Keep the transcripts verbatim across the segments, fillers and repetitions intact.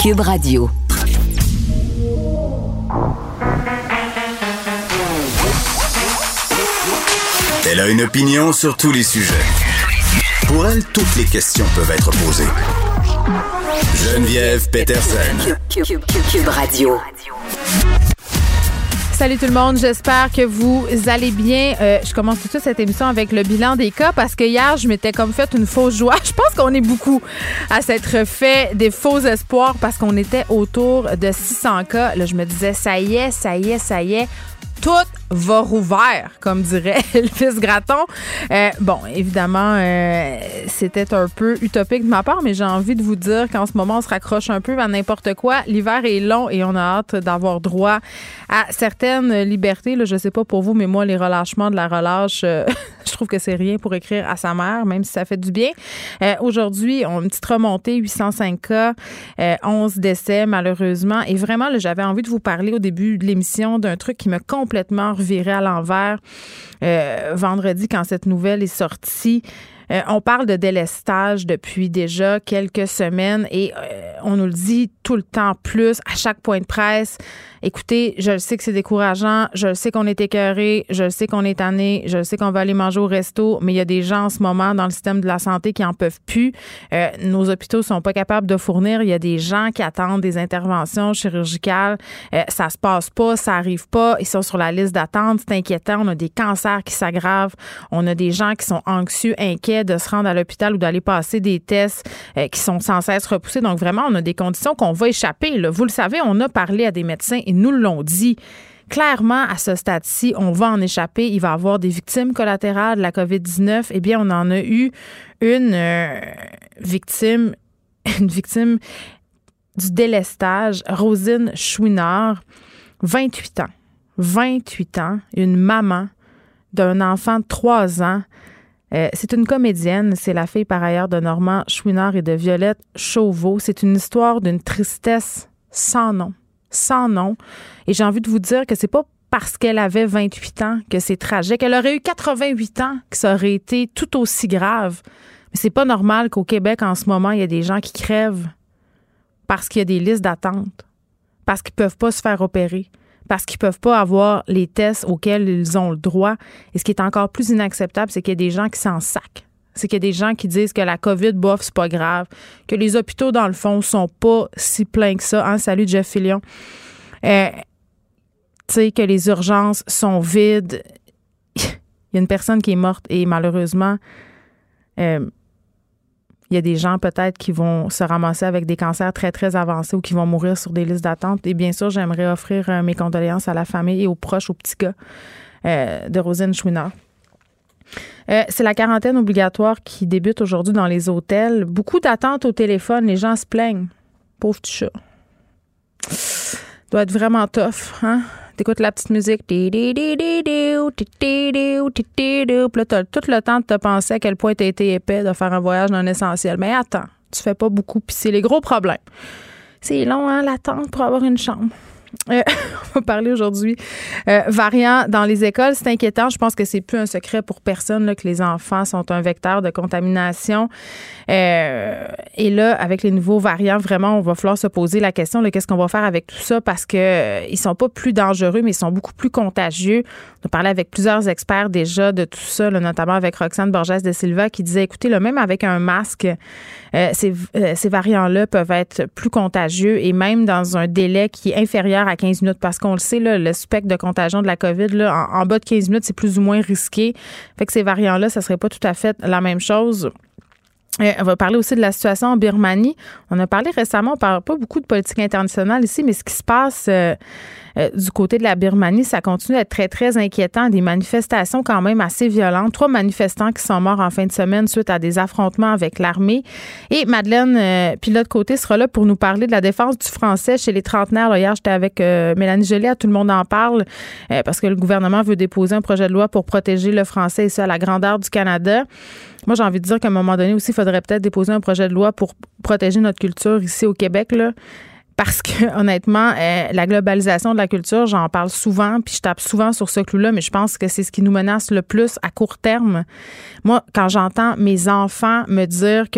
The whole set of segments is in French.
Cube Radio. Elle a une opinion sur tous les sujets. Pour elle, toutes les questions peuvent être posées. Geneviève Peterson. Cube, Cube, Cube, Cube Radio. Salut tout le monde, j'espère que vous allez bien. Euh, je commence tout de suite cette émission avec le bilan des cas parce que hier, je m'étais comme fait une fausse joie. Je pense qu'on est beaucoup à s'être fait des faux espoirs parce qu'on était autour de six cents cas. Là, je me disais, ça y est, ça y est, ça y est. Tout va rouvert, comme dirait Elvis Gratton. Euh, bon, évidemment, euh, c'était un peu utopique de ma part, mais j'ai envie de vous dire qu'en ce moment, on se raccroche un peu à n'importe quoi. L'hiver est long et on a hâte d'avoir droit à certaines libertés. Là, je sais pas pour vous, mais moi, les relâchements de la relâche, euh, je trouve que c'est rien pour écrire à sa mère, même si ça fait du bien. Euh, aujourd'hui, on a une petite remontée, huit cent cinq cas, euh, onze décès, malheureusement. Et vraiment, là, j'avais envie de vous parler au début de l'émission d'un truc qui m'a complètement reviré à l'envers euh, vendredi quand cette nouvelle est sortie. Euh, on parle de délestage depuis déjà quelques semaines et euh, on nous le dit tout le temps plus à chaque point de presse. Écoutez, je le sais que c'est décourageant, je le sais qu'on est écœuré, je le sais qu'on est tanné, je le sais qu'on va aller manger au resto, mais il y a des gens en ce moment dans le système de la santé qui en peuvent plus. Euh, nos hôpitaux sont pas capables de fournir. Il y a des gens qui attendent des interventions chirurgicales. Euh, ça se passe pas, ça arrive pas. Ils sont sur la liste d'attente. C'est inquiétant. On a des cancers qui s'aggravent. On a des gens qui sont anxieux, inquiets de se rendre à l'hôpital ou d'aller passer des tests euh, qui sont sans cesse repoussés. Donc vraiment, on a des conditions qu'on va échapper. Là. Vous le savez, on a parlé à des médecins et nous l'ont dit. Clairement, à ce stade-ci, on va en échapper. Il va y avoir des victimes collatérales de la covid dix-neuf. Eh bien, on en a eu une euh, victime, une victime du délestage, Rosine Chouinard, vingt-huit ans. vingt-huit ans, une maman d'un enfant de trois ans. Euh, c'est une comédienne. C'est la fille, par ailleurs, de Normand Chouinard et de Violette Chauveau. C'est une histoire d'une tristesse sans nom. Sans nom. Et j'ai envie de vous dire que c'est pas parce qu'elle avait vingt-huit ans que c'est tragique. Elle aurait eu quatre-vingt-huit ans que ça aurait été tout aussi grave. Mais c'est pas normal qu'au Québec, en ce moment, il y a des gens qui crèvent parce qu'il y a des listes d'attente, parce qu'ils peuvent pas se faire opérer, parce qu'ils peuvent pas avoir les tests auxquels ils ont le droit. Et ce qui est encore plus inacceptable, c'est qu'il y a des gens qui s'en sacent. C'est qu'il y a des gens qui disent que la COVID, bof, c'est pas grave, que les hôpitaux, dans le fond, sont pas si pleins que ça. Hein? Salut, Jeff Fillion. Euh, tu sais, que les urgences sont vides. Il y a une personne qui est morte et malheureusement, euh, il y a des gens peut-être qui vont se ramasser avec des cancers très, très avancés ou qui vont mourir sur des listes d'attente. Et bien sûr, j'aimerais offrir euh, mes condoléances à la famille et aux proches, aux petits gars euh, de Rosine Chouinard. Euh, c'est la quarantaine obligatoire qui débute aujourd'hui dans les hôtels. Beaucoup d'attentes au téléphone. Les gens se plaignent. Pauvre petit chat. Doit être vraiment tough, hein? T'écoutes la petite musique. Puis là, t'as tout le temps de te penser à quel point t'as été épais de faire un voyage non essentiel. Mais attends, tu fais pas beaucoup. Puis c'est les gros problèmes. C'est long, hein, l'attente pour avoir une chambre. Euh, on va parler aujourd'hui euh, variants dans les écoles. C'est inquiétant. Je pense que c'est plus un secret pour personne là, que les enfants sont un vecteur de contamination. Euh, et là, avec les nouveaux variants, vraiment, on va falloir se poser la question là, qu'est-ce qu'on va faire avec tout ça parce que euh, ils sont pas plus dangereux, mais ils sont beaucoup plus contagieux. On a parlé avec plusieurs experts déjà de tout ça, là, notamment avec Roxane Borges de Silva qui disait, écoutez, là, même avec un masque, euh, ces, euh, ces variants-là peuvent être plus contagieux et même dans un délai qui est inférieur à quinze minutes parce qu'on le sait, là, le spectre de contagion de la COVID, là, en, en bas de quinze minutes, c'est plus ou moins risqué. Fait que ces variants-là, ça serait pas tout à fait la même chose. Euh, on va parler aussi de la situation en Birmanie. On a parlé récemment, on parle pas beaucoup de politique internationale ici, mais ce qui se passe euh, euh, du côté de la Birmanie, ça continue d'être très, très inquiétant. Des manifestations quand même assez violentes. Trois manifestants qui sont morts en fin de semaine suite à des affrontements avec l'armée. Et Madeleine euh, Pilote-Côté sera là pour nous parler de la défense du français chez les trentenaires. Là, hier, j'étais avec euh, Mélanie Joly, tout le monde en parle, euh, parce que le gouvernement veut déposer un projet de loi pour protéger le français et ça à la grandeur du Canada. Moi, j'ai envie de dire qu'à un moment donné aussi, il faudrait peut-être déposer un projet de loi pour protéger notre culture ici au Québec, là. Parce que, honnêtement, euh, la globalisation de la culture, j'en parle souvent, puis je tape souvent sur ce clou-là, mais je pense que c'est ce qui nous menace le plus à court terme. Moi, quand j'entends mes enfants me dire que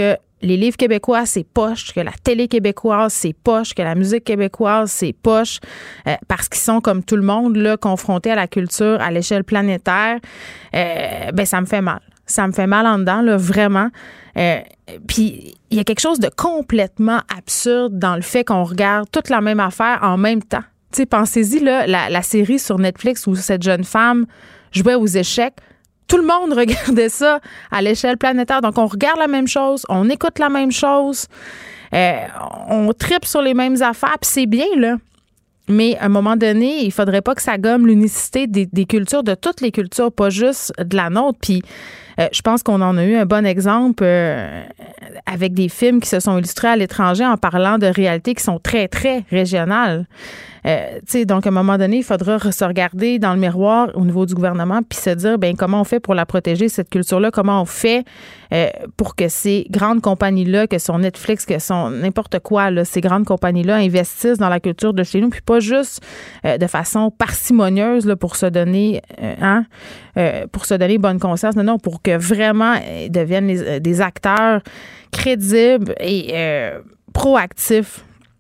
les livres québécois, c'est poche, que la télé québécoise, c'est poche, que la musique québécoise, c'est poche, euh, parce qu'ils sont, comme tout le monde, là, confrontés à la culture à l'échelle planétaire, euh, ben ça me fait mal. Ça me fait mal en dedans, là, vraiment. Euh, Puis, il y a quelque chose de complètement absurde dans le fait qu'on regarde toute la même affaire en même temps. Tu sais, pensez-y, là, la, la série sur Netflix où cette jeune femme jouait aux échecs. Tout le monde regardait ça à l'échelle planétaire. Donc, on regarde la même chose, on écoute la même chose, euh, on tripe sur les mêmes affaires, puis c'est bien, là. Mais à un moment donné, il faudrait pas que ça gomme l'unicité des, des cultures, de toutes les cultures, pas juste de la nôtre. Puis, euh, je pense qu'on en a eu un bon exemple euh, avec des films qui se sont illustrés à l'étranger en parlant de réalités qui sont très, très régionales. Euh, tu sais, donc, à un moment donné, il faudra se regarder dans le miroir au niveau du gouvernement puis se dire, ben comment on fait pour la protéger, cette culture-là? Comment on fait euh, pour que ces grandes compagnies-là, que sont Netflix, que sont n'importe quoi, là, ces grandes compagnies-là investissent dans la culture de chez nous, puis pas juste euh, de façon parcimonieuse là, pour se donner, euh, hein, euh, pour se donner bonne conscience. Non, non, pour que vraiment ils deviennent les, des acteurs crédibles et euh, proactifs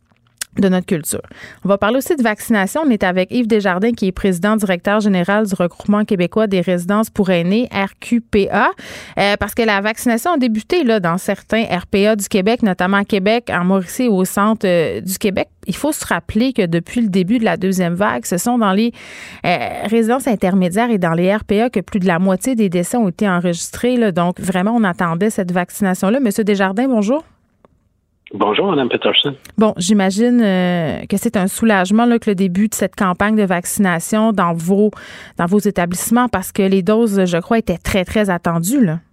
de notre culture. On va parler aussi de vaccination. On est avec Yves Desjardins, qui est président directeur général du Regroupement québécois des résidences pour aînés, R Q P A, euh, parce que la vaccination a débuté là, dans certains R P A du Québec, notamment à Québec, en Mauricie et au centre euh, du Québec. Il faut se rappeler que depuis le début de la deuxième vague, ce sont dans les euh, résidences intermédiaires et dans les R P A que plus de la moitié des décès ont été enregistrés. Là. Donc, vraiment, on attendait cette vaccination-là. Monsieur Desjardins, bonjour. Bonjour, Mme Peterson. Bon, j'imagine euh, que c'est un soulagement là, que le début de cette campagne de vaccination dans vos dans vos établissements, parce que les doses, je crois, étaient très, très attendues, là.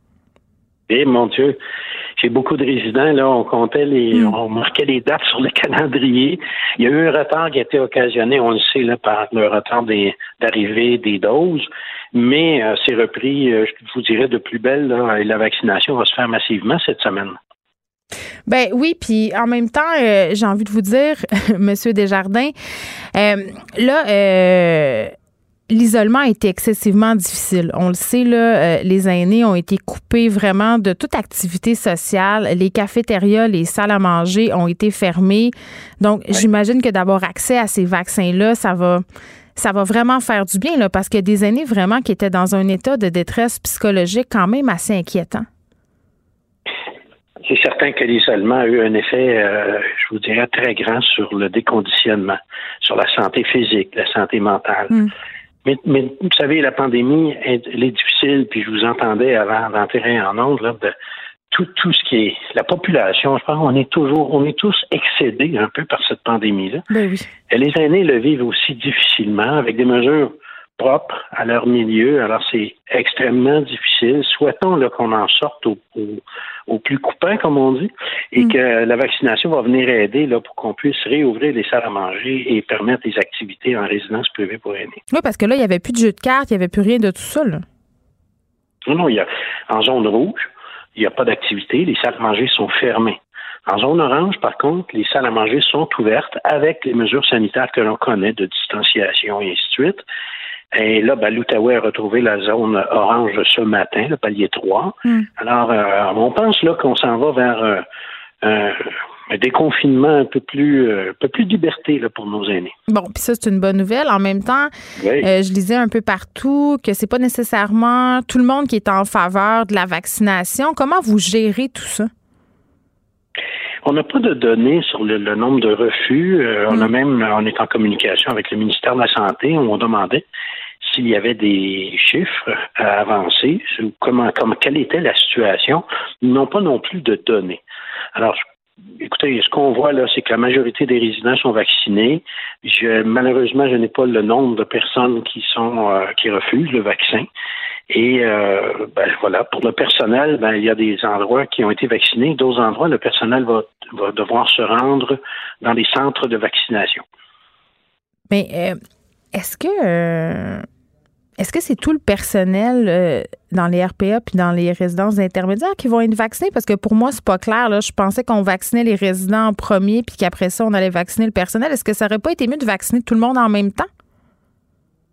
Eh, mon Dieu, j'ai beaucoup de résidents, là, on comptait les, mm. on marquait les dates sur le calendrier. Il y a eu un retard qui a été occasionné, on le sait, là, par le retard des, d'arrivée des doses, mais euh, c'est repris, euh, je vous dirais, de plus belle, là, et la vaccination va se faire massivement cette semaine. Ben oui, puis en même temps, euh, j'ai envie de vous dire, Monsieur Desjardins, euh, là, euh, l'isolement a été excessivement difficile. On le sait, là, euh, les aînés ont été coupés vraiment de toute activité sociale. Les cafétérias, les salles à manger ont été fermées. Donc, ouais. J'imagine que d'avoir accès à ces vaccins-là, ça va... ça va vraiment faire du bien, là, parce qu'il y a des aînés vraiment qui étaient dans un état de détresse psychologique quand même assez inquiétant. C'est certain que l'isolement a eu un effet, euh, je vous dirais, très grand sur le déconditionnement, sur la santé physique, la santé mentale. Mm. Mais, mais vous savez, la pandémie, elle, elle est difficile, puis je vous entendais avant d'entrer en ondes, là, de tout, tout ce qui est la population. Je pense qu'on est toujours, on est tous excédés un peu par cette pandémie-là. Ben oui. Et les aînés le vivent aussi difficilement, avec des mesures propres à leur milieu. Alors, c'est extrêmement difficile. Souhaitons là, qu'on en sorte au, au, au plus coupant, comme on dit, et mm. que la vaccination va venir aider là, pour qu'on puisse réouvrir les salles à manger et permettre des activités en résidence privée pour aînés. Oui, parce que là, il n'y avait plus de jeux de cartes, il n'y avait plus rien de tout ça, là. Non, non, il y a en zone rouge, il n'y a pas d'activité, les salles à manger sont fermées. En zone orange, par contre, les salles à manger sont ouvertes avec les mesures sanitaires que l'on connaît de distanciation et ainsi de suite. Et là, ben, l'Outaouais a retrouvé la zone orange ce matin, le palier trois. Mm. Alors, euh, on pense là qu'on s'en va vers euh, euh, un déconfinement un peu plus, euh, un peu plus de liberté là, pour nos aînés. Bon, puis ça, c'est une bonne nouvelle. En même temps, oui. euh, je lisais un peu partout que c'est pas nécessairement tout le monde qui est en faveur de la vaccination. Comment vous gérez tout ça? On n'a pas de données sur le, le nombre de refus. Euh, mm. On a même, on est en communication avec le ministère de la Santé où on demandait s'il y avait des chiffres à avancer, comment, comment, quelle était la situation. Ils n'ont pas non plus de données. Alors, écoutez, ce qu'on voit là, c'est que la majorité des résidents sont vaccinés. Je, malheureusement, je n'ai pas le nombre de personnes qui sont euh, qui refusent le vaccin. Et euh, ben, voilà, pour le personnel, ben, il y a des endroits qui ont été vaccinés. D'autres endroits, le personnel va, va devoir se rendre dans les centres de vaccination. Mais euh, est-ce que euh, est-ce que c'est tout le personnel euh, dans les R P A puis dans les résidences intermédiaires qui vont être vaccinés? Parce que pour moi, c'est pas clair. Là. Je pensais qu'on vaccinait les résidents en premier puis qu'après ça, on allait vacciner le personnel. Est-ce que ça aurait pas été mieux de vacciner tout le monde en même temps?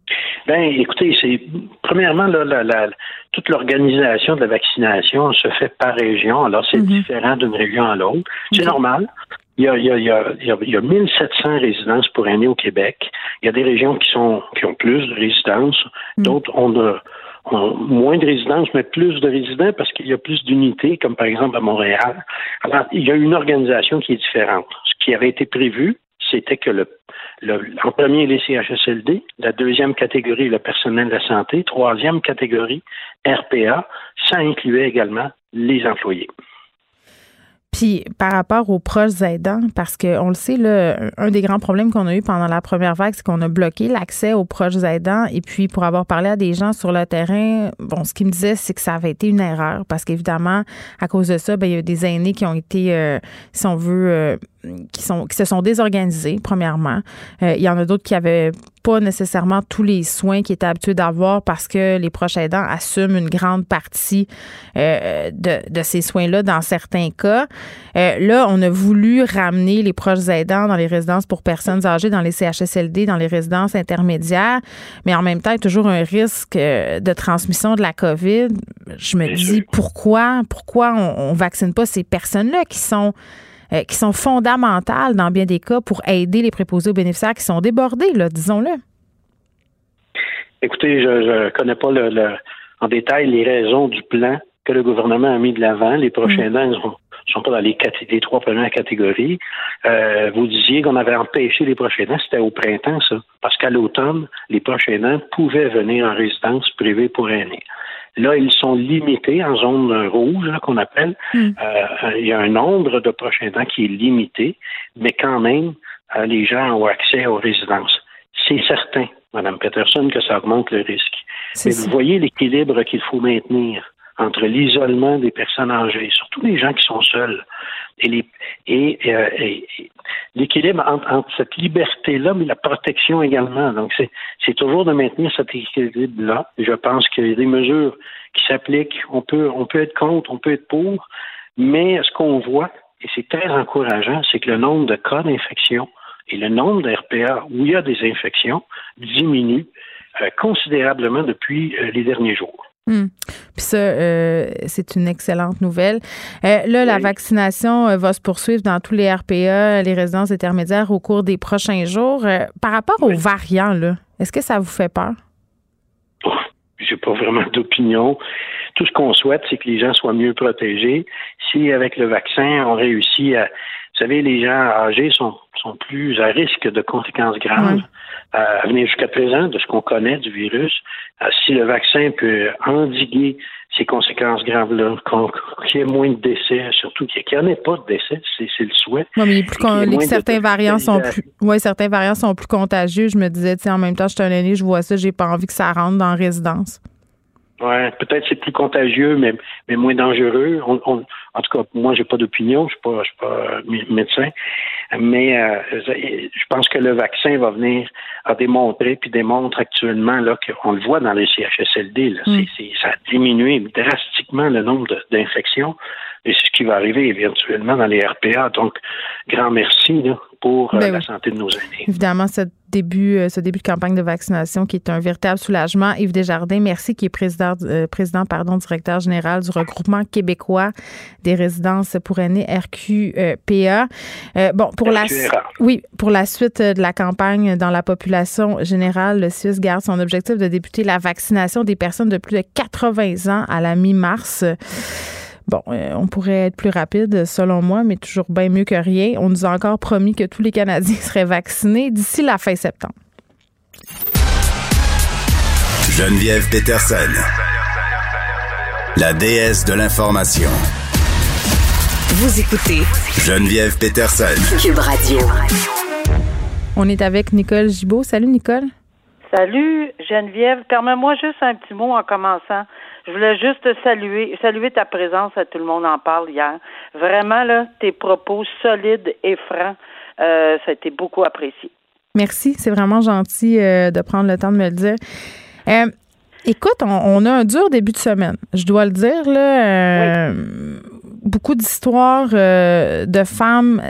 Ben, écoutez, c'est premièrement là, la, la, toute l'organisation de la vaccination se fait par région. Alors, c'est mm-hmm. différent d'une région à l'autre. C'est okay. normal. Il y a, il y a, il y a, il y a, il y a mille sept cents résidences pour aînés au Québec. Il y a des régions qui sont qui ont plus de résidences, mm. d'autres ont, de, ont moins de résidences, mais plus de résidents parce qu'il y a plus d'unités, comme par exemple à Montréal. Alors, il y a une organisation qui est différente. Ce qui avait été prévu, c'était que le, le en premier, les C H S L D, la deuxième catégorie, le personnel de la santé, troisième catégorie, R P A, ça incluait également les employés. Puis, par rapport aux proches aidants, parce qu'on le sait, là, un des grands problèmes qu'on a eu pendant la première vague, c'est qu'on a bloqué l'accès aux proches aidants. Et puis, pour avoir parlé à des gens sur le terrain, bon, ce qu'ils me disaient, c'est que ça avait été une erreur parce qu'évidemment, à cause de ça, bien, il y a des aînés qui ont été, euh, si on veut, euh, qui sont qui se sont désorganisés, premièrement. Euh, il y en a d'autres qui avaient pas nécessairement tous les soins qu'ils étaient habitués d'avoir parce que les proches aidants assument une grande partie euh, de, de ces soins-là dans certains cas. Euh, là, on a voulu ramener les proches aidants dans les résidences pour personnes âgées, dans les C H S L D, dans les résidences intermédiaires, mais en même temps, il y a toujours un risque de transmission de la COVID. Je me Bien dis, sûr. pourquoi, pourquoi on ne vaccine pas ces personnes-là qui sont Euh, qui sont fondamentales dans bien des cas pour aider les préposés aux bénéficiaires qui sont débordés, là, disons-le. Écoutez, je ne connais pas le, le, en détail les raisons du plan que le gouvernement a mis de l'avant. Les proches aidants ne mmh. sont, sont pas dans les, cat- les trois premières catégories. Euh, vous disiez qu'on avait empêché les proches aidants. C'était au printemps, ça. Parce qu'à l'automne, les proches aidants pouvaient venir en résidence privée pour aînés. Là, ils sont limités en zone rouge, là, qu'on appelle. Mm. Euh, il y a un nombre de proches aidants qui est limité, mais quand même, euh, les gens ont accès aux résidences. C'est certain, Mme Peterson, que ça augmente le risque. C'est mais ça. Vous voyez l'équilibre qu'il faut maintenir entre l'isolement des personnes âgées, surtout les gens qui sont seuls, et, les, et, euh, et, et l'équilibre entre, entre cette liberté-là, mais la protection également. Donc, c'est, c'est toujours de maintenir cet équilibre-là. Je pense qu'il y a des mesures qui s'appliquent. On peut, on peut être contre, on peut être pour, mais ce qu'on voit, et c'est très encourageant, c'est que le nombre de cas d'infection et le nombre de R P A où il y a des infections diminue euh, considérablement depuis euh, les derniers jours. Hum. Puis ça, euh, c'est une excellente nouvelle. Euh, là, oui. La vaccination euh, va se poursuivre dans tous les R P A, les résidences intermédiaires au cours des prochains jours. Euh, par rapport oui. aux variants, là, est-ce que ça vous fait peur? Oh, j'ai pas vraiment d'opinion. Tout ce qu'on souhaite, c'est que les gens soient mieux protégés. Si, avec le vaccin, on réussit à... Vous savez, les gens âgés sont, sont plus à risque de conséquences graves. Oui. Euh, à venir jusqu'à présent, de ce qu'on connaît du virus, euh, si le vaccin peut endiguer ces conséquences graves-là, qu'on, qu'il y ait moins de décès, surtout qu'il n'y en ait pas de décès, c'est, c'est le souhait. Oui, mais plus con, les, certains variants sont plus, ouais, certains variants sont plus contagieux. Je me disais, tu sais, en même temps, je suis un aîné, je vois ça, j'ai pas envie que ça rentre dans la résidence. Ouais, peut-être c'est plus contagieux, mais, mais moins dangereux. On, on, en tout cas, moi, j'ai pas d'opinion, je suis pas, je suis pas médecin, mais euh, je pense que le vaccin va venir à démontrer, puis démontre actuellement là qu'on le voit dans les C H S L D. Là, mm. c'est, c'est, ça a diminué drastiquement le nombre de, d'infections, et c'est ce qui va arriver éventuellement dans les R P A. Donc, grand merci là, pour ben euh, oui. la santé de nos aînés. Évidemment, ce début, ce début de campagne de vaccination qui est un véritable soulagement. Yves Desjardins, merci, qui est président, euh, président pardon, directeur général du regroupement québécois des résidences pour aînés R Q P A. Euh, bon, pour la, oui, pour la suite de la campagne dans la population générale, le C I U S garde son objectif de débuter la vaccination des personnes de plus de quatre-vingts ans à la mi-mars. Bon, euh, on pourrait être plus rapide, selon moi, mais toujours bien mieux que rien. On nous a encore promis que tous les Canadiens seraient vaccinés d'ici la fin septembre. Geneviève Peterson, la déesse de l'information. Vous écoutez Geneviève Peterson, Cube Radio. On est avec Nicole Gibault. Salut, Nicole. Salut, Geneviève. Permets-moi juste un petit mot en commençant. Je voulais juste saluer, saluer ta présence, à Tout le monde en parle hier. Vraiment, là, tes propos solides et francs, euh, ça a été beaucoup apprécié. Merci, c'est vraiment gentil euh, de prendre le temps de me le dire. Euh, écoute, on, on a un dur début de semaine, je dois le dire, là. Euh, oui. Beaucoup d'histoires euh, de femmes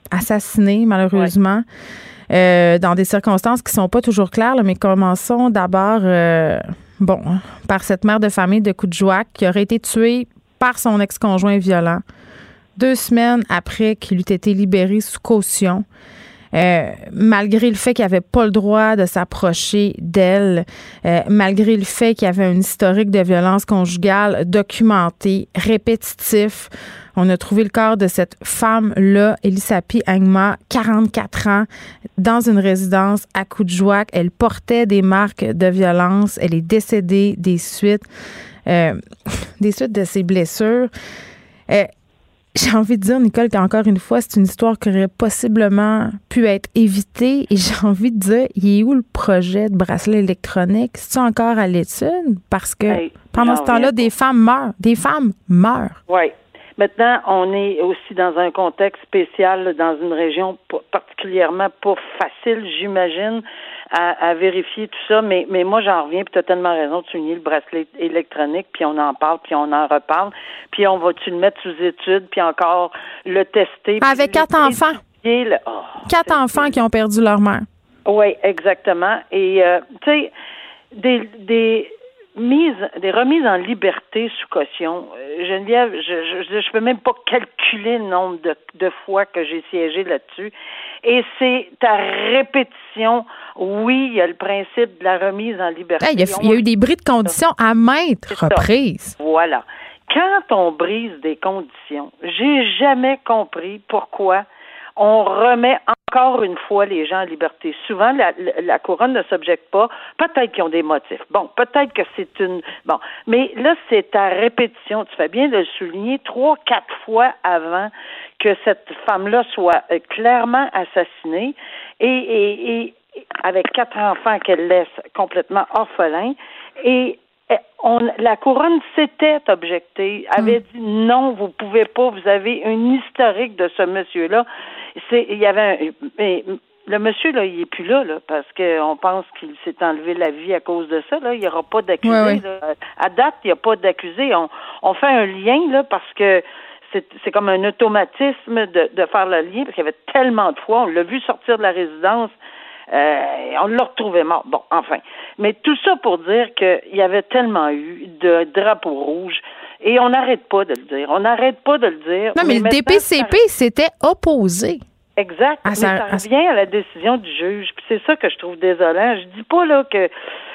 assassinée, malheureusement, ouais. euh, dans des circonstances qui sont pas toujours claires. Là, mais commençons d'abord, euh, bon, par cette mère de famille de Coudjouac qui aurait été tuée par son ex-conjoint violent deux semaines après qu'il eût été libéré sous caution. Euh, malgré le fait qu'il n'avait pas le droit de s'approcher d'elle, euh, malgré le fait qu'il y avait un historique de violence conjugale documenté, répétitif. On a trouvé le corps de cette femme-là, Elisapi Agma, quarante-quatre ans, dans une résidence à Coudjouac. Elle portait des marques de violence. Elle est décédée des suites, euh, des suites de ses blessures. Euh, J'ai envie de dire, Nicole, qu'encore une fois, c'est une histoire qui aurait possiblement pu être évitée. Et j'ai envie de dire, il est où le projet de bracelet électronique? C'est-tu encore à l'étude? Parce que hey, pendant ce temps-là, des femmes meurent. Des femmes meurent. Oui. Maintenant, on est aussi dans un contexte spécial, dans une région particulièrement pas facile, j'imagine, à, à vérifier tout ça. Mais, mais moi, j'en reviens, puis tu as tellement raison de souligner le bracelet électronique, puis on en parle, puis on en reparle. Puis on va-tu le mettre sous étude, puis encore le tester. Avec quatre enfants. Le... Oh, quatre enfants c'est... qui ont perdu leur mère. Oui, exactement. Et, euh, tu sais, des... des Mise, des remises en liberté sous caution. Euh, Geneviève, je, je je peux même pas calculer le nombre de, de fois que j'ai siégé là-dessus. Et c'est à répétition, oui, il y a le principe de la remise en liberté. Hey, il, y a, il y a eu des bris de conditions à maintes reprises. Voilà. Quand on brise des conditions, j'ai jamais compris pourquoi on remet encore une fois les gens en liberté. Souvent, la, la, la couronne ne s'objecte pas. Peut-être qu'ils ont des motifs. Bon, peut-être que c'est une... Bon, mais là, c'est à répétition. Tu fais bien de le souligner trois, quatre fois avant que cette femme-là soit euh, clairement assassinée et, et, et avec quatre enfants qu'elle laisse complètement orphelins. Et On, la couronne s'était objectée, avait dit non, vous pouvez pas, vous avez un historique de ce monsieur-là. C'est, il y avait un, mais le monsieur là, il est plus là, là, parce qu'on pense qu'il s'est enlevé la vie à cause de ça. Là, il n'y aura pas d'accusé. Ouais, ouais. Là. À date, il n'y a pas d'accusé. On, on fait un lien là parce que c'est, c'est comme un automatisme de, de faire le lien parce qu'il y avait tellement de fois, on l'a vu sortir de la résidence. Euh, on l'a retrouvé mort. Bon, enfin. Mais tout ça pour dire qu'il y avait tellement eu de drapeaux rouges et on n'arrête pas de le dire. On n'arrête pas de le dire. Non, mais, mais le D P C P ça... s'était opposé. Exact. Ah, ça, mais ça revient à la décision du juge. Puis c'est ça que je trouve désolant. Je dis pas là que...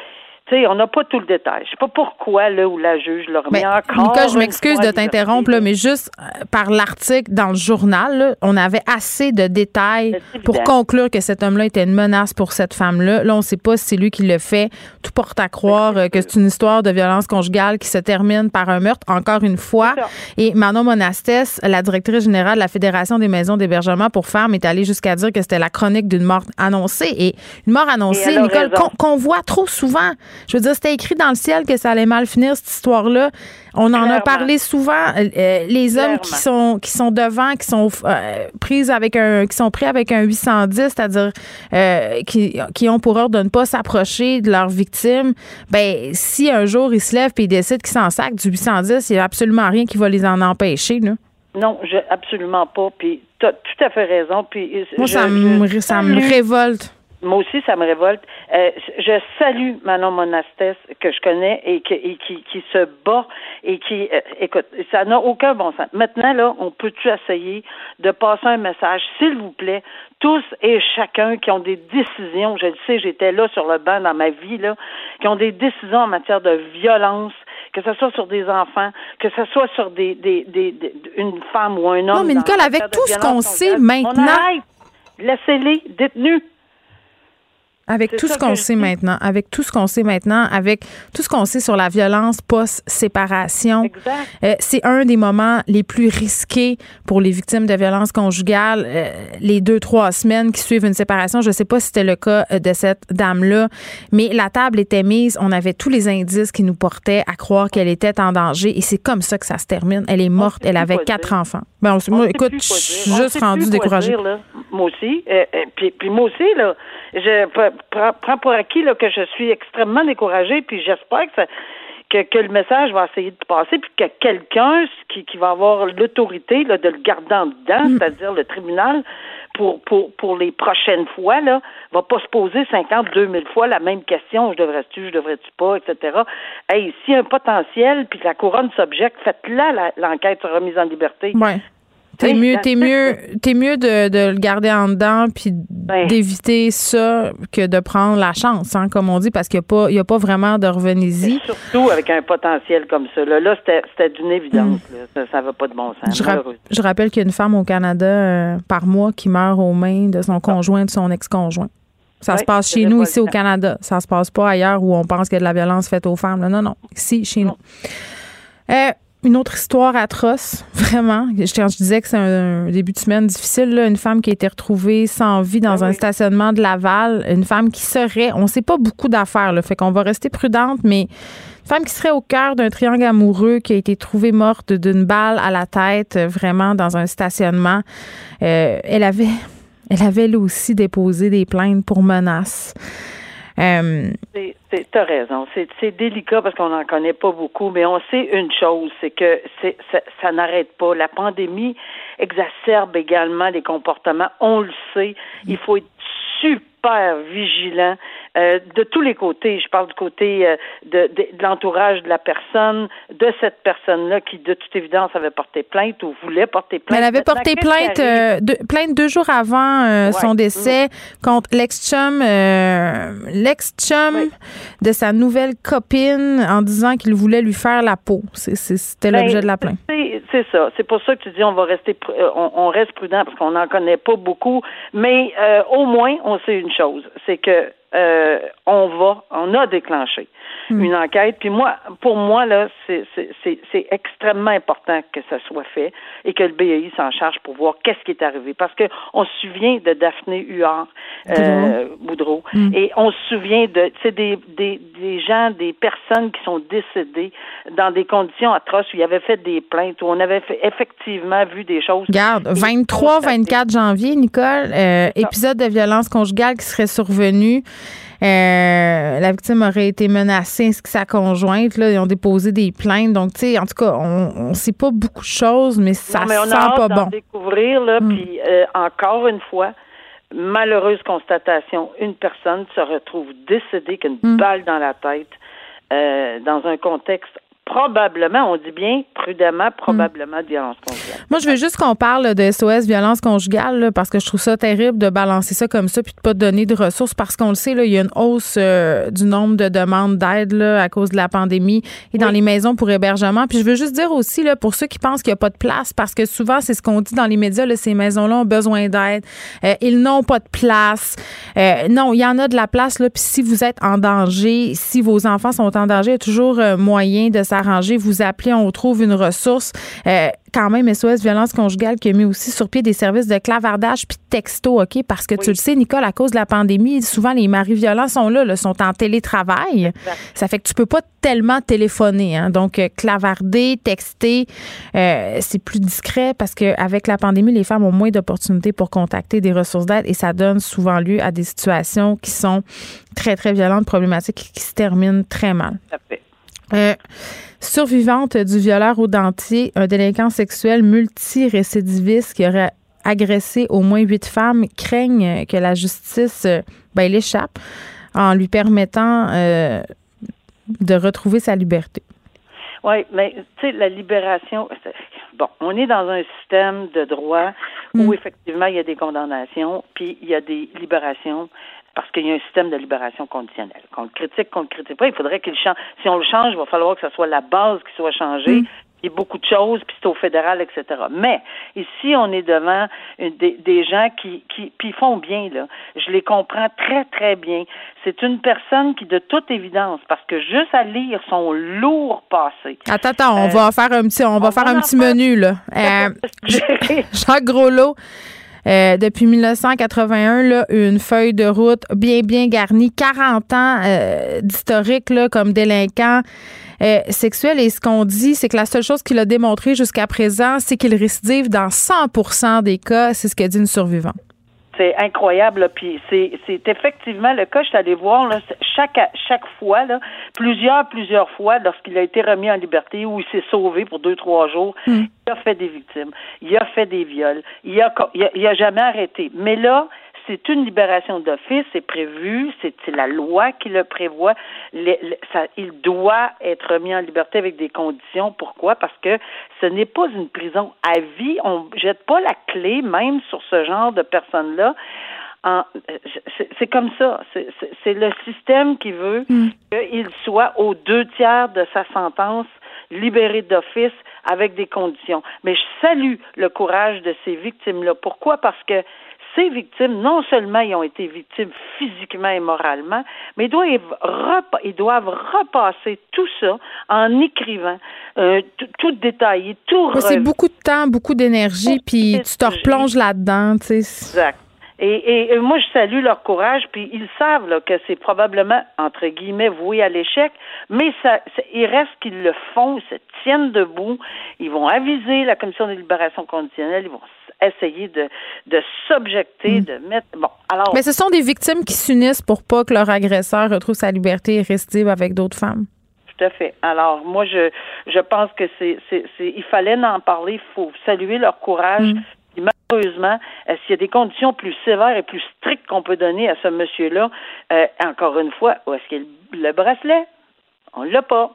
Tu sais, on n'a pas tout le détail. Je sais pas pourquoi, là, où la juge le remet encore. Nicole, je m'excuse de t'interrompre, là, mais juste euh, par l'article dans le journal, là, on avait assez de détails pour conclure que cet homme-là était une menace pour cette femme-là. Là, on ne sait pas si c'est lui qui le fait. Tout porte à croire euh, que c'est une histoire de violence conjugale qui se termine par un meurtre, encore une fois. Et Manon Monastès, la directrice générale de la Fédération des maisons d'hébergement pour femmes, est allée jusqu'à dire que c'était la chronique d'une mort annoncée. Et une mort annoncée, Nicole, qu'on, qu'on voit trop souvent. Je veux dire, c'était écrit dans le ciel que ça allait mal finir, cette histoire-là. On en Clairement. a parlé souvent. Euh, les Clairement. hommes qui sont qui sont devant, qui sont euh, prises avec un, qui sont pris avec un huit cent dix, c'est-à-dire euh, qui, qui ont pour ordre de ne pas s'approcher de leurs victimes. Ben, si un jour ils se lèvent et ils décident qu'ils s'en sacent du huit cent dix, il n'y a absolument rien qui va les en empêcher, là. Non, je, absolument pas. Puis tu as tout à fait raison. Puis moi, je, ça, me, je, ça me révolte. Moi aussi, ça me révolte. Euh, je salue Manon Monastès, que je connais et, que, et qui, qui se bat et qui, euh, écoute, ça n'a aucun bon sens. Maintenant, là, on peut-tu essayer de passer un message, s'il vous plaît, tous et chacun qui ont des décisions, je le sais, j'étais là sur le banc dans ma vie, là, qui ont des décisions en matière de violence, que ce soit sur des enfants, que ce soit sur des, des, des, des une femme ou un homme. Non, mais Nicole, avec tout ce qu'on sait maintenant. On arrête. Laissez-les détenus. Avec c'est tout ce qu'on sait dis. maintenant, avec tout ce qu'on sait maintenant, avec tout ce qu'on sait sur la violence post-séparation, euh, c'est un des moments les plus risqués pour les victimes de violences conjugales. Euh, les deux, trois semaines qui suivent une séparation, je ne sais pas si c'était le cas de cette dame-là, mais la table était mise, on avait tous les indices qui nous portaient à croire qu'elle était en danger et c'est comme ça que ça se termine. Elle est morte, elle avait quatre dire. enfants. Ben, on, moi, écoute, je suis juste rendue découragée. Moi aussi, euh, euh, puis, puis moi aussi, là, je prends, prends pour acquis là, que je suis extrêmement découragée, puis j'espère que, ça, que, que le message va essayer de passer, puis que quelqu'un qui, qui va avoir l'autorité là, de le garder en dedans, mm. c'est-à-dire le tribunal, pour, pour, pour les prochaines fois, là, va pas se poser cinquante-deux mille fois la même question, je devrais-tu, je devrais-tu pas, et cetera. Hey, s'il y a un potentiel, puis que la couronne s'objecte, faites-la la, l'enquête sur remise en liberté. Ouais. T'es oui, mieux, t'es mieux, t'es mieux de, de le garder en dedans puis ben, d'éviter ça que de prendre la chance, hein, comme on dit, parce qu'il n'y a pas, il y a pas vraiment de revenez-y. Surtout avec un potentiel comme ça. Là, là c'était, c'était d'une évidence. Mm. Là. Ça, ça va pas de bon sens. Je, ra- je rappelle qu'il y a une femme au Canada euh, par mois qui meurt aux mains de son conjoint, de son ex-conjoint. Ça oui, se passe chez nous, ici au Canada. Ça se passe pas ailleurs où on pense qu'il y a de la violence faite aux femmes. Là. Non, non, ici, chez non. nous. Euh, Une autre histoire atroce, vraiment. Quand je disais que c'est un début de semaine difficile, là, une femme qui a été retrouvée sans vie dans ah un oui. stationnement de Laval, une femme qui serait, on ne sait pas beaucoup d'affaires, là, fait qu'on va rester prudente, mais une femme qui serait au cœur d'un triangle amoureux qui a été trouvée morte d'une balle à la tête, vraiment dans un stationnement. Euh, elle avait, elle avait là aussi déposé des plaintes pour menaces. Euh, c'est, c'est, t'as raison. C'est, c'est délicat parce qu'on n'en connaît pas beaucoup, mais on sait une chose, c'est que c'est, ça, ça n'arrête pas. La pandémie exacerbe également les comportements. On le sait. Il faut être super vigilant euh, de tous les côtés. Je parle du côté euh, de, de, de l'entourage de la personne, de cette personne-là qui, de toute évidence, avait porté plainte ou voulait porter plainte. Mais elle avait Maintenant, porté plainte, euh, de, plainte deux jours avant euh, ouais. son décès mmh. contre l'ex-chum, euh, l'ex-chum oui. de sa nouvelle copine en disant qu'il voulait lui faire la peau. C'est, c'est, c'était ben, l'objet de la plainte. C'est, c'est ça. C'est pour ça que tu dis on va rester, on, on reste prudent parce qu'on n'en connaît pas beaucoup. Mais euh, au moins, on sait une chose, c'est que Euh, on va, on a déclenché mmh. une enquête. Puis moi, pour moi, là, c'est, c'est, c'est, c'est extrêmement important que ça soit fait et que le B A I s'en charge pour voir qu'est-ce qui est arrivé. Parce que on se souvient de Daphné Huard euh, Boudreau mmh. et on se souvient de, tu sais, des, des, des gens, des personnes qui sont décédées dans des conditions atroces où il avait fait des plaintes, où on avait fait, effectivement vu des choses. Regarde, vingt-trois vingt-quatre janvier, Nicole, euh, épisode de violence conjugale qui serait survenu. Euh, la victime aurait été menacée ainsi que sa conjointe. Là, ils ont déposé des plaintes. Donc, tu sais, en tout cas, on ne sait pas beaucoup de choses, mais ça non, mais on sent a hâte pas d'en bon. Découvrir, là, mm. puis euh, encore une fois, malheureuse constatation, une personne se retrouve décédée qu'une mm. balle dans la tête euh, dans un contexte probablement, on dit bien prudemment, probablement de violence conjugale. Moi, je veux juste qu'on parle de S O S violence conjugale là, parce que je trouve ça terrible de balancer ça comme ça puis de pas donner de ressources parce qu'on le sait, là, il y a une hausse euh, du nombre de demandes d'aide là, à cause de la pandémie et dans oui. les maisons pour hébergement. Puis je veux juste dire aussi, là, pour ceux qui pensent qu'il n'y a pas de place, parce que souvent, c'est ce qu'on dit dans les médias, là, ces maisons-là ont besoin d'aide. Euh, ils n'ont pas de place. Euh, non, il y en a de la place. Là, puis si vous êtes en danger, si vos enfants sont en danger, il y a toujours euh, moyen de s'arranger, vous appelez, on trouve une ressource. Euh, quand même, S O S Violence conjugale qui a mis aussi sur pied des services de clavardage puis de texto, OK? Parce que oui. tu le sais, Nicole, à cause de la pandémie, souvent les maris violents sont là, là sont en télétravail. Exact. Ça fait que tu peux pas tellement téléphoner. Hein? Donc, euh, clavarder, texter, euh, c'est plus discret parce qu'avec la pandémie, les femmes ont moins d'opportunités pour contacter des ressources d'aide et ça donne souvent lieu à des situations qui sont très, très violentes, problématiques et qui se terminent très mal. Ça fait. Euh, survivante du violeur au dentier, un délinquant sexuel multirécidiviste qui aurait agressé au moins huit femmes, craignent que la justice ben, l'échappe en lui permettant euh, de retrouver sa liberté. Oui, mais tu sais, la libération, bon, on est dans un système de droit où mmh. effectivement il y a des condamnations, puis il y a des libérations. Parce qu'il y a un système de libération conditionnelle. Qu'on le critique, qu'on le critique pas, il faudrait qu'il change. Si on le change, il va falloir que ce soit la base qui soit changée. Mm. Il y a beaucoup de choses, puis c'est au fédéral, et cetera. Mais ici, on est devant une, des, des gens qui, qui puis ils font bien, là. Je les comprends très, très bien. C'est une personne qui, de toute évidence, parce que juste à lire son lourd passé. Attends, attends, on euh, va faire un petit, on, on va faire un petit faire... menu, là. Euh, Jacques Groslot. Euh, depuis dix-neuf cent quatre-vingt-un, là, une feuille de route bien, bien garnie, quarante ans euh, d'historique là, comme délinquant euh, sexuel. Et ce qu'on dit, c'est que la seule chose qu'il a démontré jusqu'à présent, c'est qu'il récidive dans cent pour cent des cas. C'est ce que dit une survivante. C'est incroyable, là. Puis c'est, c'est effectivement le cas. Je suis allée voir là, chaque chaque fois, là, plusieurs, plusieurs fois, lorsqu'il a été remis en liberté ou il s'est sauvé pour deux, trois jours, mm. il a fait des victimes, il a fait des viols, il a, il a, il a jamais arrêté. Mais là, c'est une libération d'office, c'est prévu, c'est, c'est la loi qui le prévoit. Les, les, ça, il doit être remis en liberté avec des conditions. Pourquoi? Parce que ce n'est pas une prison à vie. On jette pas la clé même sur ce genre de personnes-là. En, c'est, c'est comme ça. C'est, c'est, c'est le système qui veut mm. qu'il soit aux deux tiers de sa sentence libéré d'office avec des conditions. Mais je salue le courage de ces victimes-là. Pourquoi? Parce que ces victimes, non seulement ils ont été victimes physiquement et moralement, mais ils doivent, repa- ils doivent repasser tout ça en écrivant, euh, tout, tout détaillé, tout ouais, c'est beaucoup de temps, beaucoup d'énergie, puis tu te replonges là-dedans, tu sais. Exact. Et, et, et moi, je salue leur courage, puis ils savent là, que c'est probablement, entre guillemets, voué à l'échec, mais ça, ça, il reste qu'ils le font, ils se tiennent debout, ils vont aviser la Commission de libération conditionnelle, ils vont essayer de, de s'objecter, mmh. de mettre... Bon, alors... Mais ce sont des victimes qui s'unissent pour pas que leur agresseur retrouve sa liberté et récidive avec d'autres femmes. Tout à fait. Alors, moi, je je pense que c'est... c'est, c'est il fallait en parler, il faut saluer leur courage. Mmh. Malheureusement, euh, s'il y a des conditions plus sévères et plus strictes qu'on peut donner à ce monsieur-là, euh, encore une fois, où est-ce qu'il y a le bracelet? On l'a pas.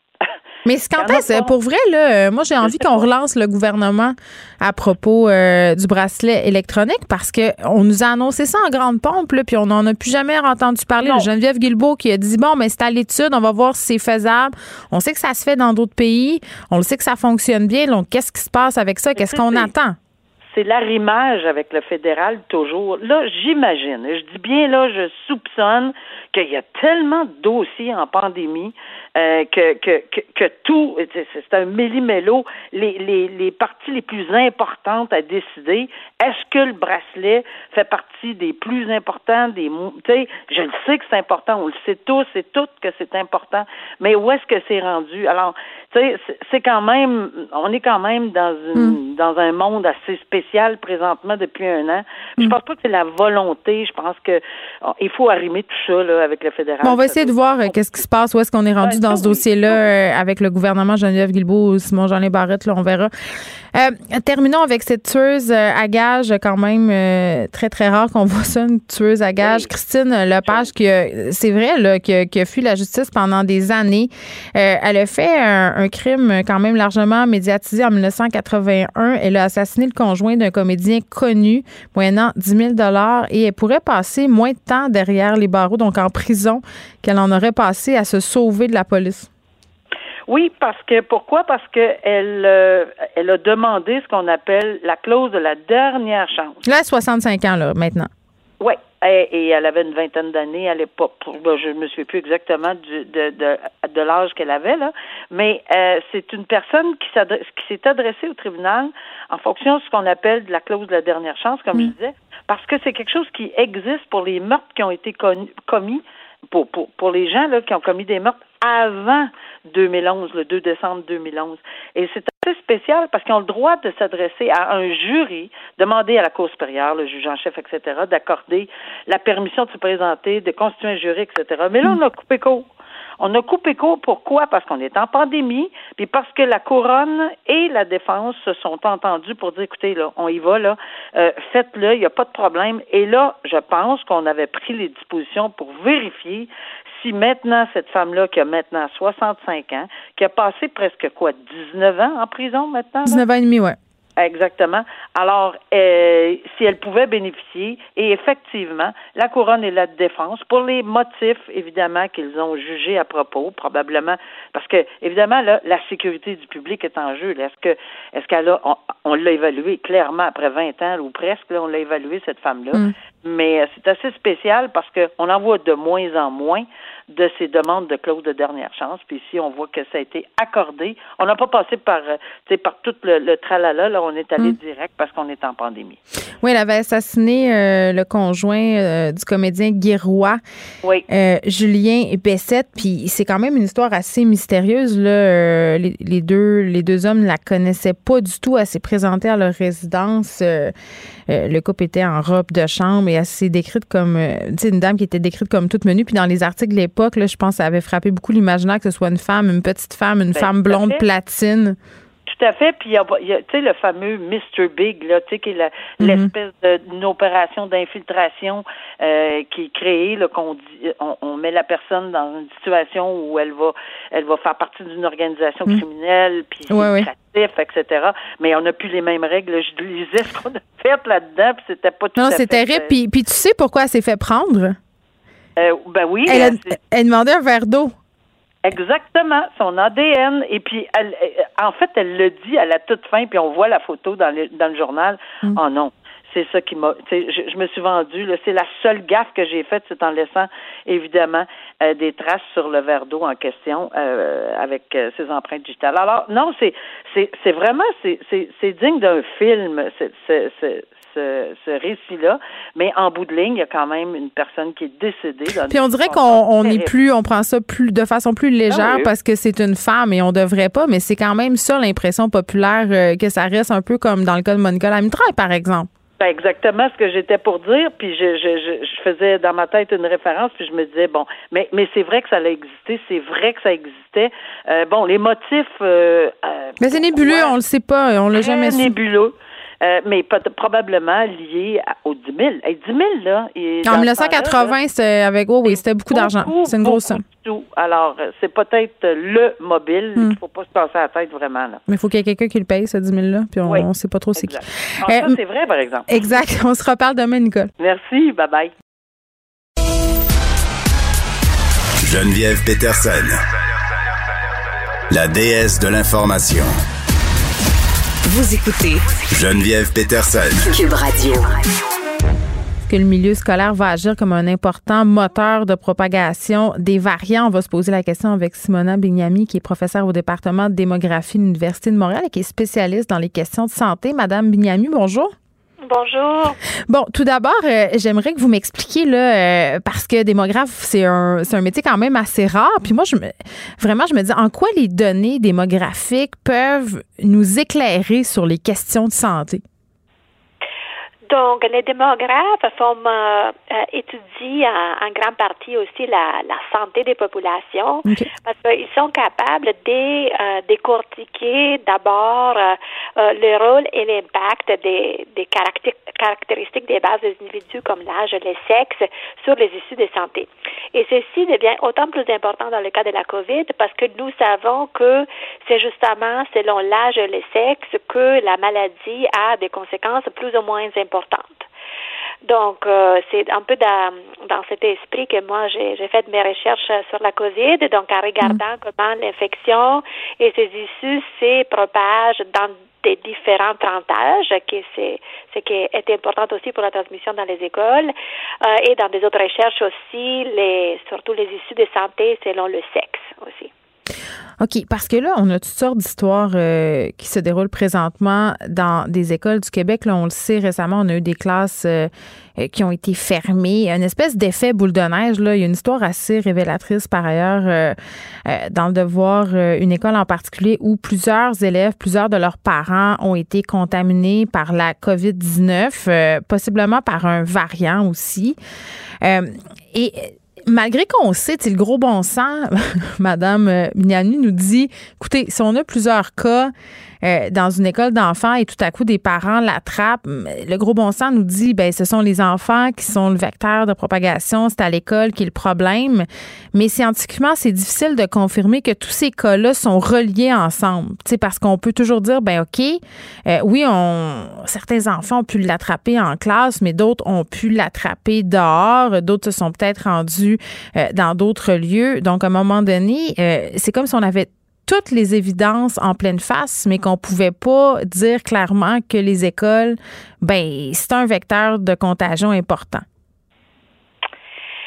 Mais quand est-ce, pour vrai, là, moi, j'ai envie qu'on relance le gouvernement à propos euh, du bracelet électronique parce que on nous a annoncé ça en grande pompe, là, puis on n'en a plus jamais entendu parler. Le Geneviève Guilbeault qui a dit, bon, mais c'est à l'étude, on va voir si c'est faisable. On sait que ça se fait dans d'autres pays. On le sait que ça fonctionne bien. Donc, qu'est-ce qui se passe avec ça? Qu'est-ce qu'on attend? C'est l'arrimage avec le fédéral toujours. Là, j'imagine, je dis bien là, je soupçonne qu'il y a tellement de dossiers en pandémie euh, que, que, que, que tout, c'est un méli-mélo, les, les, les parties les plus importantes à décider. Est-ce que le bracelet fait partie des plus importants, des, tu sais, je le sais que c'est important, on le sait tous et toutes que c'est important, mais où est-ce que c'est rendu? Alors, tu sais, c'est quand même, on est quand même dans une, mm. dans un monde assez spécial présentement depuis un an. Mm. Je pense pas que c'est la volonté, je pense que oh, il faut arrimer tout ça là, avec le fédéral. Bon, on va essayer de voir euh, qu'est-ce qui se passe, où est-ce qu'on est rendu ouais, dans ce oui, dossier-là euh, avec le gouvernement Geneviève Guilbeault, Simon-Jeanin Barrette, là, on verra. Euh, terminons avec cette tueuse euh, à gages, quand même euh, très, très rare qu'on voit ça, une tueuse à gages. Oui. Christine Lepage, qui a, c'est vrai, là, qui, a, qui a fui la justice pendant des années. Euh, elle a fait un, un crime quand même largement médiatisé en dix-neuf cent quatre-vingt-un. Elle a assassiné le conjoint d'un comédien connu, moyennant dix mille dollars, et elle pourrait passer moins de temps derrière les barreaux, donc en prison, qu'elle en aurait passé à se sauver de la police. Oui, parce que pourquoi? Parce que elle, euh, elle a demandé ce qu'on appelle la clause de la dernière chance. Là, soixante-cinq ans, là, maintenant. Oui, et, et elle avait une vingtaine d'années à l'époque. Je ne me souviens plus exactement du, de, de, de l'âge qu'elle avait, là, mais euh, c'est une personne qui, qui s'est adressée au tribunal en fonction de ce qu'on appelle de la clause de la dernière chance, comme mmh. je disais, parce que c'est quelque chose qui existe pour les meurtres qui ont été con, commis, pour, pour, pour les gens là, qui ont commis des meurtres avant deux mille onze, le deux décembre deux mille onze. Et c'est assez spécial parce qu'ils ont le droit de s'adresser à un jury, demander à la Cour supérieure, le juge en chef, et cetera, d'accorder la permission de se présenter, de constituer un jury, et cetera. Mais là, on a coupé court. On a coupé court, pourquoi? Parce qu'on est en pandémie, puis parce que la couronne et la défense se sont entendus pour dire, écoutez, là, on y va, là, euh, faites-le, il n'y a pas de problème. Et là, je pense qu'on avait pris les dispositions pour vérifier si maintenant, cette femme-là, qui a maintenant soixante-cinq ans, qui a passé presque, quoi, dix-neuf ans en prison maintenant? Là? dix-neuf ans et demi, ouais. Exactement. Alors, euh, si elle pouvait bénéficier, et effectivement, la couronne et la défense, pour les motifs, évidemment, qu'ils ont jugés à propos, probablement, parce que, évidemment, là, la sécurité du public est en jeu. Là. Est-ce que, est-ce qu'elle a, on, on l'a évalué clairement après vingt ans, ou presque, là, on l'a évalué, cette femme-là. Mm. Mais euh, c'est assez spécial parce qu'on en voit de moins en moins de ces demandes de clause de dernière chance. Puis ici, on voit que ça a été accordé. On n'a pas passé par, euh, tu sais, par tout le, le tralala, là. on est allé mm. direct parce qu'on est en pandémie. Oui, elle avait assassiné euh, le conjoint euh, du comédien Guy Roy, oui. euh, Julien Bessette, puis c'est quand même une histoire assez mystérieuse. Là. Euh, les, les, deux, les deux hommes ne la connaissaient pas du tout. Elle s'est présentée à leur résidence. Euh, euh, le couple était en robe de chambre et elle s'est décrite comme, euh, tu sais, une dame qui était décrite comme toute menue. Puis dans les articles de l'époque, là, je pense que ça avait frappé beaucoup l'imaginaire que ce soit une femme, une petite femme, une ben, femme blonde platine. Tout à fait. Puis il y a, y a tu sais, le fameux mister Big, là, tu sais, qui est la, mm-hmm. l'espèce de, d'une opération d'infiltration euh, qui est créée, là, qu'on dit, on, on met la personne dans une situation où elle va, elle va faire partie d'une organisation mm. criminelle, puis c'est ouais, lucratif, ouais. et cetera. Mais on n'a plus les mêmes règles. Je lisais ce qu'on a fait là-dedans, puis c'était pas tout non, à fait... Non, c'est terrible. Euh... Puis, puis tu sais pourquoi elle s'est fait prendre? Euh, ben oui. Elle, a, elle demandait un verre d'eau. Exactement, son A D N. Et puis, elle, en fait, elle le dit à la toute fin, puis on voit la photo dans le, dans le journal. Mm. Oh non, c'est ça qui m'a... Tu sais, je, je me suis vendue. Là, c'est la seule gaffe que j'ai faite, c'est en laissant, évidemment, euh, des traces sur le verre d'eau en question euh, avec euh, ses empreintes digitales. Alors, non, c'est c'est, c'est vraiment... C'est, c'est, c'est digne d'un film, c'est, c'est, c'est, Ce, ce récit-là, mais en bout de ligne, il y a quand même une personne qui est décédée. Dans Puis on dirait qu'on on est plus, on prend ça plus de façon plus légère ah oui. parce que c'est une femme et on devrait pas, mais c'est quand même ça l'impression populaire euh, que ça reste un peu comme dans le cas de Monica Lamitraille, par exemple. Ben exactement ce que j'étais pour dire, puis je, je, je, je faisais dans ma tête une référence, puis je me disais, bon, mais, mais c'est vrai que ça a existé, c'est vrai que ça existait. Euh, bon, les motifs... Euh, euh, mais c'est nébuleux, ouais, on le sait pas, on l'a jamais su. nébuleux. Euh, mais pas, probablement lié à, aux dix mille. Hey, dix mille, là. En dix-neuf cent quatre-vingts, c'était avec... Oh, oui, c'était beaucoup, beaucoup d'argent. C'est une grosse somme. Alors, c'est peut-être le mobile. Il mm. ne faut pas se passer à la tête, vraiment. Là. Mais il faut qu'il y ait quelqu'un qui le paye, ce dix mille-là. Puis on oui. ne sait pas trop c'est exact. qui. Ah, euh, ça, c'est vrai, par exemple. Exact. On se reparle demain, Nicole. Merci. Bye-bye. Geneviève Peterson, la déesse de l'information. Vous écoutez Geneviève Peterson, Cube Radio. Est-ce que le milieu scolaire va agir comme un important moteur de propagation des variants? On va se poser la question avec Simona Bignami, qui est professeure au département de démographie de l'Université de Montréal et qui est spécialiste dans les questions de santé. Madame Bignami, bonjour. Bonjour. Bon, tout d'abord, euh, j'aimerais que vous m'expliquiez, là, euh, parce que démographe, c'est un, c'est un métier quand même assez rare. Puis moi, je me, vraiment, je me dis, en quoi les données démographiques peuvent nous éclairer sur les questions de santé? Donc, les démographes font, euh, étudient en, en grande partie aussi la, la santé des populations okay. parce qu'ils sont capables de euh, décortiquer d'abord euh, euh, le rôle et l'impact des, des caractér- caractéristiques des bases des individus comme l'âge, le sexe sur les issues de santé. Et ceci devient autant plus important dans le cas de la COVID parce que nous savons que c'est justement selon l'âge et le sexe que la maladie a des conséquences plus ou moins importantes. Donc, euh, c'est un peu dans, dans cet esprit que moi, j'ai, j'ai fait mes recherches sur la COVID, donc en regardant mmh. comment l'infection et ses issues se propagent dans des différents âges, que c'est ce qui est important aussi pour la transmission dans les écoles, euh, et dans des autres recherches aussi, les, surtout les issues de santé selon le sexe aussi. OK, parce que là, on a toutes sortes d'histoires euh, qui se déroulent présentement dans des écoles du Québec. Là, on le sait, récemment, on a eu des classes euh, qui ont été fermées. Une espèce d'effet boule de neige. Là. Il y a une histoire assez révélatrice, par ailleurs, euh, euh, dans le Devoir, euh, une école en particulier où plusieurs élèves, plusieurs de leurs parents ont été contaminés par la covid dix-neuf, euh, possiblement par un variant aussi. Euh, et... Malgré qu'on sait, le gros bon sens, Madame Bignami nous dit, écoutez, si on a plusieurs cas euh, dans une école d'enfants et tout à coup des parents l'attrapent, le gros bon sens nous dit, ben ce sont les enfants qui sont le vecteur de propagation, c'est à l'école qui est le problème. Mais scientifiquement, c'est difficile de confirmer que tous ces cas-là sont reliés ensemble. Tu sais, parce qu'on peut toujours dire, ben ok, euh, oui, on, certains enfants ont pu l'attraper en classe, mais d'autres ont pu l'attraper dehors, d'autres se sont peut-être rendus euh, dans d'autres lieux. Donc, à un moment donné, euh, c'est comme si on avait toutes les évidences en pleine face, mais qu'on pouvait pas dire clairement que les écoles, ben, c'est un vecteur de contagion important. Mais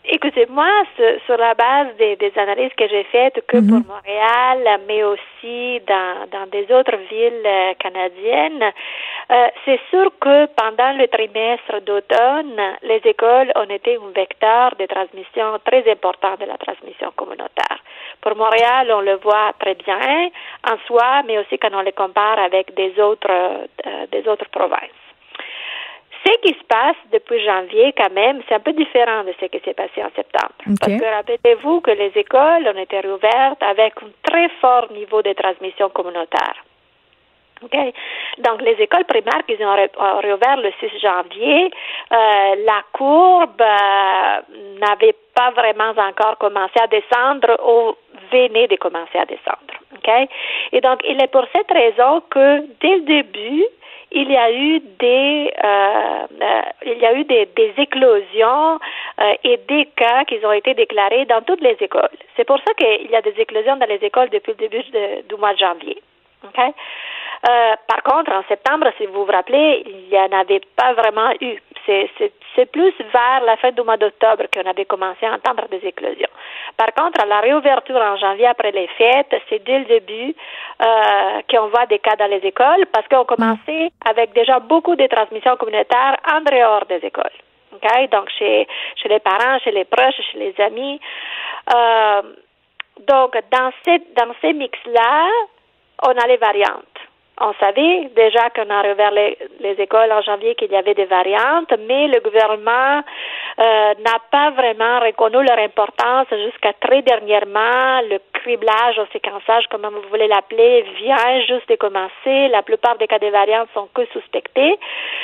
Écoutez-moi, sur la base des, des analyses que j'ai faites, que mm-hmm. pour Montréal, mais aussi dans, dans des autres villes canadiennes, euh, c'est sûr que pendant le trimestre d'automne, les écoles ont été un vecteur de transmission très important de la transmission communautaire. Pour Montréal, on le voit très bien en soi, mais aussi quand on les compare avec des autres, euh, des autres provinces. Ce qui se passe depuis janvier, quand même, c'est un peu différent de ce qui s'est passé en septembre. Okay. Parce que rappelez-vous que les écoles ont été réouvertes avec un très fort niveau de transmission communautaire. Okay. Donc, les écoles primaires qui ont ré- réouvert le six janvier, euh, la courbe euh, n'avait pas vraiment encore commencé à descendre ou venait de commencer à descendre. Okay. Et donc, il est pour cette raison que, dès le début, il y a eu des euh, euh, il y a eu des, des éclosions euh, et des cas qui ont été déclarés dans toutes les écoles. C'est pour ça qu'il y a des éclosions dans les écoles depuis le début de, du mois de janvier. Okay? Euh, par contre, en septembre, si vous vous rappelez, il n'y en avait pas vraiment eu. C'est, c'est, c'est plus vers la fin du mois d'octobre qu'on avait commencé à entendre des éclosions. Par contre, à la réouverture en janvier après les fêtes, c'est dès le début euh, qu'on voit des cas dans les écoles parce qu'on commençait avec déjà beaucoup de transmissions communautaires en dehors des écoles. Okay? Donc, chez, chez les parents, chez les proches, chez les amis. Euh, donc, dans, cette, dans ces mix-là, on a les variantes. On savait déjà qu'on a rouvert les, les écoles en janvier qu'il y avait des variantes, mais le gouvernement euh, n'a pas vraiment reconnu leur importance jusqu'à très dernièrement. Le criblage, le séquençage, comme vous voulez l'appeler, vient juste de commencer. La plupart des cas de variantes sont que suspectés.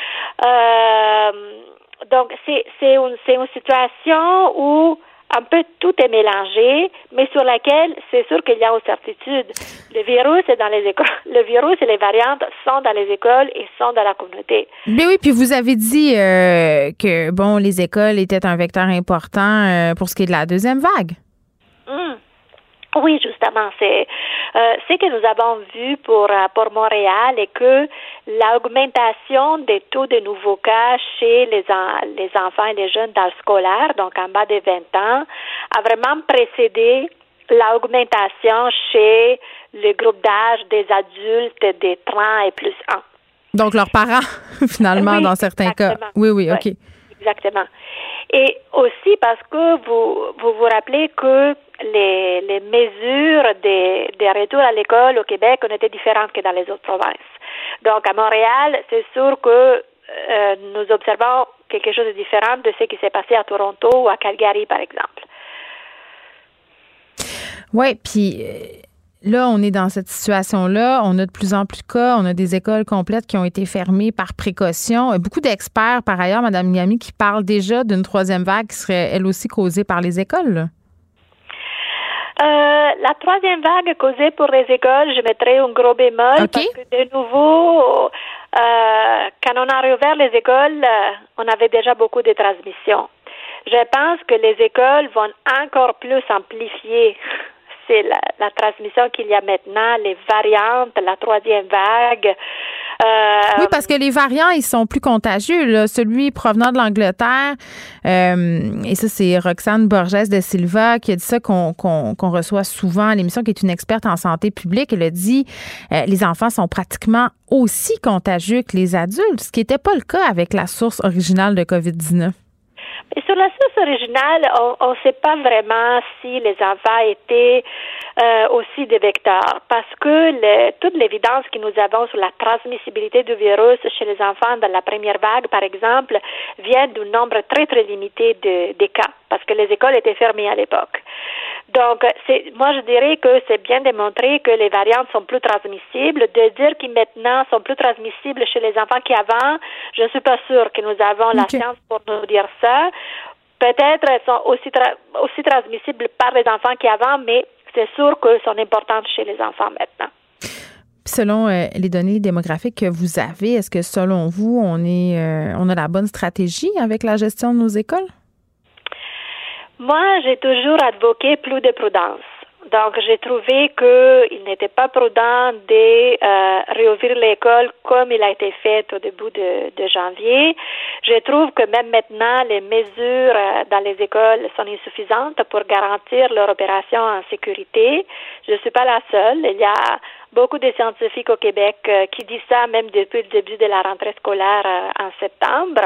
Euh, donc, c'est, c'est, une, c'est une situation où un peu tout est mélangé, mais sur laquelle c'est sûr qu'il y a une certitude. Le virus est dans les écoles. Le virus et les variantes sont dans les écoles et sont dans la communauté. Mais oui, puis vous avez dit euh, que bon, les écoles étaient un vecteur important euh, pour ce qui est de la deuxième vague. Mmh. Oui, justement, c'est euh, ce que nous avons vu pour pour Montréal est que l'augmentation des taux de nouveaux cas chez les en, les enfants et les jeunes d'âge scolaire, donc en bas de vingt ans, a vraiment précédé l'augmentation chez le groupe d'âge des adultes de trente et plus ans. Donc leurs parents, finalement, oui, dans certains exactement. Cas. Oui, oui, OK. Oui, exactement. Et aussi parce que vous vous, vous rappelez que les, les mesures des, des retours à l'école au Québec ont été différentes que dans les autres provinces. Donc, à Montréal, c'est sûr que euh, nous observons quelque chose de différent de ce qui s'est passé à Toronto ou à Calgary, par exemple. Oui, puis là, on est dans cette situation-là. On a de plus en plus de cas. On a des écoles complètes qui ont été fermées par précaution. Beaucoup d'experts, par ailleurs, Mme Miami, qui parlent déjà d'une troisième vague qui serait, elle aussi, causée par les écoles, là. Euh, la troisième vague causée pour les écoles, je mettrais un gros bémol okay. Parce que de nouveau, euh, quand on a réouvert les écoles, euh, on avait déjà beaucoup de transmissions. Je pense que les écoles vont encore plus amplifier c'est la, la transmission qu'il y a maintenant, les variantes, la troisième vague. Euh, oui, parce que les variants, ils sont plus contagieux. Là. Celui provenant de l'Angleterre, euh, et ça, c'est Roxane Borges de Silva qui a dit ça, qu'on, qu'on, qu'on reçoit souvent à l'émission, qui est une experte en santé publique. Elle a dit euh, les enfants sont pratiquement aussi contagieux que les adultes, ce qui n'était pas le cas avec la source originale de covid dix-neuf. Et sur la source originale, on ne sait pas vraiment si les enfants étaient euh, aussi des vecteurs, parce que le, toute l'évidence que nous avons sur la transmissibilité du virus chez les enfants dans la première vague, par exemple, vient d'un nombre très, très limité de, de cas, parce que les écoles étaient fermées à l'époque. Donc, c'est, moi, je dirais que c'est bien démontré que les variantes sont plus transmissibles. De dire qu'ils maintenant sont plus transmissibles chez les enfants qu'avant, je ne suis pas sûre que nous avons okay. la science pour nous dire ça. Peut-être elles sont aussi, tra- aussi transmissibles par les enfants qu'avant, mais c'est sûr qu'elles sont importantes chez les enfants maintenant. Selon euh, les données démographiques que vous avez, est-ce que selon vous, on est, euh, on a la bonne stratégie avec la gestion de nos écoles? Moi, j'ai toujours advoqué plus de prudence. donc, j'ai trouvé qu'il n'était pas prudent de euh, réouvrir l'école comme il a été fait au début de, de janvier. Je trouve que même maintenant, les mesures euh, dans les écoles sont insuffisantes pour garantir leur opération en sécurité. Je ne suis pas la seule. Il y a beaucoup de scientifiques au Québec euh, qui disent ça même depuis le début de la rentrée scolaire euh, en septembre.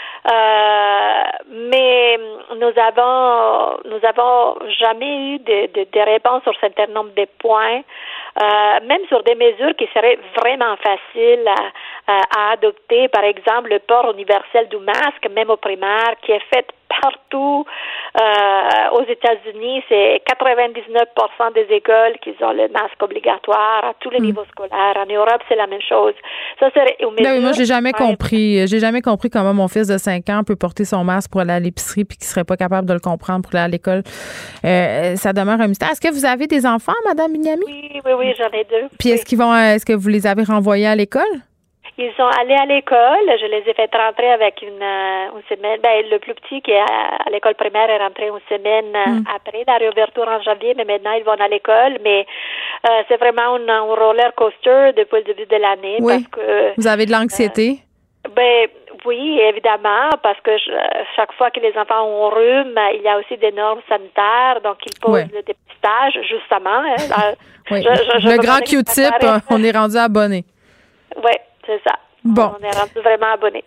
Euh, mais nous avons nous avons jamais eu de, de, de réponse sur un certain nombre de points, euh, même sur des mesures qui seraient vraiment faciles à, à, à adopter. Par exemple, le port universel du masque, même au primaire, qui est fait partout euh, aux États-Unis. C'est quatre-vingt-dix-neuf pour cent des écoles qui ont le masque obligatoire à tous les mmh. niveaux scolaires. En Europe, c'est la même chose. Ça serait une mesure. Non, moi, j'ai jamais compris. J'ai jamais compris comment mon fils de cinq ans peut porter son masque pour aller à l'épicerie puis qu'il serait pas capable de le comprendre pour aller à l'école. Euh, ça demeure un mystère. Est-ce que vous avez des enfants, Madame Bignami? Oui, oui, oui, j'en ai deux. Puis est-ce oui. qu'ils vont, est-ce que vous les avez renvoyés à l'école? Ils sont allés à l'école. Je les ai fait rentrer avec une, une semaine. Ben, le plus petit qui est à, à l'école primaire est rentré une semaine mm. après la réouverture en janvier, mais maintenant ils vont à l'école. Mais euh, c'est vraiment un, un roller coaster depuis le début de l'année. Oui. Parce que, vous avez de l'anxiété? Euh, ben oui, évidemment, parce que je, chaque fois que les enfants ont un rhume, il y a aussi des normes sanitaires, donc ils posent oui. le dépistage, justement. Hein, oui. je, je, je le grand Q-tip, on est rendu abonné. Oui. C'est ça. Bon. On est rendu vraiment abonnés.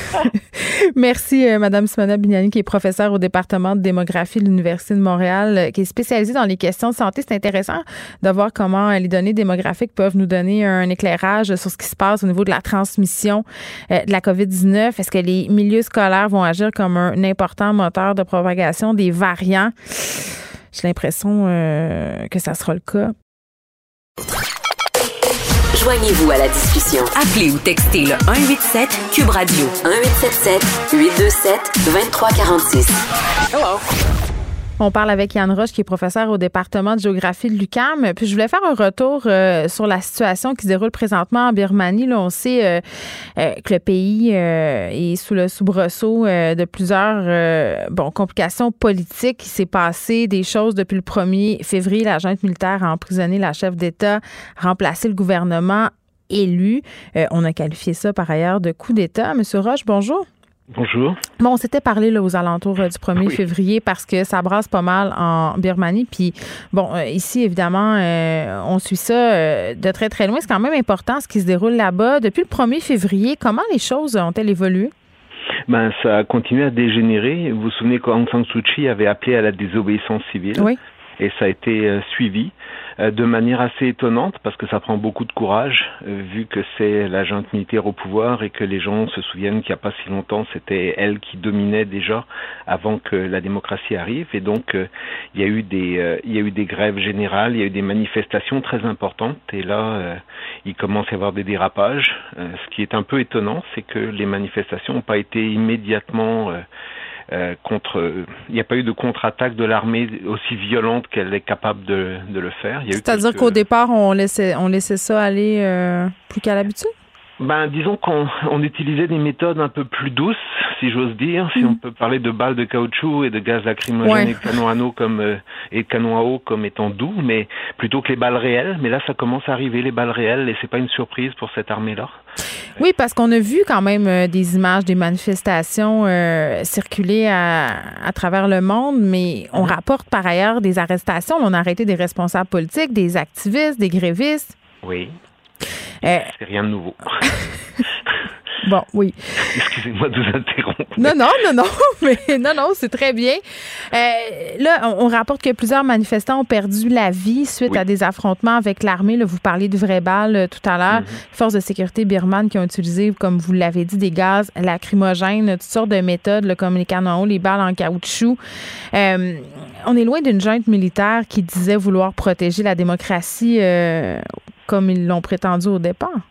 Merci, euh, Mme Simona Bignami, qui est professeure au département de démographie de l'Université de Montréal, euh, qui est spécialisée dans les questions de santé. C'est intéressant de voir comment euh, les données démographiques peuvent nous donner un éclairage sur ce qui se passe au niveau de la transmission euh, de la covid dix-neuf. Est-ce que les milieux scolaires vont agir comme un important moteur de propagation des variants? J'ai l'impression euh, que ça sera le cas. Joignez-vous à la discussion. Appelez ou textez le un huit sept Cube Radio. un huit sept sept huit deux sept deux trois quatre six. Hello. On parle avec Yann Roche, qui est professeur au département de géographie de l'U Q A M. Puis je voulais faire un retour euh, sur la situation qui se déroule présentement en Birmanie. Là, on sait euh, euh, que le pays euh, est sous le soubresaut euh, de plusieurs euh, bon, complications politiques. Il s'est passé des choses depuis le premier février. La junte militaire a emprisonné la chef d'État, remplacé le gouvernement élu. Euh, on a qualifié ça par ailleurs de coup d'État. Monsieur Roche, bonjour. Bonjour. Bon, on s'était parlé là, aux alentours euh, du premier oui. février parce que ça brasse pas mal en Birmanie. Puis, bon, euh, ici, évidemment, euh, on suit ça euh, de très, très loin. C'est quand même important ce qui se déroule là-bas. Depuis le premier février, comment les choses ont-elles évolué? Ben, ça a continué à dégénérer. Vous vous souvenez qu'Aung San Suu Kyi avait appelé à la désobéissance civile. Oui. Et ça a été euh, suivi euh, de manière assez étonnante parce que ça prend beaucoup de courage euh, vu que c'est la junte militaire au pouvoir et que les gens se souviennent qu'il n'y a pas si longtemps c'était elle qui dominait déjà avant que la démocratie arrive. Et donc euh, il y a eu des euh, il y a eu des grèves générales, il y a eu des manifestations très importantes et là euh, il commence à y avoir des dérapages. Euh, ce qui est un peu étonnant, c'est que les manifestations n'ont pas été immédiatement euh, Euh, contre, il n'y a pas eu de contre-attaque de l'armée aussi violente qu'elle est capable de, de le faire. Il y a eu C'est-à-dire quelques... qu'au départ, on laissait, on laissait ça aller euh, plus qu'à l'habitude? Ben, disons qu'on on utilisait des méthodes un peu plus douces, si j'ose dire. Si mmh. on peut parler de balles de caoutchouc et de gaz lacrymogène ouais. et de canons à eau comme euh, et de canons à eau comme étant doux, mais plutôt que les balles réelles. Mais là, ça commence à arriver les balles réelles et c'est pas une surprise pour cette armée-là. Oui, parce qu'on a vu quand même euh, des images des manifestations euh, circuler à, à travers le monde, mais on mmh. rapporte par ailleurs des arrestations. On a arrêté des responsables politiques, des activistes, des grévistes. Oui. Euh, c'est rien de nouveau. Bon, oui. Excusez-moi de vous interrompre. Non, non, non, non, mais non, non, c'est très bien. Euh, là, on, on rapporte que plusieurs manifestants ont perdu la vie suite oui. à des affrontements avec l'armée. Là, vous parliez de vraies balles euh, tout à l'heure. Mm-hmm. Forces de sécurité birmanes qui ont utilisé, comme vous l'avez dit, des gaz lacrymogènes, toutes sortes de méthodes, là, comme les canons à eau, les balles en caoutchouc. Euh, on est loin d'une junte militaire qui disait vouloir protéger la démocratie euh, comme ils l'ont prétendu au départ.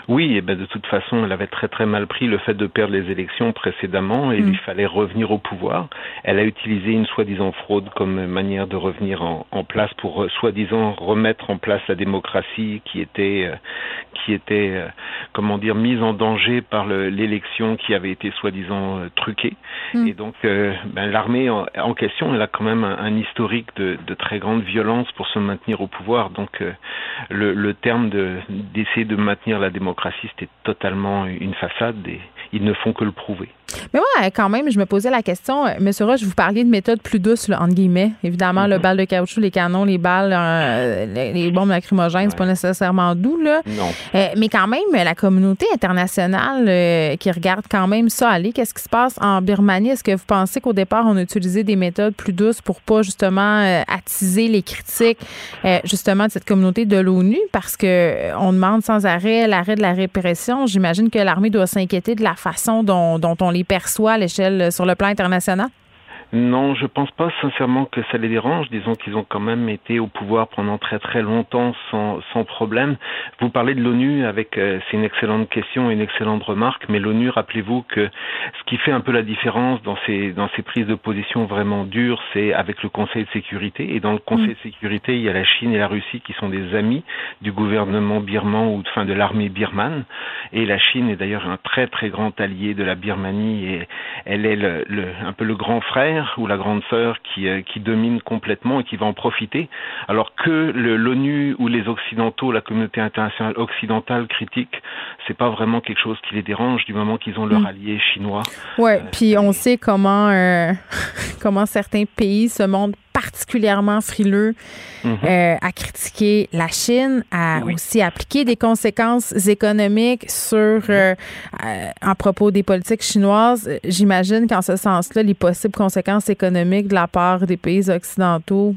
Oui, et ben de toute façon, elle avait très très mal pris le fait de perdre les élections précédemment et mmh. il fallait revenir au pouvoir. Elle a utilisé une soi-disant fraude comme manière de revenir en, en place pour euh, soi-disant remettre en place la démocratie qui était euh, qui était euh, comment dire mise en danger par le, l'élection qui avait été soi-disant euh, truquée. Mmh. Et donc euh, ben, l'armée en, en question, elle a quand même un, un historique de, de très grande violence pour se maintenir au pouvoir. Donc euh, le, le terme de d'essayer de maintenir la démocratie, c'était totalement une façade et ils ne font que le prouver. Mais moi, quand même, je me posais la question, M. Roche, vous parliez de méthodes plus douces, là, entre guillemets. Évidemment, mm-hmm. le bal de caoutchouc, les canons, les balles, euh, les, les bombes lacrymogènes, ouais. c'est pas nécessairement doux, là. Non. Euh, mais quand même, la communauté internationale euh, qui regarde quand même ça aller, qu'est-ce qui se passe en Birmanie? Est-ce que vous pensez qu'au départ, on a utilisé des méthodes plus douces pour pas, justement, euh, attiser les critiques, euh, justement, de cette communauté de l'ONU? Parce que euh, on demande sans arrêt l'arrêt de la répression. J'imagine que l'armée doit s'inquiéter de la façon dont, dont on les perçoit à l'échelle sur le plan international? Non, je pense pas sincèrement que ça les dérange. Disons qu'ils ont quand même été au pouvoir pendant très très longtemps sans sans problème. Vous parlez de l'ONU avec, euh, c'est une excellente question, une excellente remarque, mais l'ONU, rappelez-vous que ce qui fait un peu la différence dans ces dans ces prises de position vraiment dures, c'est avec le Conseil de sécurité. Et dans le Conseil mmh. de sécurité, il y a la Chine et la Russie qui sont des amis du gouvernement birman ou enfin de l'armée birmane. Et la Chine est d'ailleurs un très très grand allié de la Birmanie et elle est le, le un peu le grand frère ou la grande sœur qui, euh, qui domine complètement et qui va en profiter, alors que le, l'ONU ou les Occidentaux, la communauté internationale occidentale critique, c'est pas vraiment quelque chose qui les dérange du moment qu'ils ont leur allié chinois. Ouais, euh, puis on sait comment euh, comment certains pays se montrent particulièrement frileux mm-hmm. euh, à critiquer la Chine, à oui. aussi appliquer des conséquences économiques sur euh, euh, en propos des politiques chinoises. J'imagine qu'en ce sens-là, les possibles conséquences économiques de la part des pays occidentaux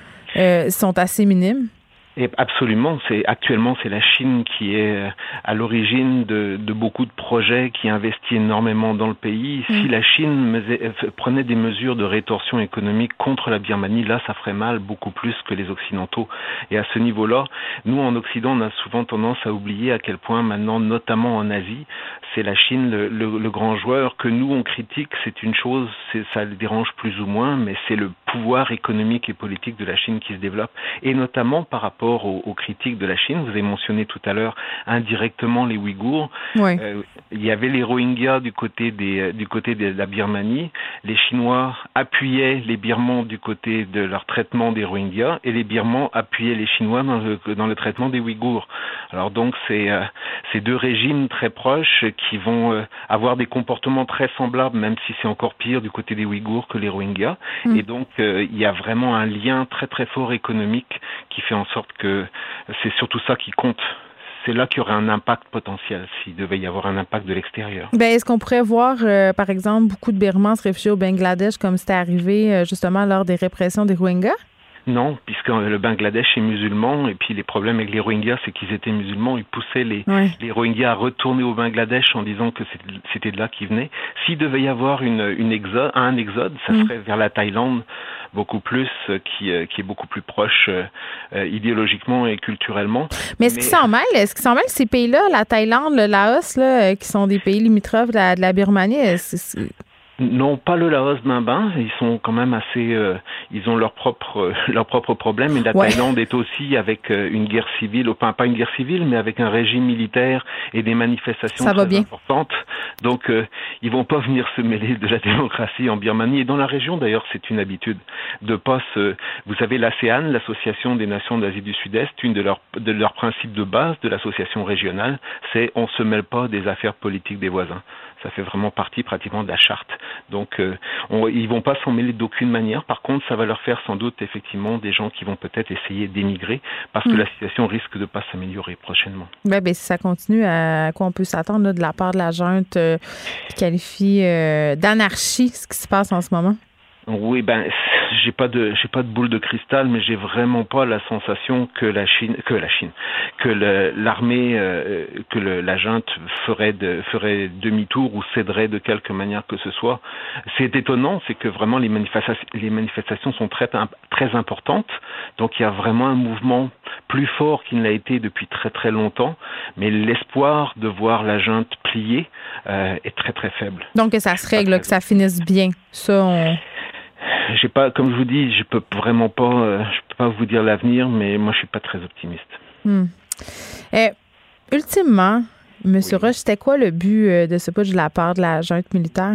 euh, sont assez minimes. Et absolument, c'est actuellement c'est la Chine qui est à l'origine de, de beaucoup de projets, qui investit énormément dans le pays. Mmh. Si la Chine prenait des mesures de rétorsion économique contre la Birmanie, là ça ferait mal beaucoup plus que les Occidentaux. Et à ce niveau-là, nous en Occident, on a souvent tendance à oublier à quel point maintenant, notamment en Asie, c'est la Chine le, le, le grand joueur que nous on critique. C'est une chose, c'est, ça le dérange plus ou moins, mais c'est le pouvoir économique et politique de la Chine qui se développe, et notamment par rapport Aux, aux critiques de la Chine. Vous avez mentionné tout à l'heure indirectement les Ouïghours. Oui. Euh, il y avait les Rohingyas du côté des du côté de la Birmanie. Les Chinois appuyaient les Birmans du côté de leur traitement des Rohingyas et les Birmans appuyaient les Chinois dans le dans le traitement des Ouïghours. Alors donc c'est euh, ces deux régimes très proches qui vont euh, avoir des comportements très semblables, même si c'est encore pire du côté des Ouïghours que les Rohingyas. Mm. Et donc euh, il y a vraiment un lien très très fort économique qui fait en sorte que c'est surtout ça qui compte. C'est là qu'il y aurait un impact potentiel s'il devait y avoir un impact de l'extérieur. Bien, est-ce qu'on pourrait voir, euh, par exemple, beaucoup de Birmans se réfugier au Bangladesh comme c'était arrivé euh, justement lors des répressions des Rohingyas? Non, puisque le Bangladesh est musulman et puis les problèmes avec les Rohingyas, c'est qu'ils étaient musulmans. Ils poussaient les, oui. les Rohingyas à retourner au Bangladesh en disant que c'était de là qu'ils venaient. S'il devait y avoir une, une exode, un exode, ça mm. serait vers la Thaïlande, beaucoup plus, qui, qui est beaucoup plus proche euh, idéologiquement et culturellement. Mais est-ce Mais... qu'ils s'en mêlent? Est-ce qu'ils s'en mêlent ces pays-là, la Thaïlande, le Laos, là, qui sont des pays limitrophes de la, de la Birmanie? Est-ce, c'est... Non, pas le Laos d'un bain. Ils sont quand même assez. Euh, ils ont leurs propres euh, leurs propres problèmes. Et la ouais. Thaïlande est aussi avec euh, une guerre civile, enfin pas une guerre civile, mais avec un régime militaire et des manifestations Ça très va bien. importantes. Donc euh, ils vont pas venir se mêler de la démocratie en Birmanie et dans la région. D'ailleurs, c'est une habitude de pas se. Vous savez, l'ASEAN, l'Association des Nations d'Asie du Sud-Est, une de leurs de leurs principes de base de l'association régionale, c'est on se mêle pas des affaires politiques des voisins. Ça fait vraiment partie pratiquement de la charte. Donc, euh, on, ils vont pas s'en mêler d'aucune manière. Par contre, ça va leur faire sans doute effectivement des gens qui vont peut-être essayer d'émigrer parce mmh. que la situation risque de pas s'améliorer prochainement. Ben, ben si ça continue, à quoi on peut s'attendre là, de la part de la junte euh, qui qualifie euh, d'anarchie ce qui se passe en ce moment? Oui, ben j'ai pas de j'ai pas de boule de cristal, mais j'ai vraiment pas la sensation que la Chine que la Chine que le, l'armée euh, que le, la junte ferait de, ferait demi-tour ou céderait de quelque manière que ce soit. C'est étonnant, c'est que vraiment les manifestations les manifestations sont très très importantes, donc il y a vraiment un mouvement plus fort qu'il ne l'a été depuis très très longtemps, mais l'espoir de voir la junte plier euh, est très très faible. Donc que ça se règle, que ça finisse bien, ça on... J'ai pas, comme je vous dis, je peux vraiment pas, euh, je peux pas vous dire l'avenir, mais moi je suis pas très optimiste. Hmm. Eh, ultimement, Monsieur oui. Roche, c'était quoi le but euh, de ce putsch de la part de la junte militaire?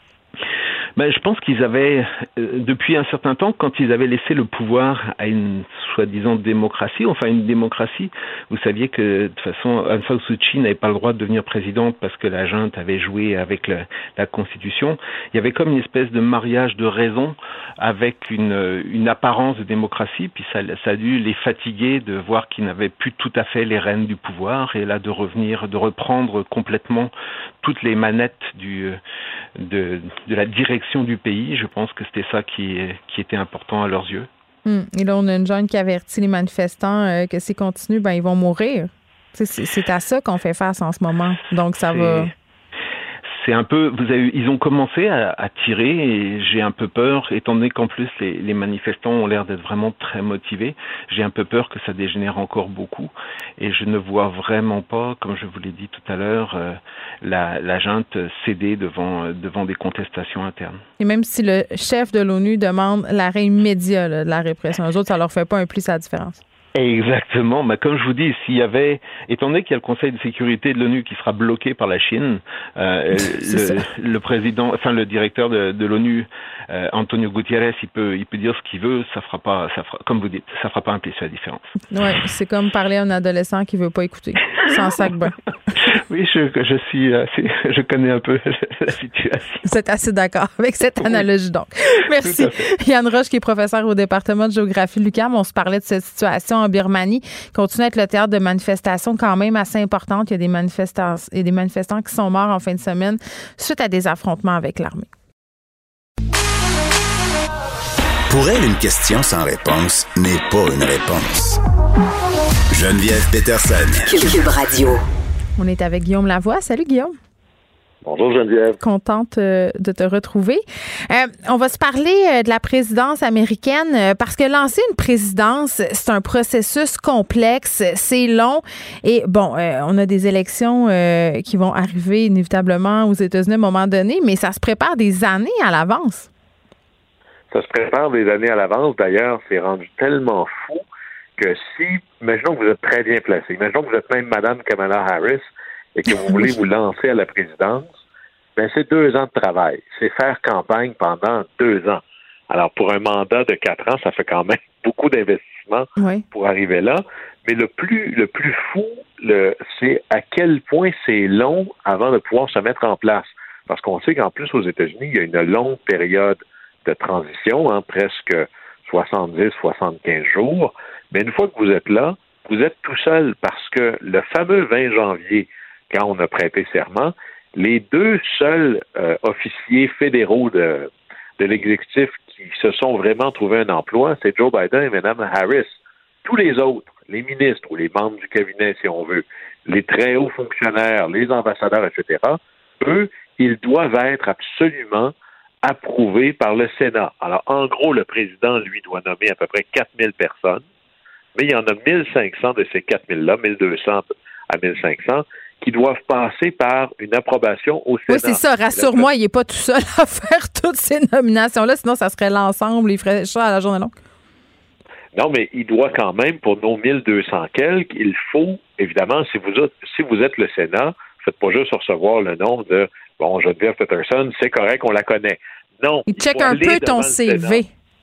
Ben, je pense qu'ils avaient, euh, depuis un certain temps, quand ils avaient laissé le pouvoir à une soi-disant démocratie, enfin une démocratie, vous saviez que de toute façon, Aung San Suu Kyi n'avait pas le droit de devenir présidente parce que la junte avait joué avec le, la Constitution. Il y avait comme une espèce de mariage de raison avec une, une apparence de démocratie, puis ça, ça a dû les fatiguer de voir qu'ils n'avaient plus tout à fait les rênes du pouvoir, et là de revenir, de reprendre complètement toutes les manettes du, de, de la direction du pays. Je pense que c'était ça qui, qui était important à leurs yeux. Hum. Et là, on a une jeune qui avertit les manifestants euh, que s'ils continuent, ben ils vont mourir. C'est, c'est à ça qu'on fait face en ce moment. Donc, ça c'est... va... C'est un peu, vous avez, ils ont commencé à, à tirer et j'ai un peu peur, étant donné qu'en plus les, les manifestants ont l'air d'être vraiment très motivés, j'ai un peu peur que ça dégénère encore beaucoup et je ne vois vraiment pas, comme je vous l'ai dit tout à l'heure, euh, la, la junte céder devant, devant des contestations internes. Et même si le chef de l'ONU demande l'arrêt immédiat là, de la répression, eux autres, ça leur fait pas un plus à la différence. Exactement. Mais comme je vous dis, s'il y avait, étant donné qu'il y a le Conseil de sécurité de l'ONU qui sera bloqué par la Chine, euh, le, le président, enfin le directeur de, de l'ONU, euh, Antonio Guterres, il peut, il peut dire ce qu'il veut, ça fera pas, ça fera, comme vous dites, ça fera pas un plus à la différence. Ouais, c'est comme parler à un adolescent qui veut pas écouter, sans sac bain. Oui, je, je suis, assez, je connais un peu la situation. Vous êtes assez d'accord avec cette analogie, donc. Merci. Yann Roche, qui est professeur au département de géographie de l'U Q A M. On se parlait de cette situation en Birmanie, continue à être le théâtre de manifestations quand même assez importantes. Il y a des manifestants, il y a des manifestants qui sont morts en fin de semaine suite à des affrontements avec l'armée. Pour elle, une question sans réponse n'est pas une réponse. Geneviève Peterson. Cube Radio. On est avec Guillaume Lavoie. Salut Guillaume. Bonjour Geneviève. Contente euh, de te retrouver. Euh, on va se parler euh, de la présidence américaine euh, parce que lancer une présidence, c'est un processus complexe, c'est long et bon, euh, on a des élections euh, qui vont arriver inévitablement aux États-Unis à un moment donné, mais ça se prépare des années à l'avance. Ça se prépare des années à l'avance. D'ailleurs, c'est rendu tellement fou que si, imaginons que vous êtes très bien placé, imaginons que vous êtes même Madame Kamala Harris et que vous voulez vous lancer à la présidence, ben c'est deux ans de travail. C'est faire campagne pendant deux ans. Alors, pour un mandat de quatre ans, ça fait quand même beaucoup d'investissement oui. pour arriver là. Mais le plus le plus fou, le, c'est à quel point c'est long avant de pouvoir se mettre en place. Parce qu'on sait qu'en plus, aux États-Unis, il y a une longue période de transition, hein, presque soixante-dix à soixante-quinze jours. Mais une fois que vous êtes là, vous êtes tout seul parce que le fameux vingt janvier, quand on a prêté serment, les deux seuls euh, officiers fédéraux de, de l'exécutif qui se sont vraiment trouvés un emploi, c'est Joe Biden et Mme Harris. Tous les autres, les ministres ou les membres du cabinet, si on veut, les très hauts fonctionnaires, les ambassadeurs, et cetera, eux, ils doivent être absolument approuvés par le Sénat. Alors, en gros, le président, lui, doit nommer à peu près quatre mille personnes, mais il y en a mille cinq cents de ces quatre mille-là, mille deux cents à mille cinq cents, qui doivent passer par une approbation au Sénat. Oui, c'est ça. Rassure-moi, il n'est pas tout seul à faire toutes ces nominations-là, sinon ça serait l'ensemble, il ferait ça à la journée longue. Non, mais il doit quand même, pour nos mille deux cents quelques, il faut, évidemment, si vous êtes, si vous êtes le Sénat, faites pas juste recevoir le nom de, bon, Geneviève Peterson, c'est correct, on la connaît. Non. Il, il check un peu ton C V.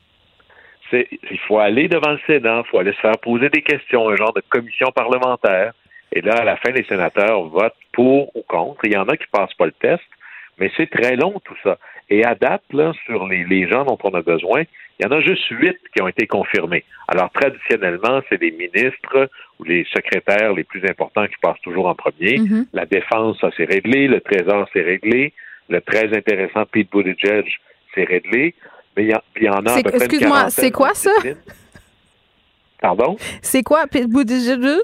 C'est, il faut aller devant le Sénat, il faut aller se faire poser des questions, un genre de commission parlementaire. Et là, à la fin, les sénateurs votent pour ou contre. Il y en a qui passent pas le test, mais c'est très long tout ça. Et à date, là, sur les, les gens dont on a besoin, il y en a juste huit qui ont été confirmés. Alors, traditionnellement, c'est les ministres ou les secrétaires les plus importants qui passent toujours en premier. Mm-hmm. La défense, ça, c'est réglé. Le trésor, c'est réglé. Le très intéressant Pete Buttigieg, c'est réglé. mais il y, y en a c'est, à peu près excuse-moi, c'est quoi ça? Pardon? C'est quoi, Pete Buttigieg?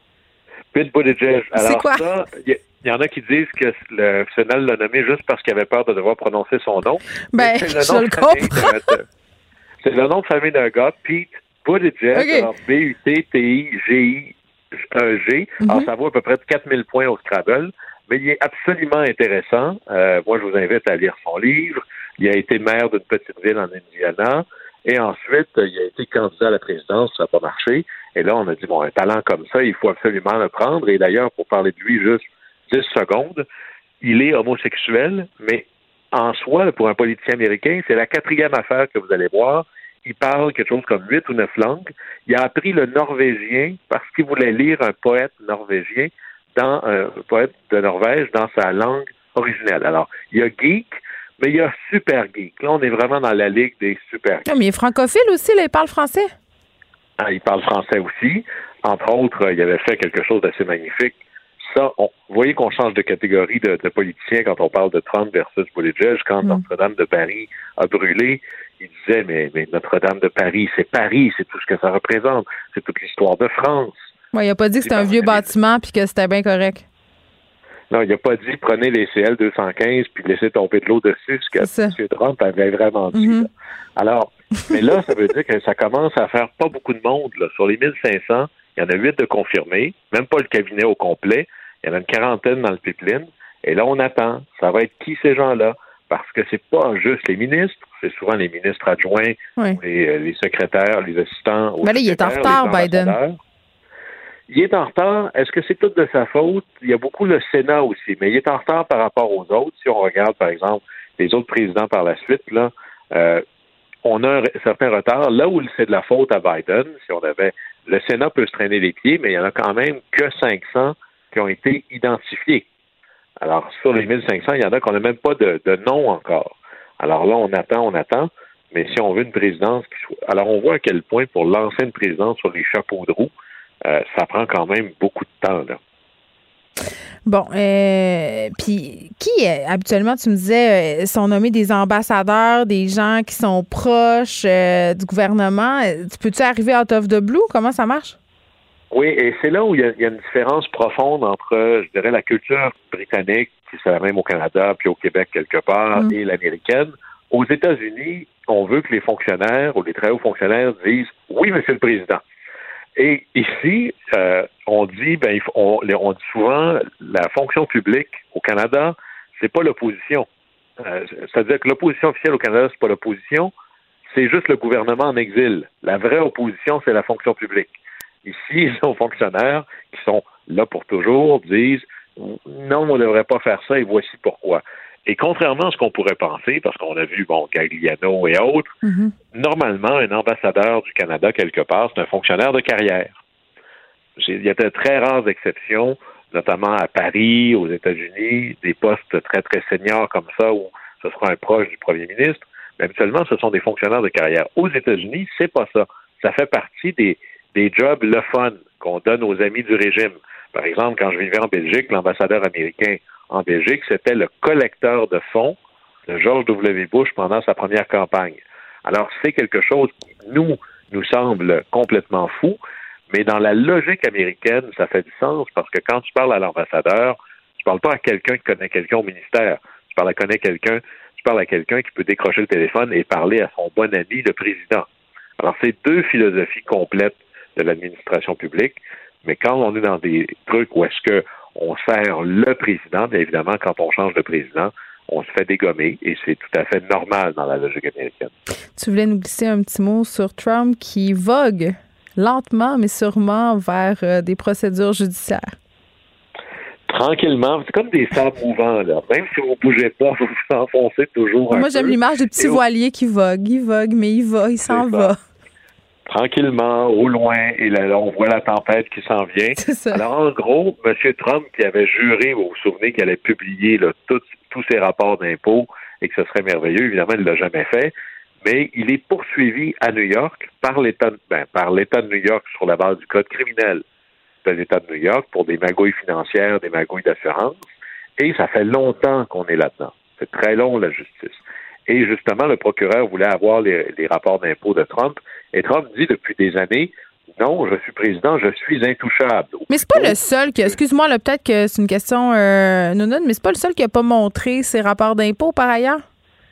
Pete Buttigieg. Alors c'est quoi? ça, il y, y en a qui disent que le Sénat l'a nommé juste parce qu'il avait peur de devoir prononcer son nom. Ben, c'est le je nom le de famille comprends. de, c'est le nom de famille d'un gars, Pete Buttigieg, okay. Alors B U T T I G I G. Mm-hmm. Alors ça vaut à peu près quatre mille points au Scrabble, mais il est absolument intéressant. Euh, moi, je vous invite à lire son livre. Il a été maire d'une petite ville en Indiana. Et ensuite, il a été candidat à la présidence, ça n'a pas marché. Et là, on a dit, bon, un talent comme ça, il faut absolument le prendre. Et d'ailleurs, pour parler de lui juste dix secondes, il est homosexuel, mais en soi, pour un politicien américain, c'est la quatrième affaire que vous allez voir. Il parle quelque chose comme huit ou neuf langues. Il a appris le norvégien parce qu'il voulait lire un poète norvégien, dans un poète de Norvège, dans sa langue originelle. Alors, il y a geek, mais il y a super geek. Là, on est vraiment dans la ligue des super geeks. Non, mais il est francophile aussi, là, il parle français. Ah, il parle français aussi. Entre autres, il avait fait quelque chose d'assez magnifique. Ça, on, vous voyez qu'on change de catégorie de, de politicien quand on parle de Trump versus Buttigieg. Quand mm. Notre-Dame de Paris a brûlé, il disait, mais, mais Notre-Dame de Paris, c'est Paris, c'est tout ce que ça représente. C'est toute l'histoire de France. Oui, il n'a pas dit que c'était un vieux bâtiment puis que c'était bien correct. Non, il n'a pas dit prenez les C L deux cent quinze puis laissez tomber de l'eau dessus, ce que M. Trump avait vraiment dit. Mm-hmm. Alors, mais là, ça veut dire que ça commence à faire pas beaucoup de monde. Là. Sur les mille cinq cents, il y en a huit de confirmés, même pas le cabinet au complet. Il y en a une quarantaine dans le pipeline. Et là, on attend. Ça va être qui ces gens-là? Parce que c'est pas juste les ministres, c'est souvent les ministres adjoints, oui. les, les secrétaires, les assistants. Mais là, il est en retard, Biden. Il est en retard. Est-ce que c'est tout de sa faute? Il y a beaucoup le Sénat aussi, mais il est en retard par rapport aux autres. Si on regarde, par exemple, les autres présidents par la suite, là, euh, on a un certain retard. Là où c'est de la faute à Biden, si on avait... Le Sénat peut se traîner les pieds, mais il y en a quand même que cinq cents qui ont été identifiés. Alors, sur les mille cinq cents, il y en a qu'on n'a même pas de, de nom encore. Alors là, on attend, on attend, mais si on veut une présidence qui soit... Alors, on voit à quel point, pour lancer une présidence sur les chapeaux de roue, euh, ça prend quand même beaucoup de temps, là. Bon, euh, puis qui, habituellement, tu me disais, euh, sont nommés des ambassadeurs, des gens qui sont proches euh, du gouvernement. Tu peux-tu arriver out of the blue? Comment ça marche? Oui, et c'est là où il y, a, il y a une différence profonde entre, je dirais, la culture britannique, qui c'est la même au Canada, puis au Québec quelque part, mm. et l'américaine. Aux États-Unis, on veut que les fonctionnaires ou les très hauts fonctionnaires disent « Oui, Monsieur le Président ». Et ici, euh, on dit, ben, il faut, on, on dit souvent, la fonction publique au Canada, c'est pas l'opposition. Euh, c'est-à-dire que l'opposition officielle au Canada, c'est pas l'opposition, c'est juste le gouvernement en exil. La vraie opposition, c'est la fonction publique. Ici, nos fonctionnaires qui sont là pour toujours disent non, on ne devrait pas faire ça et voici pourquoi. Et contrairement à ce qu'on pourrait penser, parce qu'on a vu, bon, Gagliano et autres, mm-hmm. normalement, un ambassadeur du Canada, quelque part, c'est un fonctionnaire de carrière. Il y a de très rares exceptions, notamment à Paris, aux États-Unis, des postes très, très seniors comme ça, où ce sera un proche du premier ministre. Mais habituellement, ce sont des fonctionnaires de carrière. Aux États-Unis, c'est pas ça. Ça fait partie des, des jobs le fun qu'on donne aux amis du régime. Par exemple, quand je vivais en Belgique, l'ambassadeur américain en Belgique, c'était le collecteur de fonds de George W. Bush pendant sa première campagne. Alors, c'est quelque chose qui, nous, nous semble complètement fou, mais dans la logique américaine, ça fait du sens parce que quand tu parles à l'ambassadeur, tu parles pas à quelqu'un qui connaît quelqu'un au ministère. Tu parles à connaître quelqu'un, tu parles à quelqu'un qui peut décrocher le téléphone et parler à son bon ami, le président. Alors, c'est deux philosophies complètes de l'administration publique, mais quand on est dans des trucs où est-ce que on sert le président, bien évidemment, quand on change de président, on se fait dégommer et c'est tout à fait normal dans la logique américaine. Tu voulais nous glisser un petit mot sur Trump qui vogue lentement, mais sûrement vers euh, des procédures judiciaires. Tranquillement, c'est comme des sables mouvants, là. Même si vous ne bougez pas, vous vous enfoncez toujours. Moi, un j'aime peu. l'image des petits et voiliers qui voguent. Il vogue, mais il va, il s'en va. Tranquillement, au loin, et là, là, on voit la tempête qui s'en vient. C'est ça. Alors, en gros, M. Trump, qui avait juré, vous vous souvenez, qu'il allait publier là, tout, tous ses rapports d'impôts et que ce serait merveilleux, évidemment, il ne l'a jamais fait, mais il est poursuivi à New York par l'État, ben, par l'État de New York sur la base du code criminel de l'État de New York pour des magouilles financières, des magouilles d'assurance, et ça fait longtemps qu'on est là-dedans. C'est très long, la justice. Et justement, le procureur voulait avoir les, les rapports d'impôts de Trump. Et Trump dit depuis des années, non, je suis président, je suis intouchable. Mais c'est pas le seul qui, excuse-moi, là, peut-être que c'est une question euh, non, non, mais c'est pas le seul qui a pas montré ses rapports d'impôts par ailleurs?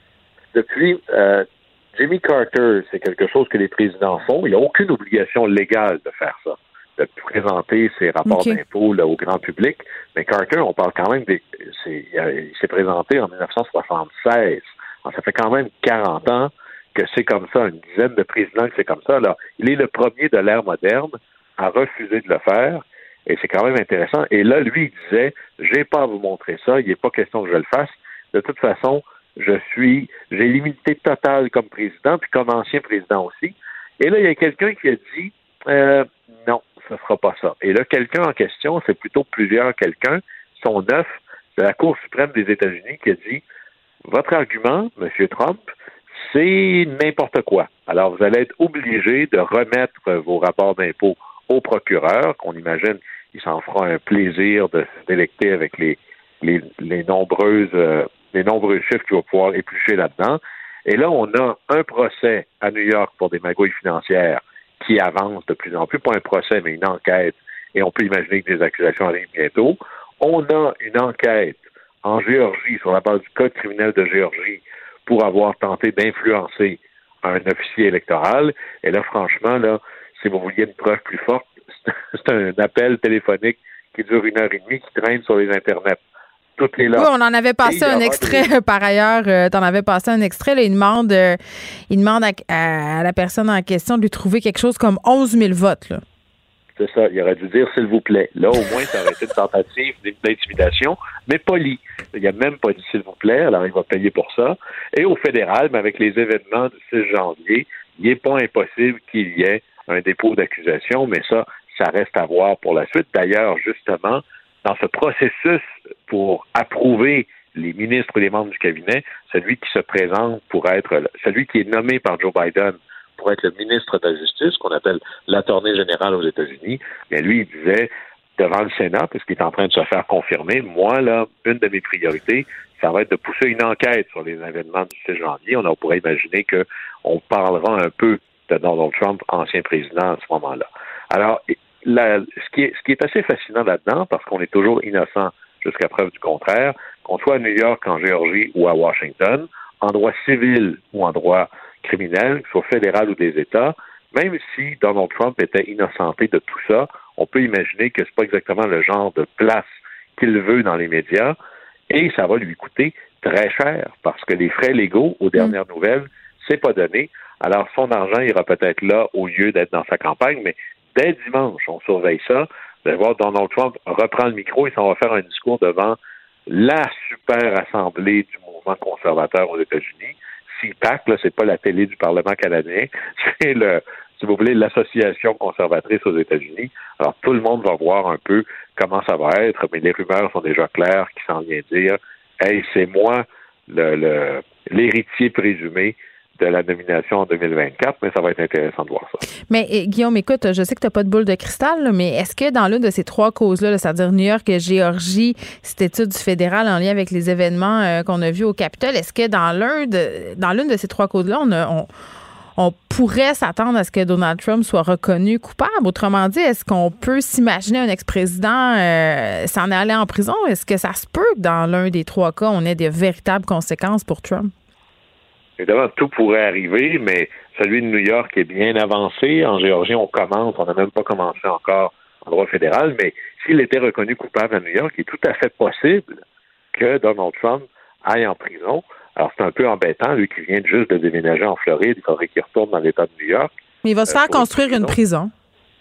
Depuis euh, Jimmy Carter, c'est quelque chose que les présidents font. Il n'y a aucune obligation légale de faire ça, de présenter ses rapports okay. d'impôts là, au grand public. Mais Carter, on parle quand même des. C'est, il s'est présenté en dix-neuf cent soixante-seize. Alors, ça fait quand même quarante ans que c'est comme ça, une dizaine de présidents que c'est comme ça. Alors, il est le premier de l'ère moderne à refuser de le faire. Et c'est quand même intéressant. Et là, lui, il disait, j'ai pas à vous montrer ça, il n'est pas question que je le fasse. De toute façon, je suis, j'ai l'immunité totale comme président, puis comme ancien président aussi. Et là, il y a quelqu'un qui a dit, euh, non, ce ne sera pas ça. Et là, quelqu'un en question, c'est plutôt plusieurs quelqu'un, sont neuf, de la Cour suprême des États-Unis qui a dit, votre argument, M. Trump, c'est n'importe quoi. Alors, vous allez être obligé de remettre vos rapports d'impôts au procureur, qu'on imagine, il s'en fera un plaisir de se délecter avec les, les, les nombreuses, euh, les nombreux chiffres qu'il va pouvoir éplucher là-dedans. Et là, on a un procès à New York pour des magouilles financières qui avance de plus en plus, pas un procès, mais une enquête, et on peut imaginer que des accusations arrivent bientôt. On a une enquête en Géorgie, sur la base du code criminel de Géorgie, pour avoir tenté d'influencer un officier électoral. Et là, franchement, là, si vous vouliez une preuve plus forte, c'est un appel téléphonique qui dure une heure et demie, qui traîne sur les internets. Tout est là. Oui, on en avait passé un extrait, des... par ailleurs. Euh, tu en avais passé un extrait. Là, il demande, euh, il demande à, à, à la personne en question de lui trouver quelque chose comme onze mille votes, là. C'est ça. Il aurait dû dire « s'il vous plaît ». Là, au moins, ça aurait été une tentative d'intimidation, mais poli. Il n'a même pas dit « s'il vous plaît », alors il va payer pour ça. Et au fédéral, mais avec les événements du six janvier, il n'est pas impossible qu'il y ait un dépôt d'accusation, mais ça, ça reste à voir pour la suite. D'ailleurs, justement, dans ce processus pour approuver les ministres et les membres du cabinet, celui qui se présente pour être, celui qui est nommé par Joe Biden pour être le ministre de la Justice, qu'on appelle l'attorney général aux États-Unis, mais lui, il disait devant le Sénat, puisqu'il est en train de se faire confirmer, moi, là, une de mes priorités, ça va être de pousser une enquête sur les événements du six janvier. On, on pourrait imaginer qu'on parlera un peu de Donald Trump, ancien président, à ce moment-là. Alors, la, ce, qui est, ce qui est assez fascinant là-dedans, parce qu'on est toujours innocent jusqu'à preuve du contraire, qu'on soit à New York, en Géorgie ou à Washington, en droit civil ou en droit criminel, que ce soit fédéral ou des États, même si Donald Trump était innocenté de tout ça, on peut imaginer que c'est pas exactement le genre de place qu'il veut dans les médias, et ça va lui coûter très cher, parce que les frais légaux, aux dernières mmh. nouvelles, c'est pas donné. Alors, son argent ira peut-être là au lieu d'être dans sa campagne, mais dès dimanche, on surveille ça. Vous allez voir, Donald Trump reprend le micro et s'en va faire un discours devant la super assemblée du mouvement conservateur aux États-Unis. C PAC, là, c'est pas la télé du Parlement canadien, c'est le, si vous voulez, l'association conservatrice aux États-Unis. Alors, tout le monde va voir un peu comment ça va être, mais les rumeurs sont déjà claires qui s'en vient dire, hey, c'est moi le, le, l'héritier présumé de la nomination en deux mille vingt-quatre, mais ça va être intéressant de voir ça. Mais et, Guillaume, écoute, je sais que tu n'as pas de boule de cristal, là, mais est-ce que dans l'une de ces trois causes-là, là, c'est-à-dire New York, Géorgie, cette étude du fédéral en lien avec les événements euh, qu'on a vus au Capitole, est-ce que dans l'un de dans l'une de ces trois causes-là, on, a, on, on pourrait s'attendre à ce que Donald Trump soit reconnu coupable? Autrement dit, est-ce qu'on peut s'imaginer un ex-président euh, s'en aller en prison? Est-ce que ça se peut que dans l'un des trois cas, on ait de véritables conséquences pour Trump? Évidemment, tout pourrait arriver, mais celui de New York est bien avancé. En Géorgie, on commence, on n'a même pas commencé encore en droit fédéral, mais s'il était reconnu coupable à New York, il est tout à fait possible que Donald Trump aille en prison. Alors, c'est un peu embêtant, lui qui vient juste de déménager en Floride, il faudrait qu'il retourne dans l'État de New York. Mais il va se faire euh, construire une prison.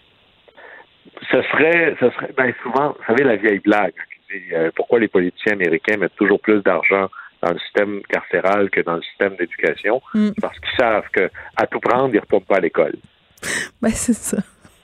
Ce serait, ce serait, ben souvent, vous savez, la vieille blague qui dit euh, pourquoi les politiciens américains mettent toujours plus d'argent dans le système carcéral que dans le système d'éducation, mm. parce qu'ils savent qu'à tout prendre, ils ne retournent pas à l'école. Ben, c'est ça.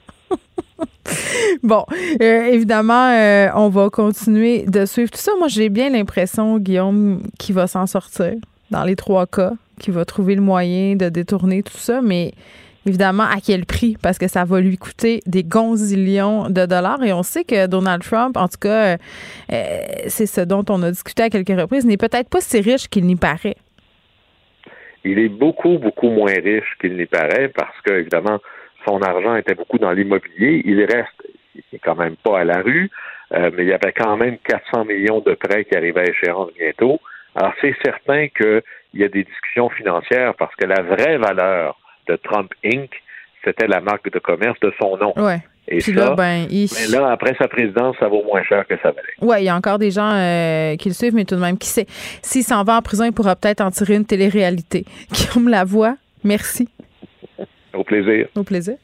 Bon, euh, évidemment, euh, on va continuer de suivre tout ça. Moi, j'ai bien l'impression, Guillaume, qu'il va s'en sortir dans les trois cas, qu'il va trouver le moyen de détourner tout ça, mais évidemment, à quel prix? Parce que ça va lui coûter des gonzillions de dollars. Et on sait que Donald Trump, en tout cas, euh, c'est ce dont on a discuté à quelques reprises, n'est peut-être pas si riche qu'il n'y paraît. il est beaucoup, beaucoup moins riche qu'il n'y paraît parce que, évidemment, son argent était beaucoup dans l'immobilier. Il reste, il n'est quand même pas à la rue, euh, mais il y avait quand même quatre cents millions de prêts qui arrivaient à échéance bientôt. Alors, c'est certain qu'il y a des discussions financières parce que la vraie valeur de Trump incorporée, c'était la marque de commerce de son nom. Ouais. Et Puis ça, là, ben, il... ben là, après sa présidence, ça vaut moins cher que ça valait. Oui, il y a encore des gens euh, qui le suivent, mais tout de même, qui sait. S'il s'en va en prison, il pourra peut-être en tirer une télé-réalité. Guillaume Lavoie, merci. Au plaisir. Au plaisir.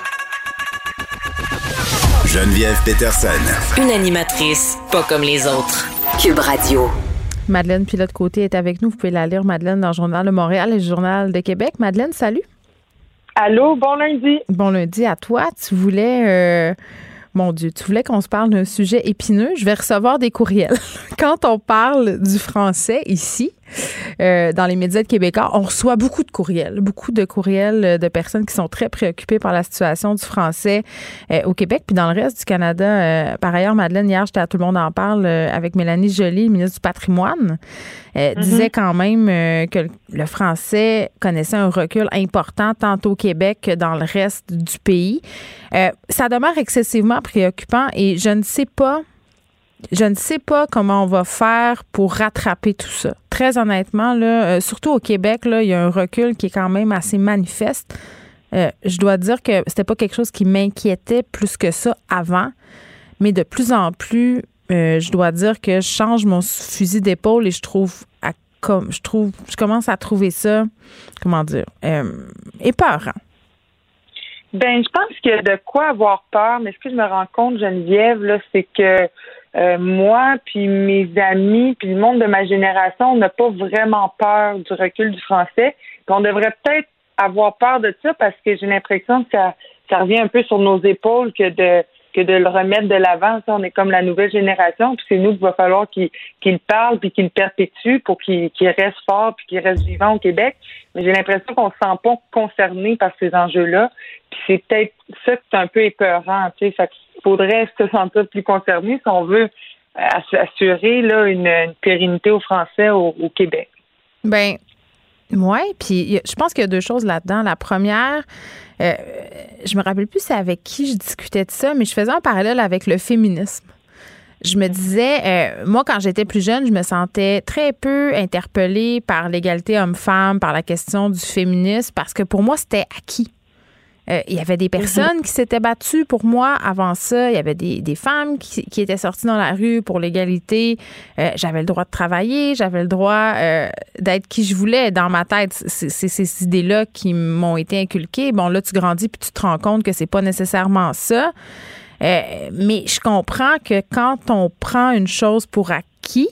Geneviève Peterson. Une animatrice pas comme les autres. Cube Radio. Madeleine Pilote-Côté est avec nous. Vous pouvez la lire, Madeleine, dans le Journal de Montréal et le Journal de Québec. Madeleine, salut. Allô, bon lundi. Bon lundi à toi. Tu voulais, euh, mon Dieu, tu voulais qu'on se parle d'un sujet épineux. Je vais recevoir des courriels. Quand on parle du français ici, euh, dans les médias de québécois, on reçoit beaucoup de courriels, beaucoup de courriels de personnes qui sont très préoccupées par la situation du français euh, au Québec puis dans le reste du Canada. Euh, par ailleurs, Madeleine, hier, j'étais à Tout le monde en parle euh, avec Mélanie Joly, ministre du Patrimoine, euh, mm-hmm. disait quand même euh, que le français connaissait un recul important tant au Québec que dans le reste du pays. Euh, ça demeure excessivement préoccupant et je ne sais pas Je ne sais pas comment on va faire pour rattraper tout ça. Très honnêtement, là, euh, surtout au Québec, là, il y a un recul qui est quand même assez manifeste. Euh, je dois dire que c'était pas quelque chose qui m'inquiétait plus que ça avant, mais de plus en plus, euh, je dois dire que je change mon fusil d'épaule et je trouve, à, comme, je trouve, je commence à trouver ça, comment dire, euh, épeurant. Ben, je pense qu'il y a de quoi avoir peur, mais ce que je me rends compte, Geneviève, là, c'est que Euh, moi, puis mes amis, puis le monde de ma génération, on n'a pas vraiment peur du recul du français. Puis on devrait peut-être avoir peur de ça parce que j'ai l'impression que ça, ça revient un peu sur nos épaules que de que de le remettre de l'avant. Ça, on est comme la nouvelle génération, puis c'est nous qu'il va falloir qu'il, qu'il parle puis qu'il le perpétue pour qu'il, qu'il reste fort puis qu'il reste vivant au Québec. Mais j'ai l'impression qu'on ne se sent pas concerné par ces enjeux-là. Puis c'est peut-être ça qui est un peu épeurant, tu sais. Fait qu'il faudrait se sentir plus concerné si on veut assurer là une, une pérennité aux Français au, au Québec. Ben oui, puis je pense qu'il y a deux choses là-dedans. La première, euh, je me rappelle plus c'est avec qui je discutais de ça, mais je faisais un parallèle avec le féminisme. Je me disais, euh, moi, quand j'étais plus jeune, je me sentais très peu interpellée par l'égalité homme-femme, par la question du féminisme, parce que pour moi, c'était acquis. Euh, il y avait des personnes qui s'étaient battues pour moi avant ça. Il y avait des, des femmes qui, qui étaient sorties dans la rue pour l'égalité. Euh, j'avais le droit de travailler. J'avais le droit euh, d'être qui je voulais. Dans ma tête, c'est, c'est ces idées-là qui m'ont été inculquées. Bon, là, tu grandis puis tu te rends compte que c'est pas nécessairement ça. Euh, mais je comprends que quand on prend une chose pour acquis,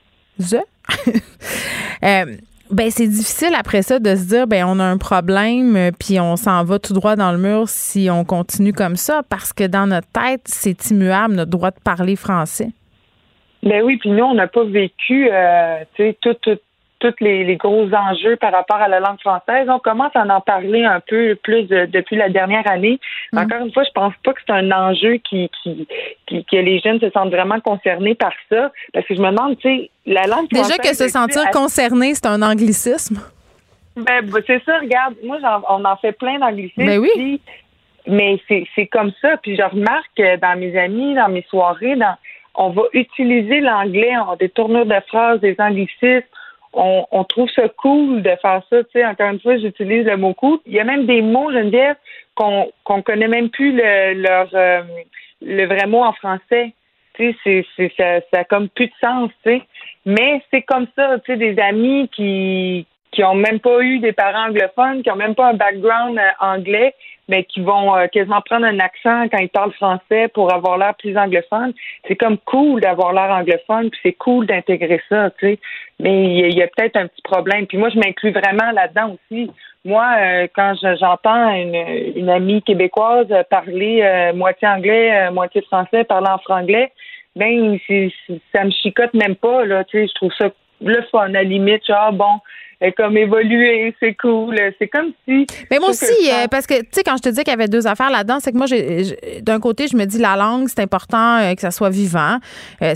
euh, ben c'est difficile après ça de se dire ben on a un problème puis on s'en va tout droit dans le mur si on continue comme ça parce que dans notre tête c'est immuable notre droit de parler français. Ben oui, puis nous on n'a pas vécu euh, tu sais tout, tout tous les, les gros enjeux par rapport à la langue française. On commence à en parler un peu plus de, depuis la dernière année. Mmh. Encore une fois, je pense pas que c'est un enjeu qui, qui, qui que les jeunes se sentent vraiment concernés par ça. Parce que je me demande, tu sais, la langue française... Déjà que se sentir à... concerné, c'est un anglicisme. Ben, c'est ça, regarde. Moi, j'en, on en fait plein d'anglicismes. Ben oui. Puis, mais c'est, c'est comme ça. Puis je remarque que dans mes amis, dans mes soirées, dans, on va utiliser l'anglais, on a des tournures de phrases, des anglicismes. On, on trouve ça cool de faire ça, tu sais, encore une fois, j'utilise le mot cool. Il y a même des mots, Geneviève, qu'on qu'on connaît même plus le, leur euh, le vrai mot en français. Tu sais, c'est, c'est, ça, ça a comme plus de sens, tu sais. Mais c'est comme ça, tu sais, des amis qui qui ont même pas eu des parents anglophones, qui ont même pas un background euh, anglais, mais qui vont euh, quasiment prendre un accent quand ils parlent français pour avoir l'air plus anglophone. C'est comme cool d'avoir l'air anglophone, puis c'est cool d'intégrer ça, tu sais. Mais il y, y a peut-être un petit problème. Puis moi, je m'inclus vraiment là-dedans aussi. Moi, euh, quand je, j'entends une, une amie québécoise parler euh, moitié anglais, euh, moitié français, parler en franglais, ben c'est, c'est, ça me chicote même pas, là, tu sais. Je trouve ça le fun, à la limite, genre, bon, comme évoluer, c'est cool. C'est comme si... Mais moi aussi, euh, parce que, tu sais, quand je te dis qu'il y avait deux affaires là-dedans, c'est que moi, j'ai, j'ai, d'un côté, je me dis la langue, c'est important euh, que ça soit vivant. Euh,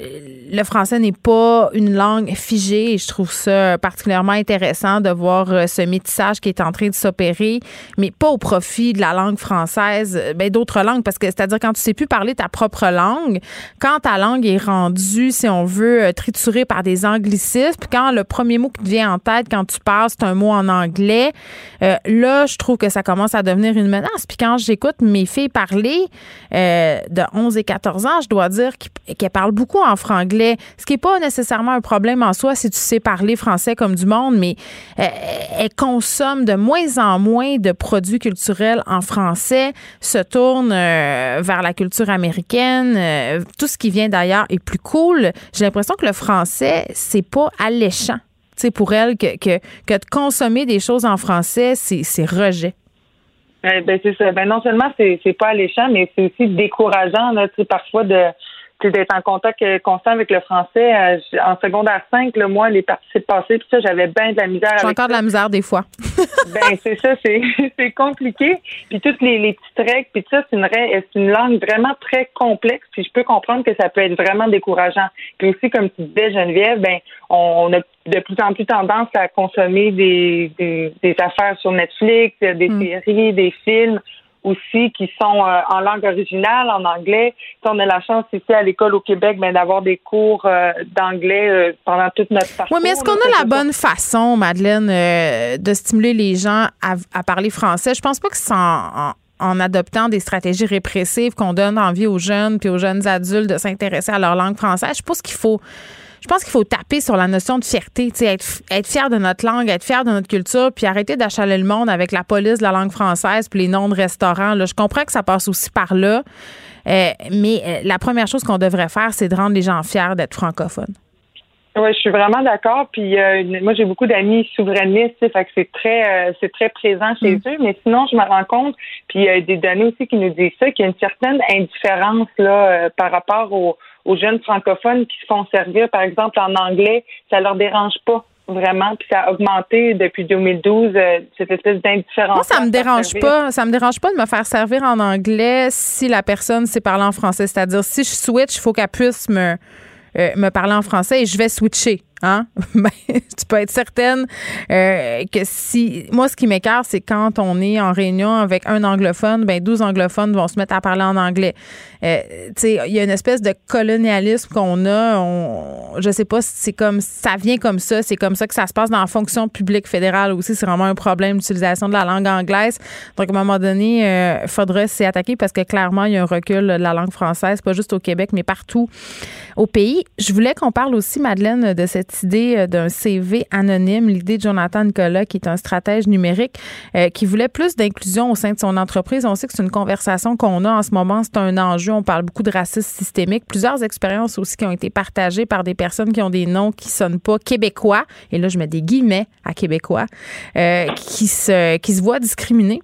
le français n'est pas une langue figée et je trouve ça particulièrement intéressant de voir euh, ce métissage qui est en train de s'opérer, mais pas au profit de la langue française, ben d'autres langues, parce que c'est-à-dire quand tu sais plus parler ta propre langue, quand ta langue est rendue, si on veut, triturée par des anglicismes, puis quand le premier mot qui te vient en tête quand tu parles, c'est un mot en anglais, euh, là, je trouve que ça commence à devenir une menace. Puis quand j'écoute mes filles parler euh, de onze et quatorze ans, je dois dire qu'elles parlent beaucoup en franglais, ce qui n'est pas nécessairement un problème en soi si tu sais parler français comme du monde, mais euh, elles consomment de moins en moins de produits culturels en français, se tournent euh, vers la culture américaine, euh, tout ce qui vient d'ailleurs est plus cool. J'ai l'impression que le français, c'est pas alléchant. C'est pour elle que, que, que de consommer des choses en français, c'est, c'est rejet. Euh, ben c'est ça. Ben non seulement c'est, c'est pas alléchant, mais c'est aussi décourageant là, tu sais, parfois de d'être en contact constant avec le français. Euh, en secondaire cinq, là, moi, les participes passés, puis ça, j'avais bien de la misère avec ça. J'ai encore de la misère des fois. Ben c'est ça, c'est c'est compliqué. Puis toutes les, les petits règles, puis ça, c'est une c'est une langue vraiment très complexe. Puis je peux comprendre que ça peut être vraiment décourageant. Puis aussi, comme tu disais, Geneviève, ben on a de plus en plus tendance à consommer des des, des affaires sur Netflix, des mm. séries, des films aussi qui sont euh, en langue originale, en anglais. Si on a la chance ici à l'école au Québec ben, d'avoir des cours euh, d'anglais euh, pendant toute notre parcours. Oui, mais est-ce qu'on a la bonne façon, Madeleine, euh, de stimuler les gens à, à parler français? Je pense pas que c'est en, en, en adoptant des stratégies répressives qu'on donne envie aux jeunes puis aux jeunes adultes de s'intéresser à leur langue française. Je pense qu'il faut... Je pense qu'il faut taper sur la notion de fierté, tu sais, être, être fier de notre langue, être fier de notre culture, puis arrêter d'achaler le monde avec la police de la langue française puis les noms de restaurants. Là, je comprends que ça passe aussi par là, euh, mais euh, la première chose qu'on devrait faire, c'est de rendre les gens fiers d'être francophones. Oui, je suis vraiment d'accord. Puis euh, moi, j'ai beaucoup d'amis souverainistes, fait que c'est très, euh, c'est très présent chez mmh. eux. Mais sinon, je me rends compte, puis il y a des données aussi qui nous disent ça, qu'il y a une certaine indifférence là euh, par rapport aux aux jeunes francophones qui se font servir, par exemple, en anglais, ça leur dérange pas vraiment, puis ça a augmenté depuis deux mille douze, euh, cette espèce d'indifférence. Moi, ça me dérange pas. Ça me dérange pas de me faire servir en anglais si la personne sait parler en français. C'est-à-dire, si je switch, il faut qu'elle puisse me, euh, me parler en français et je vais switcher. Hein? Ben, tu peux être certaine euh, que si... Moi, ce qui m'écarte, c'est quand on est en réunion avec un anglophone, ben douze anglophones vont se mettre à parler en anglais. Euh, tu sais, il y a une espèce de colonialisme qu'on a. On, je sais pas si c'est comme... Ça vient comme ça. C'est comme ça que ça se passe dans la fonction publique fédérale aussi. C'est vraiment un problème d'utilisation de la langue anglaise. Donc, à un moment donné, il euh, faudrait s'y attaquer parce que clairement, il y a un recul de la langue française, pas juste au Québec, mais partout au pays. Je voulais qu'on parle aussi, Madeleine, de cette idée d'un C V anonyme, l'idée de Jonathan Nicolas, qui est un stratège numérique, euh, qui voulait plus d'inclusion au sein de son entreprise. On sait que c'est une conversation qu'on a en ce moment. C'est un enjeu. On parle beaucoup de racisme systémique. Plusieurs expériences aussi qui ont été partagées par des personnes qui ont des noms qui sonnent pas québécois. Et là, je mets des guillemets à québécois, euh, qui se, qui se voient discriminés.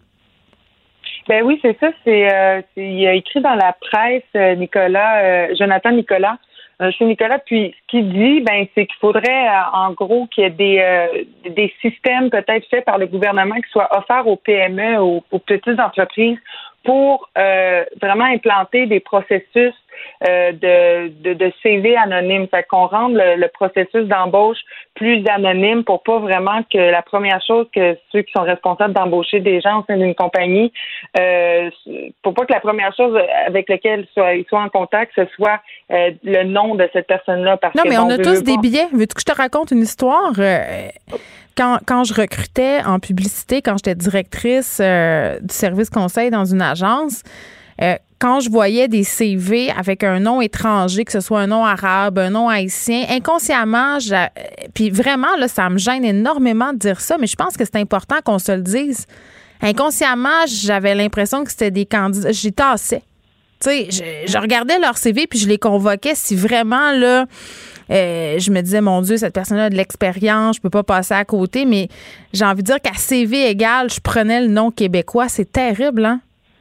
Ben oui, c'est ça. C'est, euh, c'est il a écrit dans la presse, Nicolas, euh, Jonathan Nicolas, euh, chez Nicolas. Puis ce qu'il dit, ben c'est qu'il faudrait, euh, en gros, qu'il y ait des euh, des systèmes peut-être faits par le gouvernement qui soient offerts aux P M E, aux, aux petites entreprises, pour euh, vraiment implanter des processus euh, de, de, de C V anonymes. Fait qu'on rende le, le processus d'embauche plus anonyme pour pas vraiment que la première chose que ceux qui sont responsables d'embaucher des gens au sein d'une compagnie, euh, pour pas que la première chose avec laquelle ils soient, ils soient en contact, ce soit euh, le nom de cette personne-là. Parce non, que, mais bon, on a veut, tous veut des pas. billets. Veux-tu que je te raconte une histoire? Euh, quand, quand je recrutais en publicité, quand j'étais directrice euh, du service conseil dans une agence, euh, quand je voyais des C V avec un nom étranger, que ce soit un nom arabe, un nom haïtien, inconsciemment, j'ai, puis vraiment, là, ça me gêne énormément de dire ça, mais je pense que c'est important qu'on se le dise. Inconsciemment, j'avais l'impression que c'était des candidats. J'y tassais. Tu sais, je, je regardais leur C V puis je les convoquais si vraiment, là, euh, je me disais, mon Dieu, cette personne-là a de l'expérience, je peux pas passer à côté, mais j'ai envie de dire qu'à C V égal, je prenais le nom québécois. C'est terrible, hein?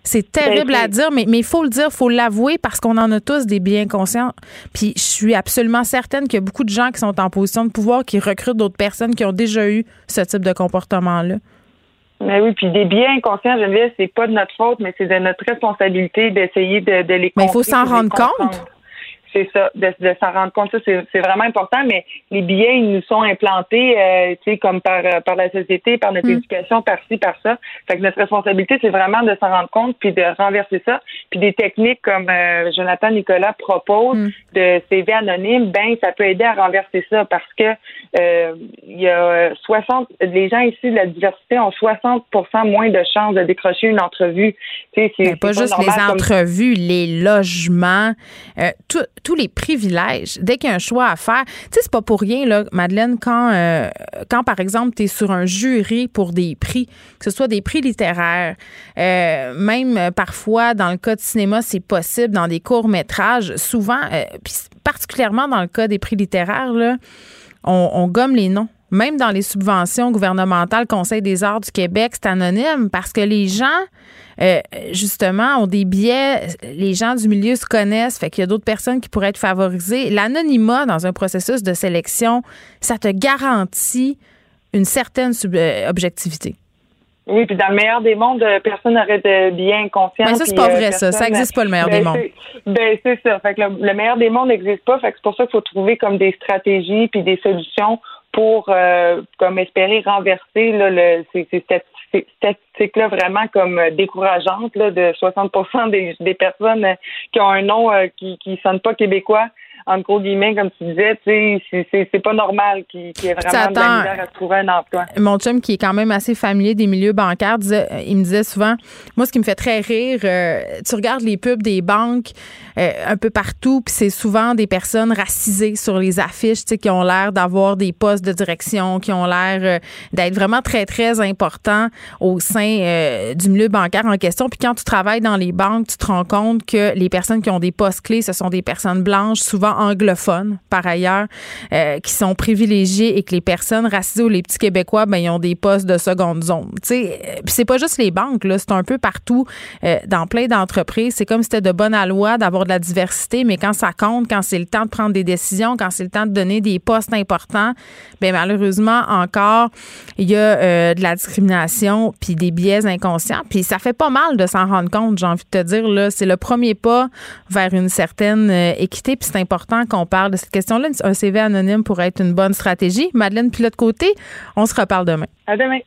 C'est terrible ben, à dire, mais il faut le dire, il faut l'avouer parce qu'on en a tous des biens inconscients. Puis je suis absolument certaine qu'il y a beaucoup de gens qui sont en position de pouvoir, qui recrutent d'autres personnes qui ont déjà eu ce type de comportement-là. Mais oui, puis des biens inconscients, Geneviève, c'est pas de notre faute, mais c'est de notre responsabilité d'essayer de, de les comprendre. Mais il faut s'en rendre compte. C'est ça, de, de s'en rendre compte, ça c'est, c'est vraiment important, mais les biais, ils nous sont implantés, euh, tu sais, comme par par la société, par notre mmh. éducation, par-ci, par ça. Fait que notre responsabilité, c'est vraiment de s'en rendre compte puis de renverser ça. Puis des techniques comme euh, Jonathan Nicolas propose mmh. de C V anonyme, ben ça peut aider à renverser ça parce que euh, il y a soixante, les gens ici de la diversité ont soixante pour cent moins de chances de décrocher une entrevue. Tu sais, c'est, mais pas c'est juste pas les comme... entrevues, les logements, euh, tout tous les privilèges, dès qu'il y a un choix à faire. Tu sais, c'est pas pour rien, là, Madeleine, quand, euh, quand par exemple, tu es sur un jury pour des prix, que ce soit des prix littéraires, euh, même euh, parfois, dans le cas de cinéma, c'est possible, dans des courts-métrages, souvent, euh, puis particulièrement dans le cas des prix littéraires, là, on, on gomme les noms. Même dans les subventions gouvernementales, Conseil des arts du Québec, c'est anonyme parce que les gens, euh, justement, ont des biais. Les gens du milieu se connaissent, fait qu'il y a d'autres personnes qui pourraient être favorisées. L'anonymat dans un processus de sélection, ça te garantit une certaine sub- euh, objectivité. Oui, puis dans le meilleur des mondes, personne n'aurait de biens inconscients. Mais ça, c'est pas euh, vrai, ça. Ça n'existe pas, le meilleur ben, des mondes. C'est, ben, c'est ça. Fait que le, le meilleur des mondes n'existe pas. Fait que c'est pour ça qu'il faut trouver comme des stratégies puis des solutions pour euh, comme espérer renverser là, le, ces, ces statistiques-là vraiment comme décourageantes là, de soixante pour cent des, des personnes qui ont un nom euh, qui ne sonne pas québécois. En gros guillemets, comme tu disais, tu sais, c'est, c'est, c'est pas normal qu'il, qu'il y ait vraiment de la misère à trouver un emploi. Mon chum, qui est quand même assez familier des milieux bancaires, disait, il me disait souvent, moi, ce qui me fait très rire, euh, tu regardes les pubs des banques euh, un peu partout, puis c'est souvent des personnes racisées sur les affiches, tu sais, qui ont l'air d'avoir des postes de direction, qui ont l'air euh, d'être vraiment très, très importants au sein euh, du milieu bancaire en question. Puis quand tu travailles dans les banques, tu te rends compte que les personnes qui ont des postes clés, ce sont des personnes blanches, souvent anglophones, par ailleurs, euh, qui sont privilégiés et que les personnes racisées ou les petits Québécois, ben, ils ont des postes de seconde zone. Tu sais, puis c'est pas juste les banques, là, c'est un peu partout, euh, dans plein d'entreprises. C'est comme si c'était de bonne loi d'avoir de la diversité, mais quand ça compte, quand c'est le temps de prendre des décisions, quand c'est le temps de donner des postes importants, ben malheureusement, encore, il y a euh, de la discrimination puis des biais inconscients. Puis ça fait pas mal de s'en rendre compte, j'ai envie de te dire, là. C'est le premier pas vers une certaine euh, équité, puis c'est important qu'on parle de cette question-là. Un C V anonyme pourrait être une bonne stratégie. Madeleine, puis de l'autre côté, on se reparle demain. À demain.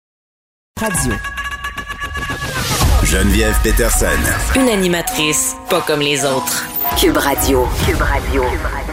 Radio. Geneviève Peterson. Une animatrice pas comme les autres. Cube Radio. Cube Radio.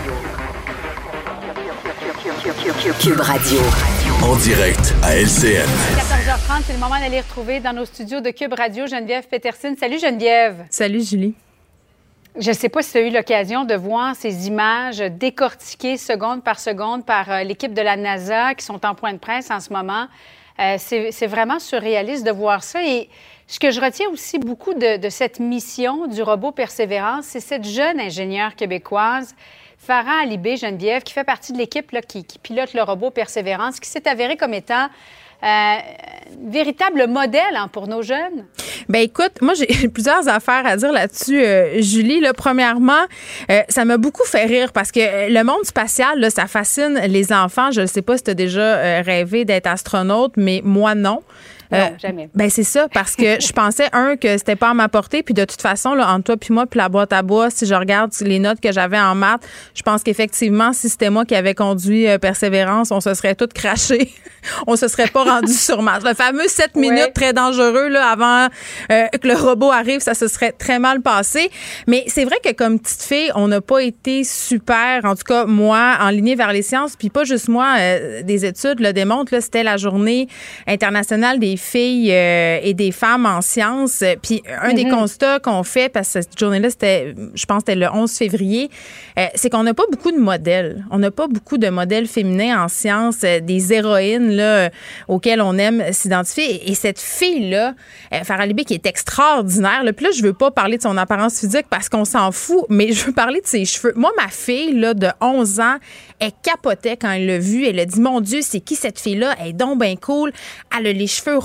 Cube Radio. En direct à L C N. quatorze heures trente, c'est le moment d'aller retrouver dans nos studios de Cube Radio Geneviève Peterson. Salut Geneviève. Salut Julie. Je ne sais pas si tu as eu l'occasion de voir ces images décortiquées seconde par seconde par euh, l'équipe de la NASA qui sont en point de presse en ce moment. Euh, c'est, c'est vraiment surréaliste de voir ça. Et ce que je retiens aussi beaucoup de, de cette mission du robot Persévérance, c'est cette jeune ingénieure québécoise, Farah Alibé, Geneviève, qui fait partie de l'équipe là, qui, qui pilote le robot Persévérance, qui s'est avérée comme étant Euh, véritable modèle hein, pour nos jeunes. Ben écoute, moi j'ai plusieurs affaires à dire là-dessus, euh, Julie. Là, premièrement, euh, ça m'a beaucoup fait rire parce que le monde spatial, là, ça fascine les enfants. Je ne sais pas si tu as déjà euh, rêvé d'être astronaute, mais moi non. Non, euh, jamais. Ben c'est ça, parce que je pensais, un, que c'était pas à ma portée, puis de toute façon, là, entre toi puis moi, puis la boîte à bois, si je regarde les notes que j'avais en maths, je pense qu'effectivement, si c'était moi qui avais conduit euh, Persévérance, on se serait toutes crachés. On se serait pas rendu sur Mars. Le fameux sept ouais. minutes très dangereux là, avant euh, que le robot arrive, ça se serait très mal passé. Mais c'est vrai que comme petite fille, on n'a pas été super, en tout cas moi, enlignée vers les sciences, puis pas juste moi, euh, des études le démontrent, là, c'était la journée internationale des filles euh, et des femmes en sciences. Puis un mm-hmm. des constats qu'on fait, parce que cette journée-là, c'était, je pense que c'était le onze février, euh, c'est qu'on n'a pas beaucoup de modèles. On n'a pas beaucoup de modèles féminins en sciences, euh, des héroïnes là, euh, auxquelles on aime s'identifier. Et cette fille-là, euh, Farah Alibé, qui est extraordinaire, là, puis là, je veux pas parler de son apparence physique parce qu'on s'en fout, mais je veux parler de ses cheveux. Moi, ma fille là, de onze ans, elle capotait quand elle l'a vue. Elle a dit, mon Dieu, c'est qui cette fille-là? Elle est donc bien cool. Elle a les cheveux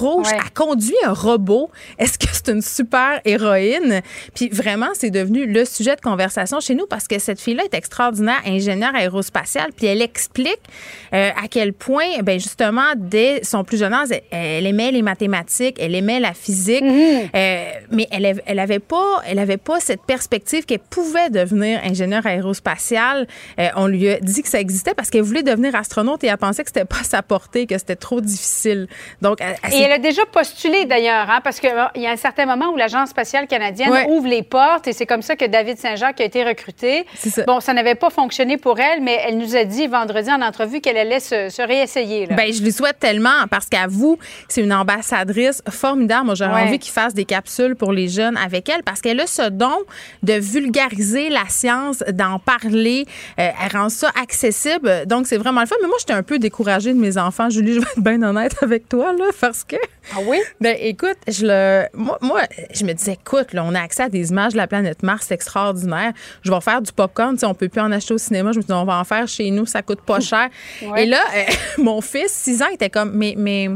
rouge. Ouais. Elle conduit un robot. Est-ce que c'est une super héroïne? Puis vraiment, c'est devenu le sujet de conversation chez nous parce que cette fille-là est extraordinaire, ingénieure aérospatiale. Puis elle explique euh, à quel point, ben justement, dès son plus jeune âge, elle, elle aimait les mathématiques, elle aimait la physique, mm-hmm. euh, mais elle, elle avait pas, elle avait pas cette perspective qu'elle pouvait devenir ingénieure aérospatiale. Euh, on lui a dit que ça existait parce qu'elle voulait devenir astronaute et elle pensait que c'était pas à sa portée, que c'était trop difficile. Donc, elle, elle et elle a déjà postulé d'ailleurs, hein, parce qu'il y a un certain moment où l'Agence spatiale canadienne ouais. ouvre les portes et c'est comme ça que David Saint-Jacques a été recruté. Ça. Bon, ça n'avait pas fonctionné pour elle, mais elle nous a dit vendredi en entrevue qu'elle allait se, se réessayer. Là. Bien, je lui souhaite tellement parce qu'avoue, c'est une ambassadrice formidable. Moi, j'aurais ouais. envie qu'il fasse des capsules pour les jeunes avec elle parce qu'elle a ce don de vulgariser la science, d'en parler. Euh, elle rend ça accessible. Donc, c'est vraiment le fun. Mais moi, j'étais un peu découragée de mes enfants. Julie, je vais être bien honnête avec toi, là, parce que... Ah oui? Ben écoute, je le... Moi, moi, je me disais, écoute, là, on a accès à des images de la planète Mars, c'est extraordinaire. Je vais faire du popcorn, tu sais, on peut plus en acheter au cinéma. Je me dis, on va en faire chez nous, ça coûte pas cher. Ouais. Et là, euh, mon fils, six ans, était comme, mais... mais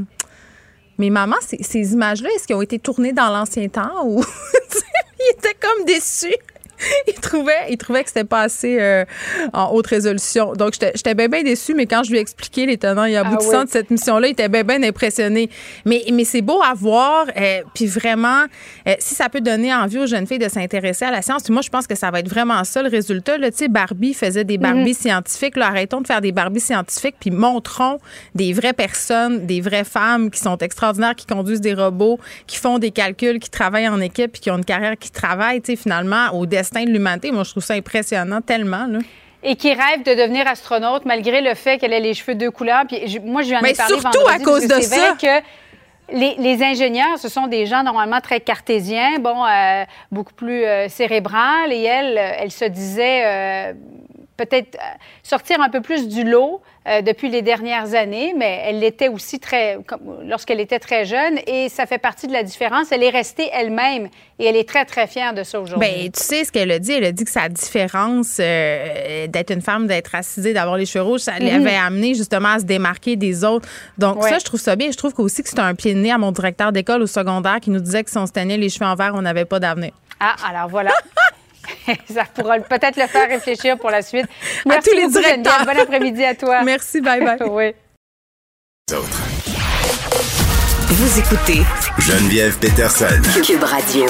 Mais maman, ces, ces images-là, est-ce qu'elles ont été tournées dans l'ancien temps ou... il était comme déçu. Il trouvait, il trouvait que c'était pas assez euh, en haute résolution. Donc, j'étais, j'étais bien, bien déçue, mais quand je lui ai expliqué les tenants et aboutissants ah oui. de cette mission-là, il était bien, bien impressionné. Mais, mais c'est beau à voir. Euh, puis vraiment, euh, si ça peut donner envie aux jeunes filles de s'intéresser à la science, puis moi, je pense que ça va être vraiment ça, le résultat. Tu sais, Barbie faisait des Barbies mm-hmm. scientifiques. Là, arrêtons de faire des Barbies scientifiques, puis montrons des vraies personnes, des vraies femmes qui sont extraordinaires, qui conduisent des robots, qui font des calculs, qui travaillent en équipe, puis qui ont une carrière, qui travaillent, tu sais, finalement, au destin de l'humanité. Moi, je trouve ça impressionnant tellement, là. Et qui rêve de devenir astronaute malgré le fait qu'elle ait les cheveux deux couleurs. Puis je, moi, je lui en Mais ai parlé surtout vendredi, à cause de c'est ça. Vrai que les, les ingénieurs, ce sont des gens normalement très cartésiens, bon, euh, beaucoup plus euh, cérébrales. Et elle, elle se disait euh, peut-être euh, sortir un peu plus du lot euh, depuis les dernières années, mais elle l'était aussi très, comme, lorsqu'elle était très jeune, et ça fait partie de la différence. Elle est restée elle-même et elle est très, très fière de ça aujourd'hui. Bien, tu sais ce qu'elle a dit. Elle a dit que sa différence euh, d'être une femme, d'être racisée, d'avoir les cheveux rouges, ça mm-hmm. l'avait amené justement à se démarquer des autres. Donc ouais. ça, je trouve ça bien. Je trouve aussi que c'est un pied de nez à mon directeur d'école au secondaire qui nous disait que si on se teignait les cheveux en vert, on n'avait pas d'avenir. Ah, alors voilà. Ça pourra peut-être le faire réfléchir pour la suite. Merci à tous les directeurs. Bon après-midi à toi. Merci, bye bye. Oui. Vous écoutez Geneviève Peterson. Cube Radio.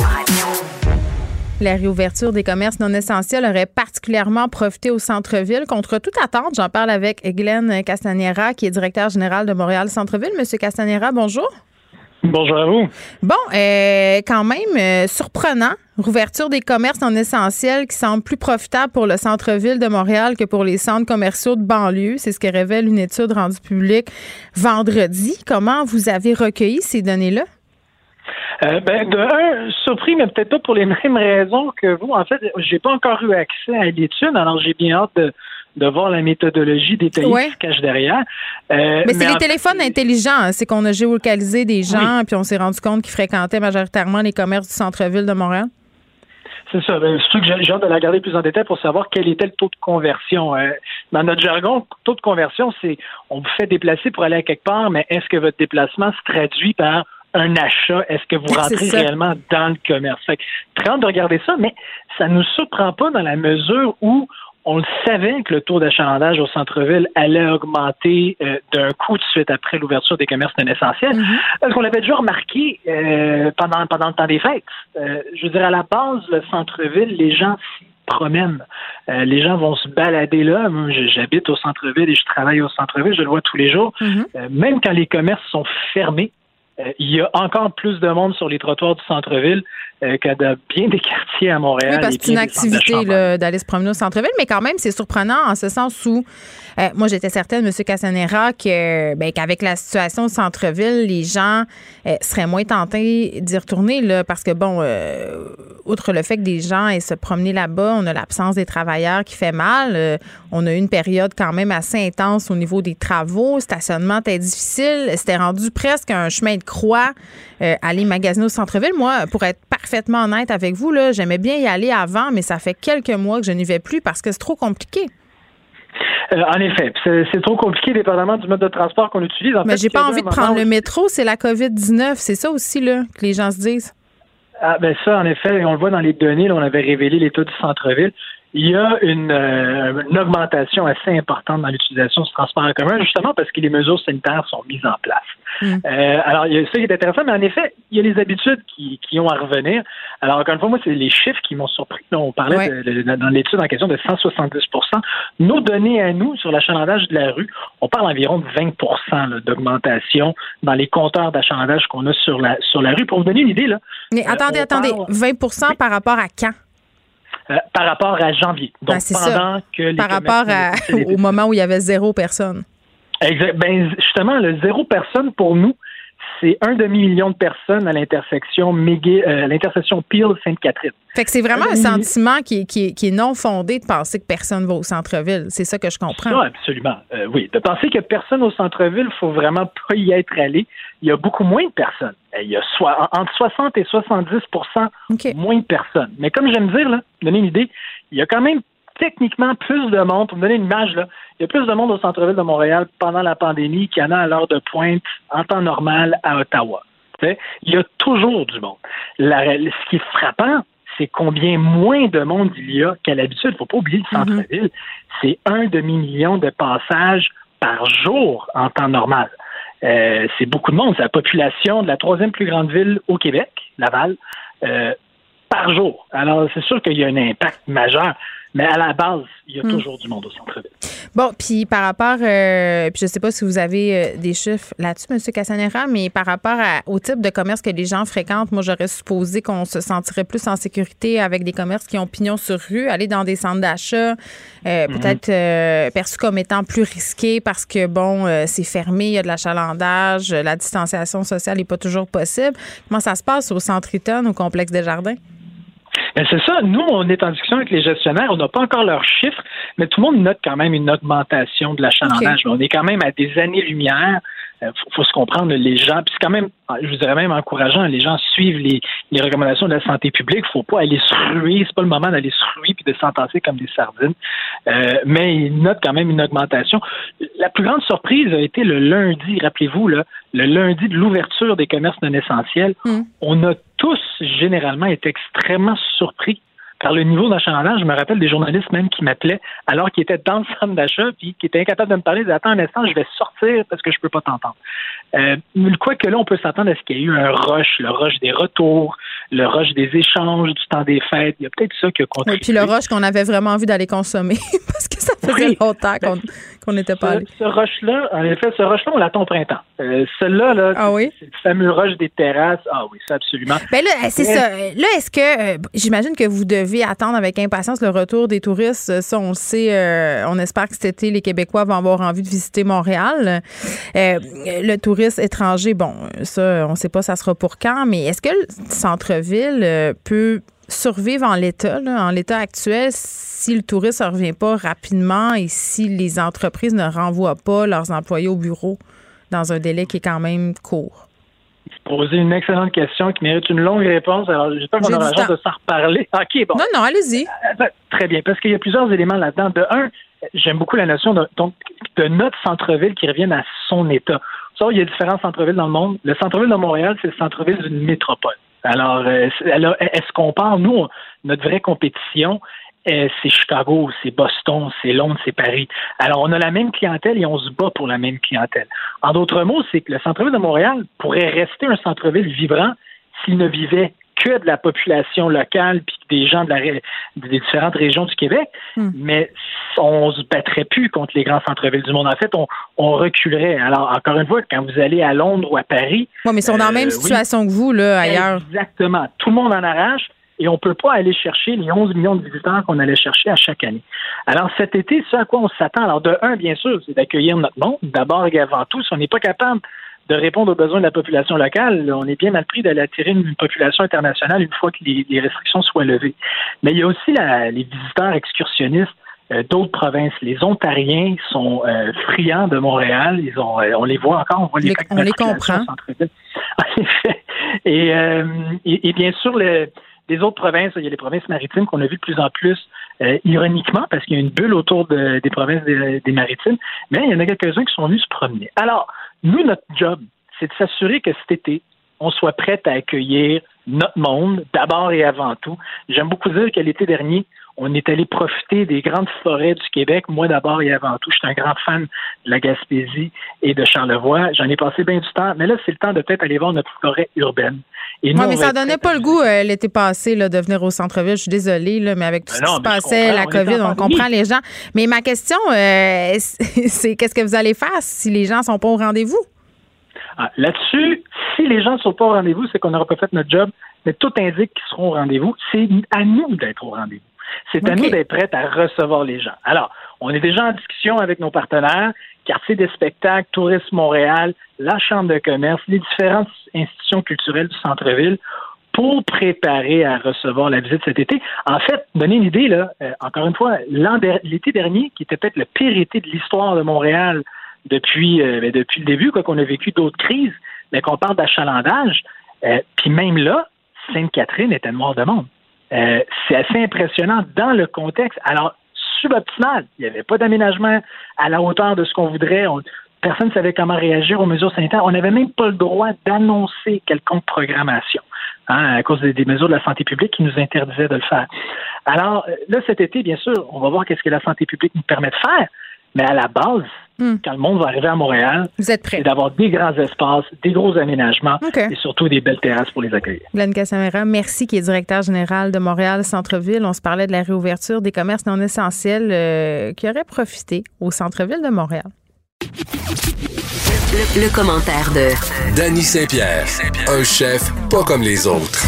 La réouverture des commerces non essentiels aurait particulièrement profité au centre-ville. Contre toute attente, j'en parle avec Glenn Castanera, qui est directeur général de Montréal Centre-ville. Monsieur Castanera, bonjour. Bonjour à vous. Bon, euh, quand même, euh, surprenant, rouverture des commerces non essentiels qui semble plus profitable pour le centre-ville de Montréal que pour les centres commerciaux de banlieue. C'est ce que révèle une étude rendue publique vendredi. Comment vous avez recueilli ces données-là? Euh, ben, de un, surpris, mais peut-être pas pour les mêmes raisons que vous. En fait, j'ai pas encore eu accès à l'étude, alors j'ai bien hâte de de voir la méthodologie détaillée ouais. qui se cache derrière. Euh, mais c'est mais les téléphones intelligents. Hein. C'est qu'on a géolocalisé des gens, oui. puis on s'est rendu compte qu'ils fréquentaient majoritairement les commerces du centre-ville de Montréal. C'est ça. C'est sûr que j'ai hâte de la regarder plus en détail pour savoir quel était le taux de conversion. Euh, dans notre jargon, taux de conversion, c'est on vous fait déplacer pour aller à quelque part, mais est-ce que votre déplacement se traduit par un achat? Est-ce que vous rentrez réellement dans le commerce? Fait que, très hâte de regarder ça, mais ça ne nous surprend pas dans la mesure où on le savait que le taux d'achalandage au centre-ville allait augmenter euh, d'un coup de suite après l'ouverture des commerces non essentiels. Mm-hmm. Parce qu'on l'avait déjà remarqué euh, pendant, pendant le temps des fêtes. Euh, je veux dire, à la base, le centre-ville, les gens s'y promènent. Euh, les gens vont se balader là. Moi, j'habite au centre-ville et je travaille au centre-ville. Je le vois tous les jours. Mm-hmm. Euh, même quand les commerces sont fermés, Euh, il y a encore plus de monde sur les trottoirs du centre-ville euh, que de bien des quartiers à Montréal. Oui, parce que c'est une activité là, d'aller se promener au centre-ville, mais quand même, c'est surprenant en ce sens où, euh, moi, j'étais certaine, M. Castanera, que, ben, qu'avec la situation au centre-ville, les gens euh, seraient moins tentés d'y retourner, là, parce que, bon, euh, outre le fait que des gens aient se promener là-bas, on a l'absence des travailleurs qui fait mal. Euh, on a eu une période quand même assez intense au niveau des travaux. Le stationnement était difficile. C'était rendu presque un chemin de croix euh, aller magasiner au centre-ville. Moi, pour être parfaitement honnête avec vous, là, j'aimais bien y aller avant, mais ça fait quelques mois que je n'y vais plus parce que c'est trop compliqué. Euh, en effet, c'est, c'est trop compliqué dépendamment du mode de transport qu'on utilise. En Mais fait, j'ai pas envie de prendre où... le métro, c'est la covid dix-neuf. C'est ça aussi là que les gens se disent. Ah ben ça, en effet, on le voit dans les données, là, on avait révélé l'état du centre-ville. Il y a une, euh, une augmentation assez importante dans l'utilisation du transport en commun, justement parce que les mesures sanitaires sont mises en place. Mm. Euh, alors, il y a ça qui est intéressant, mais en effet, il y a les habitudes qui, qui ont à revenir. Alors, encore une fois, moi, c'est les chiffres qui m'ont surpris. Là, on parlait ouais. de, de, dans l'étude en question de cent soixante-dix pour cent. Nos données à nous sur l'achalandage de la rue, on parle environ de vingt pour cent là, d'augmentation dans les compteurs d'achalandage qu'on a sur la, sur la rue. Pour vous donner une idée, là. Mais euh, attendez, attendez, parle... vingt pour cent oui. par rapport à quand? Euh, par rapport à janvier. Donc, ah, c'est pendant ça. que les par rapport à, au moment où il y avait zéro personne. Exact. Ben, justement, le zéro personne, pour nous, c'est un demi-million de personnes à l'intersection Mégué, euh, à l'intersection Peel-Sainte-Catherine. Fait que c'est vraiment un, un sentiment qui est, qui, est, qui est non fondé de penser que personne va au centre-ville. C'est ça que je comprends. Non, absolument. Euh, oui, de penser que personne au centre-ville, il faut vraiment pas y être allé. Il y a beaucoup moins de personnes. Il y a soit, entre soixante et soixante-dix pour cent okay. moins de personnes. Mais comme j'aime dire, là, pour donner une idée, il y a quand même techniquement plus de monde. Pour me donner une image, là, il y a plus de monde au centre-ville de Montréal pendant la pandémie qu'il y en a à l'heure de pointe en temps normal à Ottawa. T'sais, il y a toujours du monde. La, ce qui est frappant, c'est combien moins de monde il y a qu'à l'habitude. Il ne faut pas oublier le centre-ville. Mm-hmm. C'est un demi-million de passages par jour en temps normal. Euh, c'est beaucoup de monde. C'est la population de la troisième plus grande ville au Québec, Laval, euh, par jour. Alors, c'est sûr qu'il y a un impact majeur. Mais à la base, il y a mmh. toujours du monde au centre-ville. Bon, puis par rapport, euh, puis je ne sais pas si vous avez euh, des chiffres là-dessus, M. Castanera, mais par rapport à, au type de commerce que les gens fréquentent, moi, j'aurais supposé qu'on se sentirait plus en sécurité avec des commerces qui ont pignon sur rue, aller dans des centres d'achat, euh, mmh. peut-être euh, perçus comme étant plus risqués parce que, bon, euh, c'est fermé, il y a de l'achalandage, la distanciation sociale n'est pas toujours possible. Comment ça se passe au Centre Eaton, au Complexe Desjardins? Ben c'est ça. Nous, on est en discussion avec les gestionnaires. On n'a pas encore leurs chiffres, mais tout le monde note quand même une augmentation de l'achalandage. Okay. On est quand même à des années-lumière. Il euh, faut, faut se comprendre, les gens, puis c'est quand même, je vous dirais même encourageant, les gens suivent les, les recommandations de la santé publique. Il ne faut pas aller se ruer. C'est pas le moment d'aller se ruer puis de s'entasser comme des sardines. Euh, mais ils notent quand même une augmentation. La plus grande surprise a été le lundi, rappelez-vous, là, le lundi de l'ouverture des commerces non essentiels. Mm. On a tous, généralement, été extrêmement surpris par le niveau d'achalandage. Je me rappelle des journalistes même qui m'appelaient alors qu'ils étaient dans le centre d'achat puis qui étaient incapables de me parler. Ils disaient, attends un instant, je vais sortir parce que je peux pas t'entendre. Euh, quoi que là, on peut s'attendre à ce qu'il y ait eu un rush, le rush des retours, le rush des échanges du temps des fêtes. Il y a peut-être ça qui a contribué. Oui, puis le rush qu'on avait vraiment envie d'aller consommer parce que ça faisait oui. longtemps qu'on ben, qu'on n'était pas allé. Ce rush-là, en effet, ce rush-là, on l'attend au printemps. Euh, celui-là, là, ah oui? c'est le fameux rush des terrasses. Ah oui, ça absolument. Ben là, c'est Mais... ça. Là, est-ce que, euh, j'imagine que vous devez attendre avec impatience le retour des touristes. Ça, on le sait, euh, on espère que cet été, les Québécois vont avoir envie de visiter Montréal. Euh, le tourisme étranger, bon, ça, on ne sait pas ça sera pour quand, mais est-ce que le centre-ville euh, peut survivre en l'état, là, en l'état actuel, si le tourisme ne revient pas rapidement et si les entreprises ne renvoient pas leurs employés au bureau dans un délai qui est quand même court? Vous posez une excellente question qui mérite une longue réponse. Alors, j'espère qu'on aura la chance de s'en reparler. OK, bon. Non, non, allez-y. Euh, très bien, parce qu'il y a plusieurs éléments là-dedans. De un, j'aime beaucoup la notion de, donc, de notre centre-ville qui revienne à son état. Ça, il y a différents centres-villes dans le monde. Le centre-ville de Montréal, c'est le centre-ville d'une métropole. Alors, euh, alors est-ce qu'on parle, nous, notre vraie compétition, euh, c'est Chicago, c'est Boston, c'est Londres, c'est Paris. Alors, on a la même clientèle et on se bat pour la même clientèle. En d'autres mots, c'est que le centre-ville de Montréal pourrait rester un centre-ville vivant s'il ne vivait que de la population locale puis des gens de la, des différentes régions du Québec, mm. mais on se battrait plus contre les grands centres-villes du monde. En fait, on, on reculerait. Alors, encore une fois, quand vous allez à Londres ou à Paris... Oui, mais ils sont dans euh, la même situation oui, que vous, là, ailleurs. Exactement. Tout le monde en arrache et on ne peut pas aller chercher les onze millions de visiteurs qu'on allait chercher à chaque année. Alors, cet été, ce à quoi on s'attend, alors de un, bien sûr, c'est d'accueillir notre monde, d'abord et avant tout. Si on n'est pas capable de répondre aux besoins de la population locale, on est bien mal pris d'aller attirer une population internationale une fois que les, les restrictions soient levées. Mais il y a aussi la, les visiteurs excursionnistes euh, d'autres provinces. Les Ontariens sont euh, friands de Montréal. Ils ont, euh, on les voit encore, on voit les, les on les comprend. En effet. Et, euh, et, et bien sûr, le, les autres provinces, il y a les provinces maritimes qu'on a vu de plus en plus euh, ironiquement, parce qu'il y a une bulle autour de, des provinces des, des maritimes, mais il y en a quelques-uns qui sont venus se promener. Alors, nous, notre job, c'est de s'assurer que cet été, on soit prêt à accueillir notre monde, d'abord et avant tout. J'aime beaucoup dire que l'été dernier, on est allé profiter des grandes forêts du Québec, moi d'abord et avant tout. Je suis un grand fan de la Gaspésie et de Charlevoix. J'en ai passé bien du temps, mais là, c'est le temps de peut-être aller voir notre forêt urbaine. Oui, mais ça donnait pas le goût euh, l'été passé là, de venir au centre-ville. Je suis désolée, là, mais avec tout ce qui se passait, la COVID, on comprend les gens. Mais ma question, euh, c'est qu'est-ce que vous allez faire si les gens sont pas au rendez-vous? Ah, là-dessus, si les gens ne sont pas au rendez-vous, c'est qu'on n'aura pas fait notre job, mais tout indique qu'ils seront au rendez-vous. C'est à nous d'être au rendez-vous. C'est okay. à nous d'être prêts à recevoir les gens. Alors, on est déjà en discussion avec nos partenaires, Quartier des spectacles, Tourisme Montréal, la Chambre de commerce, les différentes institutions culturelles du centre-ville pour préparer à recevoir la visite cet été. En fait, donner une idée, là, euh, encore une fois, l'an der- l'été dernier, qui était peut-être le pire été de l'histoire de Montréal depuis, euh, ben, depuis le début, quoi, qu'on a vécu d'autres crises, mais qu'on parle d'achalandage, euh, puis même là, Sainte-Catherine était noire de monde. Euh, c'est assez impressionnant dans le contexte. Alors, suboptimal. Il n'y avait pas d'aménagement à la hauteur de ce qu'on voudrait. On, personne ne savait comment réagir aux mesures sanitaires. On n'avait même pas le droit d'annoncer quelconque programmation hein, à cause des, des mesures de la santé publique qui nous interdisaient de le faire. Alors, là, cet été, bien sûr, on va voir qu'est-ce que la santé publique nous permet de faire. Mais à la base, mm. quand le monde va arriver à Montréal, vous êtes prêts. C'est d'avoir des grands espaces, des gros aménagements okay. et surtout des belles terrasses pour les accueillir. Glenn Cassamera, merci, qui est directeur général de Montréal Centre-Ville. On se parlait de la réouverture des commerces non essentiels euh, qui auraient profité au centre-ville de Montréal. Le, le commentaire de Dany Saint-Pierre, un chef pas comme les autres.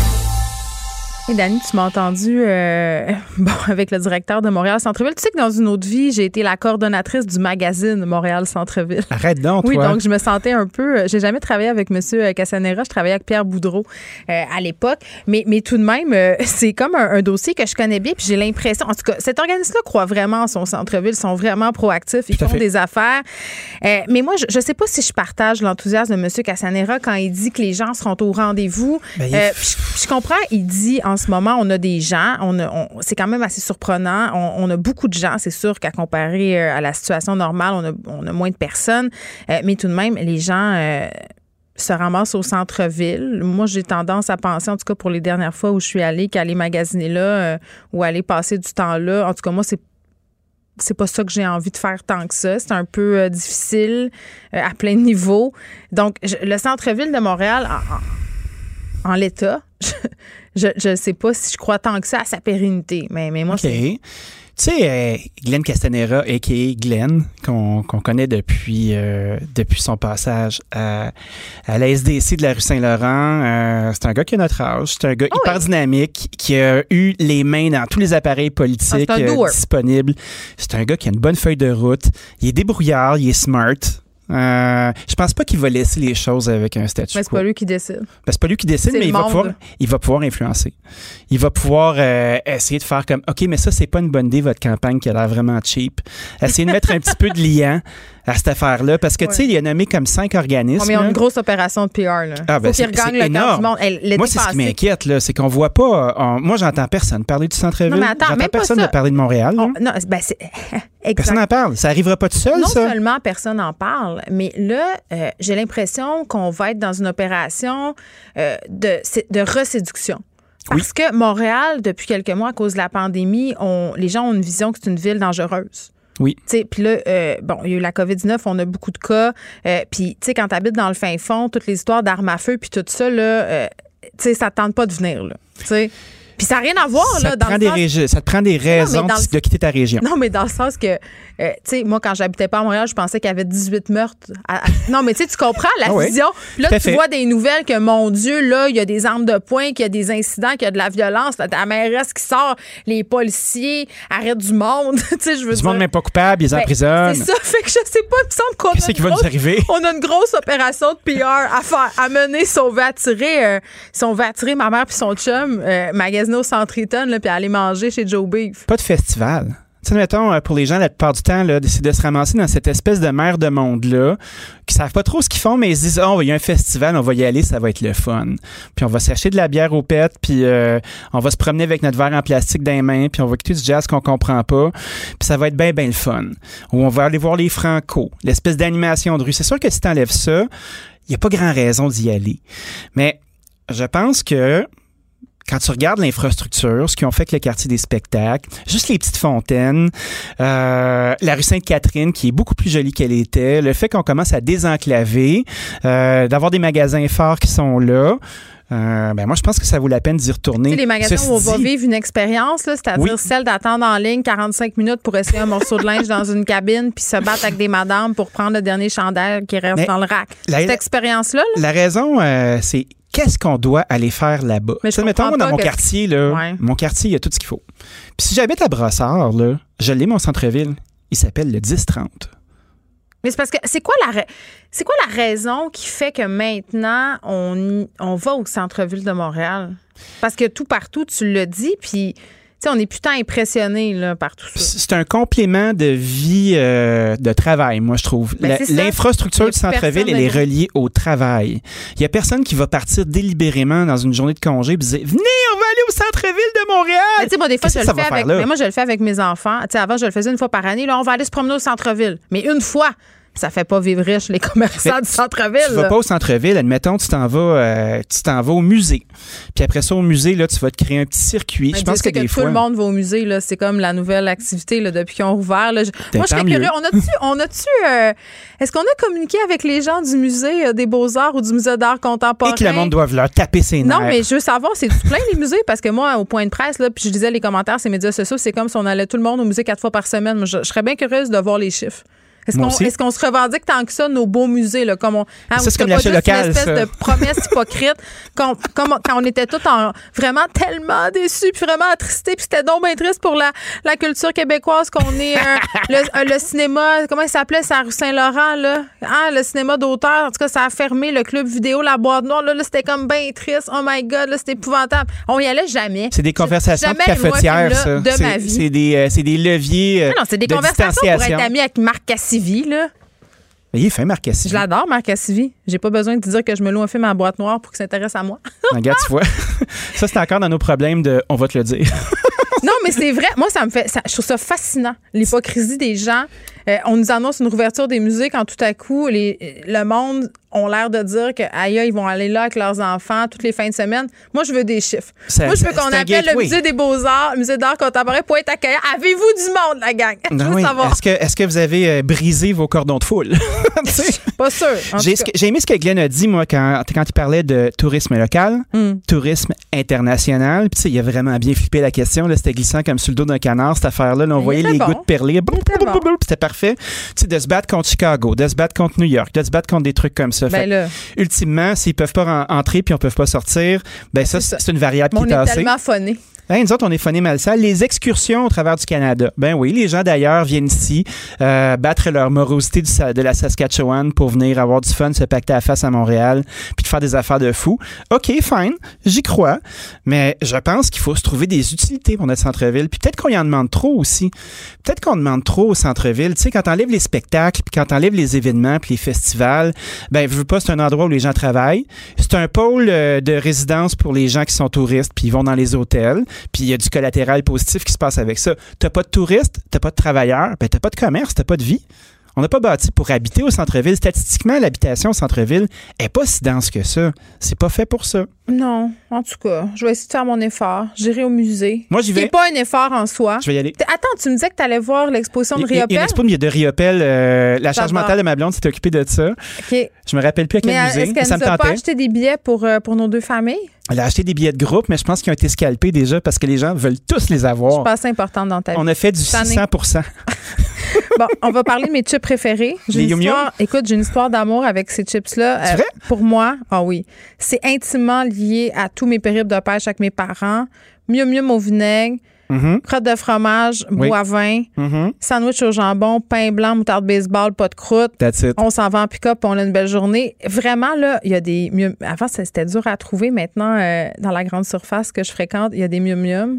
Et Dany, tu m'as entendu euh, bon, avec le directeur de Montréal Centre-Ville. Tu sais que dans une autre vie, j'ai été la coordonnatrice du magazine Montréal Centre-Ville. Arrête donc, oui, toi. Donc je me sentais un peu... J'ai jamais travaillé avec M. Cassanera. Je travaillais avec Pierre Boudreau euh, à l'époque. Mais, mais tout de même, euh, c'est comme un, un dossier que je connais bien. Puis j'ai l'impression... En tout cas, cet organisme-là croit vraiment en son centre-ville. Ils sont vraiment proactifs. Ils tout font des affaires. Euh, mais moi, je ne sais pas si je partage l'enthousiasme de M. Cassanera quand il dit que les gens seront au rendez-vous. Ben, euh, puis je, je comprends, il dit... En ce moment, on a des gens, on a, on, c'est quand même assez surprenant. On, on a beaucoup de gens, c'est sûr qu'à comparer à la situation normale, on a, on a moins de personnes. Euh, mais tout de même, les gens euh, se ramassent au centre-ville. Moi, j'ai tendance à penser, en tout cas pour les dernières fois où je suis allée, qu'aller magasiner là euh, ou aller passer du temps là, en tout cas, moi, c'est c'est pas ça que j'ai envie de faire tant que ça. C'est un peu euh, difficile euh, à plein de niveaux. Donc, je, le centre-ville de Montréal, en, en, en l'état, je ne sais pas si je crois tant que ça à sa pérennité, mais, mais moi, okay. c'est... Tu sais, euh, Glenn Cassanera, a k a. Glenn, qu'on, qu'on connaît depuis, euh, depuis son passage à, à la S D C de la rue Saint-Laurent, euh, c'est un gars qui a notre âge, c'est un gars oh hyper oui. dynamique, qui a eu les mains dans tous les appareils politiques ah, euh, disponibles. C'est un gars qui a une bonne feuille de route, il est débrouillard, il est smart. Euh, je pense pas qu'il va laisser les choses avec un statu quo. Mais c'est pas lui qui décide. Ben, c'est pas lui qui décide, c'est mais il va, pouvoir, il va pouvoir influencer. Il va pouvoir euh, essayer de faire comme, OK, mais ça, c'est pas une bonne idée, votre campagne qui a l'air vraiment cheap. Essayer de mettre un petit peu de liant à cette affaire-là, parce que, ouais. tu sais, il a nommé comme cinq organismes. Oh, mais ils ont une grosse opération de P R, là. Ah, ben, faut qu'ils regagnent le cœur du monde. Elle, moi, c'est ce qui m'inquiète, là, c'est qu'on voit pas... On, moi, j'entends personne parler du centre-ville. Non, mais attends, j'entends même personne pas ça. parler de Montréal. On, non, ben, c'est... Personne n'en parle. Ça arrivera pas tout seul, non ça? Non seulement personne n'en parle, mais là, euh, j'ai l'impression qu'on va être dans une opération euh, de, de reséduction. Parce oui. que Montréal, depuis quelques mois, à cause de la pandémie, on, les gens ont une vision que c'est une ville dangereuse. Oui. Puis là, euh, bon, il y a eu la covid dix-neuf, on a beaucoup de cas. Euh, puis, tu sais, quand tu habites dans le fin fond, toutes les histoires d'armes à feu, puis tout ça, là, euh, tu sais, ça ne tente pas de venir, là. Tu sais. Puis ça n'a rien à voir, ça là, te dans prend le des sens... régi... Ça te prend des raisons non, de, de quitter ta région. Non, mais dans le sens que, euh, tu sais, moi, quand j'habitais pas à Montréal, je pensais qu'il y avait dix-huit meurtres. À... Non, mais tu sais, tu comprends la ah vision. Oui. Là, tu fait. vois des nouvelles que, mon Dieu, là, il y a des armes de poing, qu'il y a des incidents, qu'il y a de la violence. Là, la mairesse qui sort, les policiers arrêtent du monde. Tu sais, je veux du dire... monde même pas coupable, ils les emprisonnent. C'est ça, fait que je sais pas, il me semble qu'on Qu'est-ce a, qui va nous arriver? On a une grosse opération de P R à faire, à mener si on veut attirer, euh, si on veut attirer ma mère puis son chum, euh, magasiner au Centre Eaton, puis aller manger chez Joe Beef. Pas de festival. Tu sais, mettons, pour les gens, la plupart du temps, là, c'est de se ramasser dans cette espèce de mer de monde-là, qui savent pas trop ce qu'ils font, mais ils se disent, oh, il y a un festival, on va y aller, ça va être le fun. Puis on va s'acheter de la bière au pet, puis euh, on va se promener avec notre verre en plastique dans les mains, puis on va écouter du jazz qu'on comprend pas, puis ça va être bien, bien le fun. Ou on va aller voir les Franco, l'espèce d'animation de rue. C'est sûr que si t'enlèves ça, il y a pas grand raison d'y aller. Mais je pense que quand tu regardes l'infrastructure, ce qu'ils ont fait avec le quartier des spectacles, juste les petites fontaines, euh, la rue Sainte-Catherine qui est beaucoup plus jolie qu'elle était, le fait qu'on commence à désenclaver, euh, d'avoir des magasins forts qui sont là, euh, ben moi je pense que ça vaut la peine d'y retourner. Tu sais, les magasins Ceci où on va dit, vivre une expérience, là, c'est-à-dire oui. celle d'attendre en ligne quarante-cinq minutes pour essayer un morceau de linge dans une cabine puis se battre avec des madames pour prendre le dernier chandail qui reste Mais dans le rack. la- Cette expérience-là, là, La raison, euh, c'est qu'est-ce qu'on doit aller faire là-bas? Mais je Tu sais, mettons, comprends moi, dans pas mon que- quartier, là, Ouais. mon quartier, il y a tout ce qu'il faut. Puis si j'habite à Brossard, là, je l'ai, mon centre-ville, il s'appelle le dix trente. mais c'est parce que c'est quoi la ra- c'est quoi la raison qui fait que maintenant on y- on va au centre-ville de Montréal? Parce que tout partout, tu l'as dit, puis tu sais, on est putain impressionné là par tout ça. C'est un complément de vie euh, de travail, moi, je trouve. Ben, La- c'est ça. L'infrastructure Il y a du plus centre-ville, personne elle est de- reliée au travail. Il y a personne qui va partir délibérément dans une journée de congé et dire « Venez, on va aller au centre-ville de Montréal! Mais tu sais, moi, des fois, je Qu'est-ce le que ça fais va avec. faire là? Mais moi, je le fais avec mes enfants. Tu sais, avant, je le faisais une fois par année. Là, on va aller se promener au centre-ville. Mais une fois, ça fait pas vivre riche les commerçants Mais du centre-ville. Tu vas là. pas au centre-ville, admettons, tu t'en vas, euh, tu t'en vas au musée. Puis après ça, au musée, là, tu vas te créer un petit circuit. Mais Je Dieu pense que sait des tout fois. le monde va au musée, là. C'est comme la nouvelle activité là, depuis qu'ils ont rouvert. Là. Je- Ben, Moi, je serais tant mieux. curieux. On a-tu, on a-tu, euh, est-ce qu'on a communiqué avec les gens du musée euh, des Beaux-Arts ou du musée d'art contemporain? Et que le monde doit leur taper ses nerfs. Non, mais je veux savoir, c'est plein les musées? Parce que moi, au point de presse, là, puis je disais les commentaires, ces médias sociaux, c'est comme si on allait tout le monde au musée quatre fois par semaine. Moi, je, je serais bien curieuse de voir les chiffres. Est-ce Moi qu'on, aussi. est-ce qu'on se revendique tant que ça, nos beaux musées, là, comme on. Hein, Ça, où c'est c'était comme pas l'achat juste local, une espèce ça. de promesse hypocrite, quand, comme- quand on était tous en, vraiment tellement déçus, puis vraiment attristés, puis c'était donc bien triste pour la, la culture québécoise qu'on est. euh, le, euh, le cinéma, comment il s'appelait, c'est à rue Saint-Laurent, là? Hein, le cinéma d'auteur, en tout cas, ça a fermé, le club vidéo, la boîte noire, là, là c'était comme bien triste. Oh my God, là, c'était épouvantable. On y allait jamais. C'est des conversations de Jamais le moi cafetière, film-là ça. de C'est- ma vie. C'est des, euh, c'est des leviers euh, Non, non, c'est des de conversations pour distanciation. être ami avec Marc Cassivi, là. Mais il est fin, Marc Cassivi. Je l'adore, Marc Cassivi. J'ai pas besoin de te dire que je me loue un film à boîte noire pour qu'il s'intéresse à moi. Regarde, tu vois. Ça, c'est encore dans nos problèmes de on va te le dire. Non, mais c'est vrai. Moi, ça me fait. Ça, je trouve ça fascinant, l'hypocrisie des gens. Euh, on nous annonce une rouverture des musées quand tout à coup, les, le monde ont l'air de dire que aïe, ils vont aller là avec leurs enfants toutes les fins de semaine. Moi, je veux des chiffres. Ça- Moi, je veux ça- qu'on c'est un appelle le gateway. musée des Beaux-Arts, le musée d'art contemporain pour être accueillant. Avez-vous du monde, la gang? Je Ben veux oui. savoir. Est-ce que, est-ce que vous avez euh, brisé vos cordons de foule? Tu sais? Pas sûr. en J'ai, tout ce cas. que- j'ai aimé ce que Glenn a dit, moi, quand, quand il parlait de tourisme local, Mm. tourisme international. Puis, tu sais, il a vraiment bien flippé la question. Là, c'était glissant comme sur le dos d'un canard, cette affaire-là. Là, on Il voyait était les bon. gouttes perler. Boum, était boum, boum, bon. boum, puis c'était parfait. Tu sais, de se battre contre Chicago, de se battre contre New York, de se battre contre des trucs comme ça. Ben Fait que, là, ultimement, s'ils peuvent pas ren- entrer puis on peut pas sortir, ben ça, C'est ça. c'est une variable on qui est est tassée. tellement phonés. Hein, nous autres, on est phonés mal sale. Les excursions au travers du Canada. Ben oui, les gens d'ailleurs viennent ici euh, battre leur morosité du, Sa- de la Saskatchewan pour venir avoir du fun, se pacter à la face à Montréal, puis de faire des affaires de fou. OK, fine, j'y crois. Mais je pense qu'il faut se trouver des utilités pour notre centre-ville. Puis peut-être qu'on y en demande trop aussi. Peut-être qu'on demande trop au centre-ville. Tu sais, quand t'enlèves les spectacles, puis quand t'enlèves les événements, puis les festivals, ben, je veux pas, c'est un endroit où les gens travaillent. C'est un pôle euh, de résidence pour les gens qui sont touristes, puis ils vont dans les hôtels. Puis il y a du collatéral positif qui se passe avec ça. T'as pas de touristes, t'as pas de travailleurs, ben t'as pas de commerce, t'as pas de vie. On n'a pas bâti pour habiter au centre-ville. Statistiquement, l'habitation au centre-ville est pas si dense que ça. C'est pas fait pour ça. Non, en tout cas, je vais essayer de faire mon effort. J'irai au musée. Moi, j'y vais. C'est pas un effort en soi. Je vais y aller. T- Attends, tu me disais que tu allais voir l'exposition de Il y a- il y a Riopelle? une expo de Riopelle. euh, la charge J'adore. mentale de ma blonde s'est occupée de ça. OK. Je me rappelle plus à quel Mais euh, musée. est-ce qu'elle ça nous me a pas tentait. acheté des billets pour, euh, pour nos deux familles? Elle a acheté des billets de groupe, mais je pense qu'ils ont été scalpés déjà parce que les gens veulent tous les Je avoir. suis pas assez importante dans ta vie. On a fait du Cette année. six cents pour cent. Bon, on va parler de mes chips préférés. J'ai Les une Yum histoire, écoute, j'ai une histoire d'amour avec ces chips-là. C'est vrai? Pour moi, ah oui, c'est intimement lié à tous mes périples de pêche avec mes parents. Mium mium au vinaigre, Mhm, crotte de fromage, Oui. bois vin, mhm. sandwich au jambon, pain blanc, moutarde baseball, pas de croûte. That's it. On s'en va en pick-up, on a une belle journée. Vraiment, là, il y a des mium. Avant, ça, c'était dur à trouver. Maintenant, euh, dans la grande surface que je fréquente, il y a des mium mium.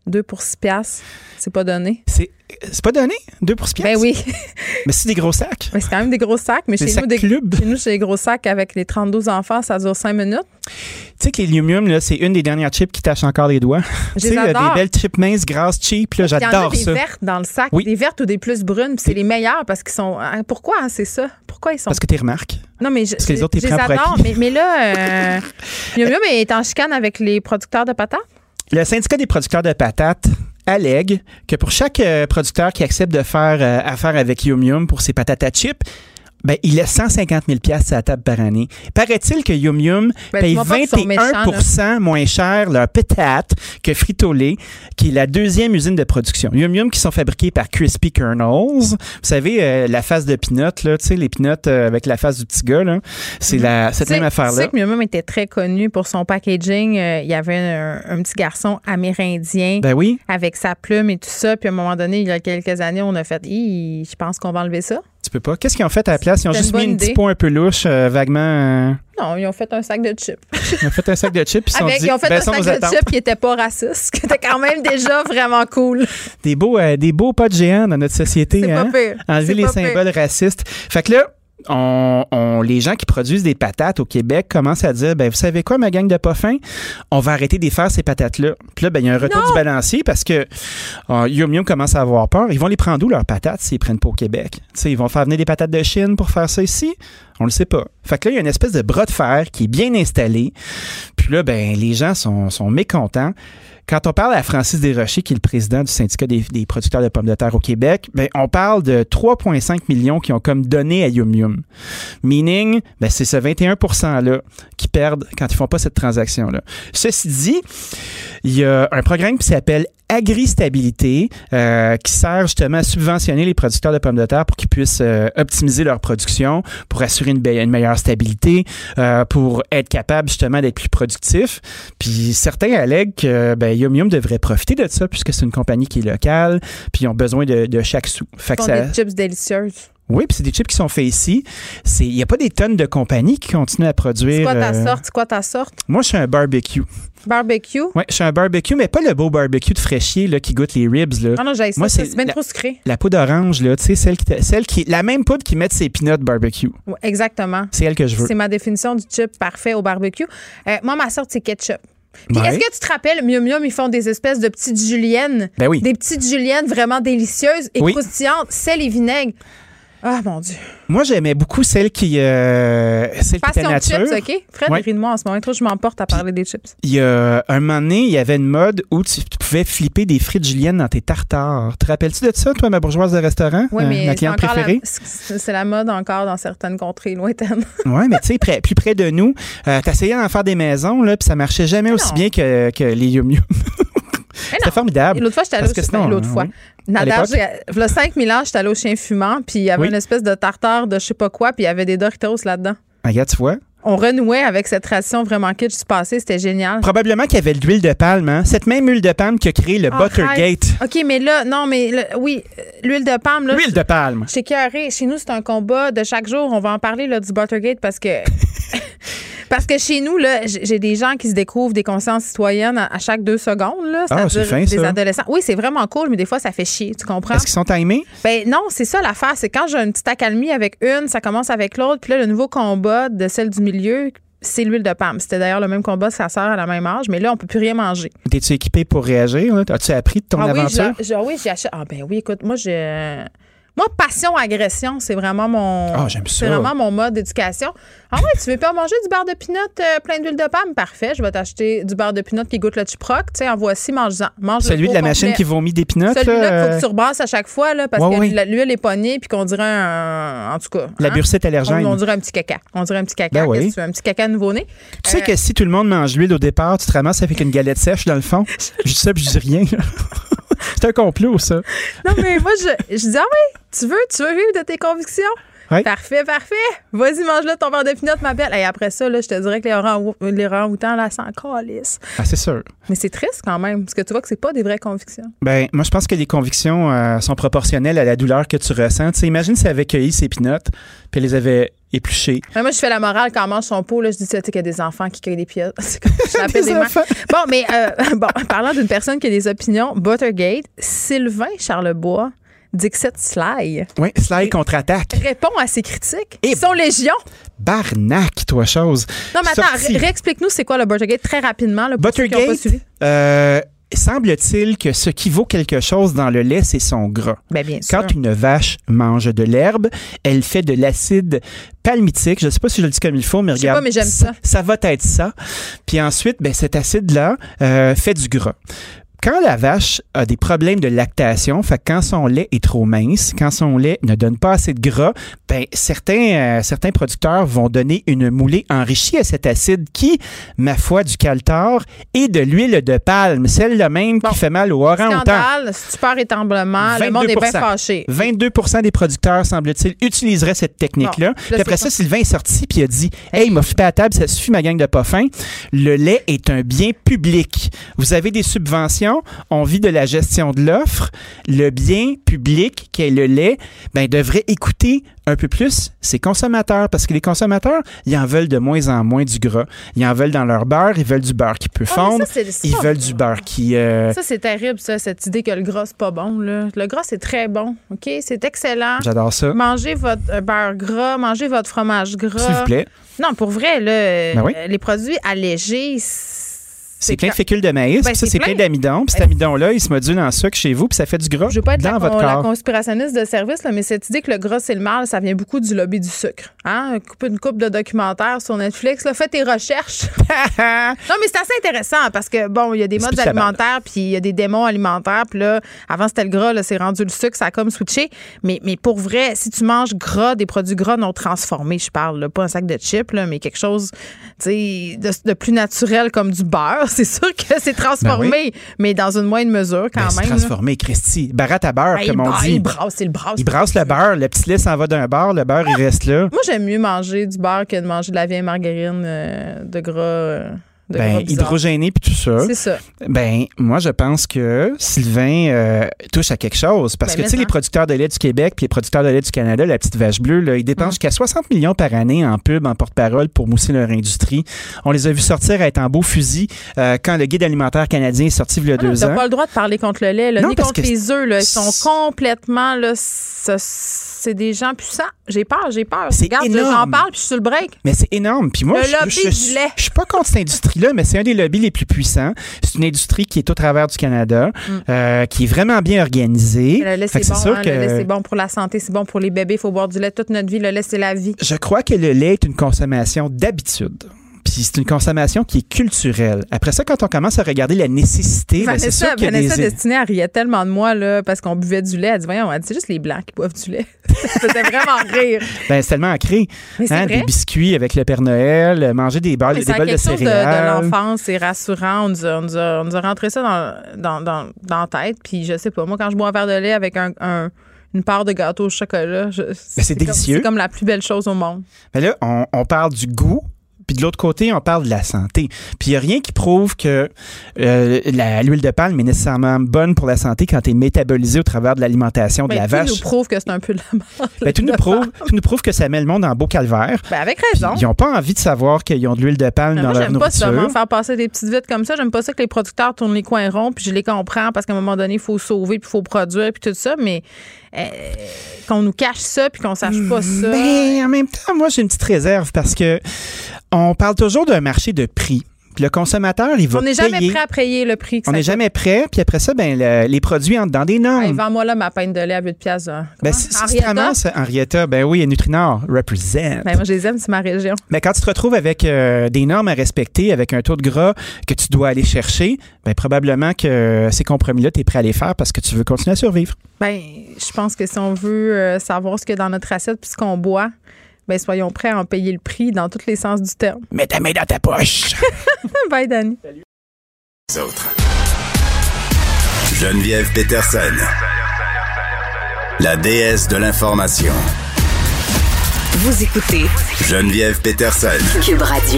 deux pour six piastres. C'est pas donné. C'est, c'est pas donné? deux pour six piastres? Ben oui. Mais c'est des gros sacs. Mais c'est quand même des gros sacs. Mais des chez, sacs nous, des, club. chez nous, c'est des gros sacs avec les trente-deux enfants, ça dure cinq minutes. Tu sais que les Yum Yum, là, c'est une des dernières chips qui tâchent encore les doigts. Je tu sais, adore. Des belles chips minces, grasses, cheap, là, j'adore ça. Il y en a des ça. vertes dans le sac, oui. Des vertes ou des plus brunes, puis c'est les meilleures parce qu'ils sont... Pourquoi hein, c'est ça? Pourquoi ils sont... Parce que tu remarques. Non, mais je, parce que les autres, je les adore, mais, mais là, euh, Yum Yum est en chicane avec les producteurs de patates? Le syndicat des producteurs de patates allègue que pour chaque euh, producteur qui accepte de faire euh, affaire avec Yum Yum pour ses patates à chips, ben, il laisse cent cinquante mille dollars à la table par année. Paraît-il que Yum Yum ben, paye vingt et un pour cent moins cher leurs patates que Frito-Lay, qui est la deuxième usine de production. Yum Yum qui sont fabriqués par Crispy Kernels. Vous savez, euh, la face de peanut, là, tu sais, les peanuts euh, avec la face du petit gars, là, c'est la, cette même affaire-là. Tu sais que Yum Yum était très connu pour son packaging. Euh, il y avait un, un petit garçon amérindien ben oui. avec sa plume et tout ça. Puis à un moment donné, il y a quelques années, on a fait « Je pense qu'on va enlever ça ». Tu peux pas. Qu'est-ce qu'ils ont fait à la place? Ils ont C'était juste une mis une idée. petite peau un peu louche, euh, vaguement... Euh... Non, ils ont fait un sac de chips. Ils ont fait un sac de chips. Ils, Avec, dit, ils ont fait ben, un sac de attentes. chips qui n'était pas raciste, qui était quand même déjà vraiment cool. Des beaux, euh, des beaux pas de géants dans notre société. C'est hein? pas pire. Enlever C'est les pas symboles pire. racistes. Fait que là, On, on, les gens qui produisent des patates au Québec commencent à dire, ben vous savez quoi, ma gang de pas fins, on va arrêter de faire ces patates-là. Puis là, ben il y a un retour non. du balancier parce que euh, Yum Yum commence à avoir peur. Ils vont les prendre où, leurs patates, s'ils prennent pas au Québec? T'sais, ils vont faire venir des patates de Chine pour faire ça ici? On le sait pas. Fait que là, il y a une espèce de bras de fer qui est bien installé. Puis là, ben les gens sont, sont mécontents. Quand on parle à Francis Desrochers, qui est le président du syndicat des, des producteurs de pommes de terre au Québec, ben, on parle de trois virgule cinq millions qui ont comme donné à Yum Yum. Meaning, ben, c'est ce vingt et un pour cent-là qui perdent quand ils font pas cette transaction-là. Ceci dit, il y a un programme qui s'appelle Agri-Stabilité, euh, qui sert justement à subventionner les producteurs de pommes de terre pour qu'ils puissent euh, optimiser leur production, pour assurer une, be- une meilleure stabilité, euh, pour être capable justement d'être plus productif. Puis certains allèguent que ben, Yum Yum devrait profiter de ça puisque c'est une compagnie qui est locale, puis ils ont besoin de, de chaque sou. Fait Ce sont que ça... des chips délicieuses. Oui, puis c'est des chips qui sont faits ici. Il n'y a pas des tonnes de compagnies qui continuent à produire. C'est quoi ta euh... sorte? C'est quoi ta sorte? Moi, je suis un barbecue. Barbecue? Oui, je suis un barbecue, mais pas le beau barbecue de fraîchier là, qui goûte les ribs. Là. Ah non, j'ai ça. Moi, c'est, c'est bien la, trop sucré. La poudre orange, là, tu sais, celle qui, celle qui, la même poudre qui met ses peanuts barbecue. Oui, exactement. C'est elle que je veux. C'est ma définition du chip parfait au barbecue. Euh, moi, ma sorte, c'est ketchup. Puis ouais. Est-ce que tu te rappelles, Mium Mium, ils font des espèces de petites juliennes. Ben oui. Des petites juliennes vraiment délicieuses et oui. croustillantes, sel et vinaigre. Ah, mon Dieu. Moi, j'aimais beaucoup celle qui, euh, celle qui était nature. Passion chips, OK? Fred, ouais. ris de moi en ce moment. Toi, je m'emporte à parler des chips. Il y a un moment donné, il y avait une mode où tu, tu pouvais flipper des frites juliennes dans tes tartares. Te rappelles-tu de ça, toi, ma bourgeoise de restaurant? Oui, mais euh, ma cliente préférée? La, c'est la mode encore dans certaines contrées lointaines. Oui, mais tu sais, près, plus près de nous, euh, t'essayais d'en faire des maisons, là, puis ça marchait jamais mais aussi non. bien que, que les Yum Yum. C'était formidable. Et l'autre fois, j'étais allée au chien l'autre fois. Oui. Nadage, il y a cinq mille ans, j'étais allée au chien fumant, puis il y avait oui. une espèce de tartare de je sais pas quoi, puis il y avait des Doritos là-dedans. Regarde, tu vois. On renouait avec cette tradition vraiment kitsch du passé, c'était génial. Probablement qu'il y avait de l'huile de palme, hein? Cette même huile de palme qui a créé le oh, Buttergate. OK, mais là, non, mais le, oui, l'huile de palme. Là, l'huile de palme. Chez Carré, chez nous, c'est un combat de chaque jour. On va en parler là, du Buttergate parce que. Parce que chez nous, là, j'ai des gens qui se découvrent des consciences citoyennes à chaque deux secondes. Là, ah, c'est fin, des ça. Adolescents. Oui, c'est vraiment cool, mais des fois, ça fait chier. Tu comprends? Est-ce qu'ils sont timés? Ben non, c'est ça l'affaire. C'est quand j'ai une petite accalmie avec une, ça commence avec l'autre. Puis là, le nouveau combat de celle du milieu, c'est l'huile de palme. C'était d'ailleurs le même combat de sa sœur à la même âge, mais là, on peut plus rien manger. T'es-tu équipé pour réagir? Là? As-tu appris de ton ah, aventure? Oui, je, oui, j'ai acheté. Ah ben oui, écoute, moi, j'ai... Moi, passion-agression, c'est vraiment mon oh, j'aime ça. C'est vraiment mon mode d'éducation. Ah ouais, tu veux pas manger du beurre de pinot euh, plein d'huile de palme? Parfait, je vais t'acheter du beurre de pinot qui goûte le chiproc. Tu sais, en voici, mange-en. Mange Celui de la machine complet. Qui vomit des pinottes? Celui-là euh... qu'il faut que tu rebasses à chaque fois là, parce ouais, que ouais. l'huile est pognée puis qu'on dirait un... En tout cas. La hein? bursite allergène. On, on dirait un petit caca. On dirait un petit caca. Ben oui. Qu'est-ce que tu veux? Un petit caca nouveau-né. Tu sais euh... que si tout le monde mange l'huile au départ, tu te ramasses avec une galette sèche dans le fond. Je dis ça puis je dis rien. C'est un complot, ça. Non, mais moi, je, je dis, ah oui, tu veux, tu veux vivre de tes convictions? Ouais. Parfait, parfait. Vas-y, mange-le ton verre de pinot, ma belle. Et après ça, là, je te dirais que les orang- les orang-outans, là, s'en calissent. Ah, c'est sûr. Mais c'est triste quand même, parce que tu vois que c'est pas des vraies convictions. Ben, moi, je pense que les convictions euh, sont proportionnelles à la douleur que tu ressens. Tu sais, imagine si elle avait cueilli ses pinottes, puis elle les avait épluchées. Mais moi, je fais la morale quand on mange son pot. Là, je dis, tu sais qu'il y a des enfants qui cueillent des pinottes. C'est comme je l'appelle des mères. Bon, mais euh, bon, parlant d'une personne qui a des opinions, Buttergate, Sylvain Charlebois, Dixit Sly. Oui, Sly contre-attaque. Répond à ses critiques. Ils sont légion. Barnac, toi, chose. Non, mais attends, Sorti. réexplique-nous c'est quoi le Buttergate très rapidement. Là, pour ceux qui ont pas suivi. Buttergate, euh, semble-t-il que ce qui vaut quelque chose dans le lait, c'est son gras. Ben, bien sûr. Quand une vache mange de l'herbe, elle fait de l'acide palmitique. Je ne sais pas si je le dis comme il faut, mais Je sais regarde. pas, mais j'aime ça. Ça va être ça. Puis ensuite, ben, cet acide-là euh, fait du gras. Quand la vache a des problèmes de lactation, fait que quand son lait est trop mince, quand son lait ne donne pas assez de gras, ben certains euh, certains producteurs vont donner une moulée enrichie à cet acide qui, ma foi, du caltar et de l'huile de palme, celle-là même bon, qui fait mal au orang-outan. Scandale, stupeur étendement, le monde est bien fâché. vingt-deux pour cent des producteurs, semble-t-il, utiliseraient cette technique-là. Bon, puis après ça, Sylvain est sorti puis il a dit « Hey, il m'a flippé à la table, ça suffit ma gang de pas fins. Le lait est un bien public. Vous avez des subventions, on vit de la gestion de l'offre. Le bien public qu'est le lait, ben, devrait écouter un peu plus ses consommateurs parce que les consommateurs, ils en veulent de moins en moins du gras. Ils en veulent dans leur beurre. Ils veulent du beurre qui peut fondre. Ah, ça, c'est, c'est ils veulent bon. du beurre qui... Euh... Ça, c'est terrible, ça, cette idée que le gras, c'est pas bon. Là. Le gras, c'est très bon. OK? C'est excellent. J'adore ça. Mangez votre beurre gras, mangez votre fromage gras. S'il vous plaît. Non, pour vrai, là, ben oui. les produits allégés... C'est, c'est plein de fécule de maïs, ben, puis ça, c'est c'est plein. plein d'amidon. Puis cet amidon-là, il se module en sucre chez vous, puis ça fait du gras Je veux pas être dans la, votre con, corps. la conspirationniste de service, là, mais cette idée que le gras, c'est le mal, ça vient beaucoup du lobby du sucre. Hein? Une couple de documentaires sur Netflix. Là, fais tes recherches. Non, mais c'est assez intéressant parce que, bon, il y a des modes alimentaires, puis il y a des démons alimentaires. Puis là, avant, c'était le gras, là, c'est rendu le sucre, ça a comme switché. Mais, mais pour vrai, si tu manges gras, des produits gras non transformés, je parle, là, pas un sac de chips, là, mais quelque chose de, de plus naturel comme du beurre, c'est sûr que c'est transformé, ben oui. mais dans une moindre mesure quand ben, même. C'est transformé, Christy. Baratte à beurre, ben, comme on bah, dit. Il brasse, il brasse. Il brasse le beurre. Le petit lait s'en va d'un bar. Le beurre, il reste là. Moi, j'aime mieux manger du beurre que de manger de la vieille margarine euh, de gras. Euh, de ben, gras hydrogéné puis tout ça. C'est ça. Ben, moi, je pense que Sylvain euh, touche à quelque chose. Parce ben, que, tu sais, les producteurs de lait du Québec puis les producteurs de lait du Canada, la petite vache bleue, là, ils dépensent mmh. jusqu'à soixante millions par année en pub, en porte-parole pour mousser leur industrie. On les a vus sortir à être en beau fusil euh, quand le guide alimentaire canadien est sorti il y a ah deux non, ans. T'as pas le droit de parler contre le lait, là, non, ni contre les œufs. Là. Ils sont complètement... Là, ça, c'est des gens puissants. J'ai peur, j'ai peur. C'est Regarde, énorme. Là, j'en parle puis je suis sur le break. Mais c'est énorme. Puis moi, le je, lobby je, je, du lait. Je suis pas contre cette industrie-là, mais c'est un des lobbies les plus puissants. C'est une industrie qui est au travers du Canada, mm. euh, qui est vraiment bien organisée. Le lait, c'est, c'est bon. sûr Hein, que... Le lait, c'est bon pour la santé, c'est bon pour les bébés. Il faut boire du lait toute notre vie. Le lait, c'est la vie. Je crois que le lait est une consommation d'habitude. Puis c'est une consommation qui est culturelle. Après ça, quand on commence à regarder la nécessité, Vanessa, ben c'est sûr que Vanessa des... Destinée, elle riait tellement de moi là, parce qu'on buvait du lait. Elle dit, voyons, elle dit, c'est juste les Blancs qui boivent du lait. C'était vraiment rire. Ben, c'est tellement ancré. Hein, des biscuits avec le Père Noël, manger des, balles, des bols de céréales. C'est de, de l'enfance, c'est rassurant. On nous a, on nous a, on nous a rentré ça dans, dans, dans, dans la tête. Puis je sais pas, moi, quand je bois un verre de lait avec un... un une part de gâteau au chocolat, je, c'est, c'est, c'est délicieux. Comme, c'est comme la plus belle chose au monde. Ben là, on, on parle du goût. Puis de l'autre côté, on parle de la santé. Puis il n'y a rien qui prouve que euh, la, l'huile de palme est nécessairement bonne pour la santé quand elle est métabolisée au travers de l'alimentation ben, de la tout vache. Tout nous prouve que c'est un peu de la merde. Ben, tout, nous prouve, tout nous prouve que ça met le monde en beau calvaire. Ben, avec raison. Puis ils n'ont pas envie de savoir qu'ils ont de l'huile de palme ben, dans moi, leur nourriture. J'aime pas seulement faire passer des petites vites comme ça. J'aime pas ça que les producteurs tournent les coins ronds. Puis je les comprends parce qu'à un moment donné, il faut sauver, puis il faut produire, puis tout ça. Mais euh, qu'on nous cache ça, puis qu'on sache pas ça. Ben, en même temps, moi, j'ai une petite réserve parce que on parle toujours d'un marché de prix. Puis le consommateur, il va On n'est jamais prêt à payer le prix. On n'est jamais prêt. Puis après ça, ben le, les produits entrent dans des normes. Hey, vends-moi là ma pinte de lait à huit piastres. Hein. Ben, si, si tu ramasses Henrietta, ben oui, Nutrinor, represent. Ben moi, je les aime, c'est ma région. Ben quand tu te retrouves avec euh, des normes à respecter, avec un taux de gras que tu dois aller chercher, ben probablement que ces compromis-là, tu es prêt à les faire parce que tu veux continuer à survivre. Ben, je pense que si on veut euh, savoir ce qu'il y a dans notre assiette puis ce qu'on boit, ben soyons prêts à en payer le prix dans tous les sens du terme. Mets ta main dans ta poche. Bye, Dani. Salut. Les autres. Geneviève Peterson, la déesse de l'information. Vous écoutez Geneviève Peterson. Cube Radio.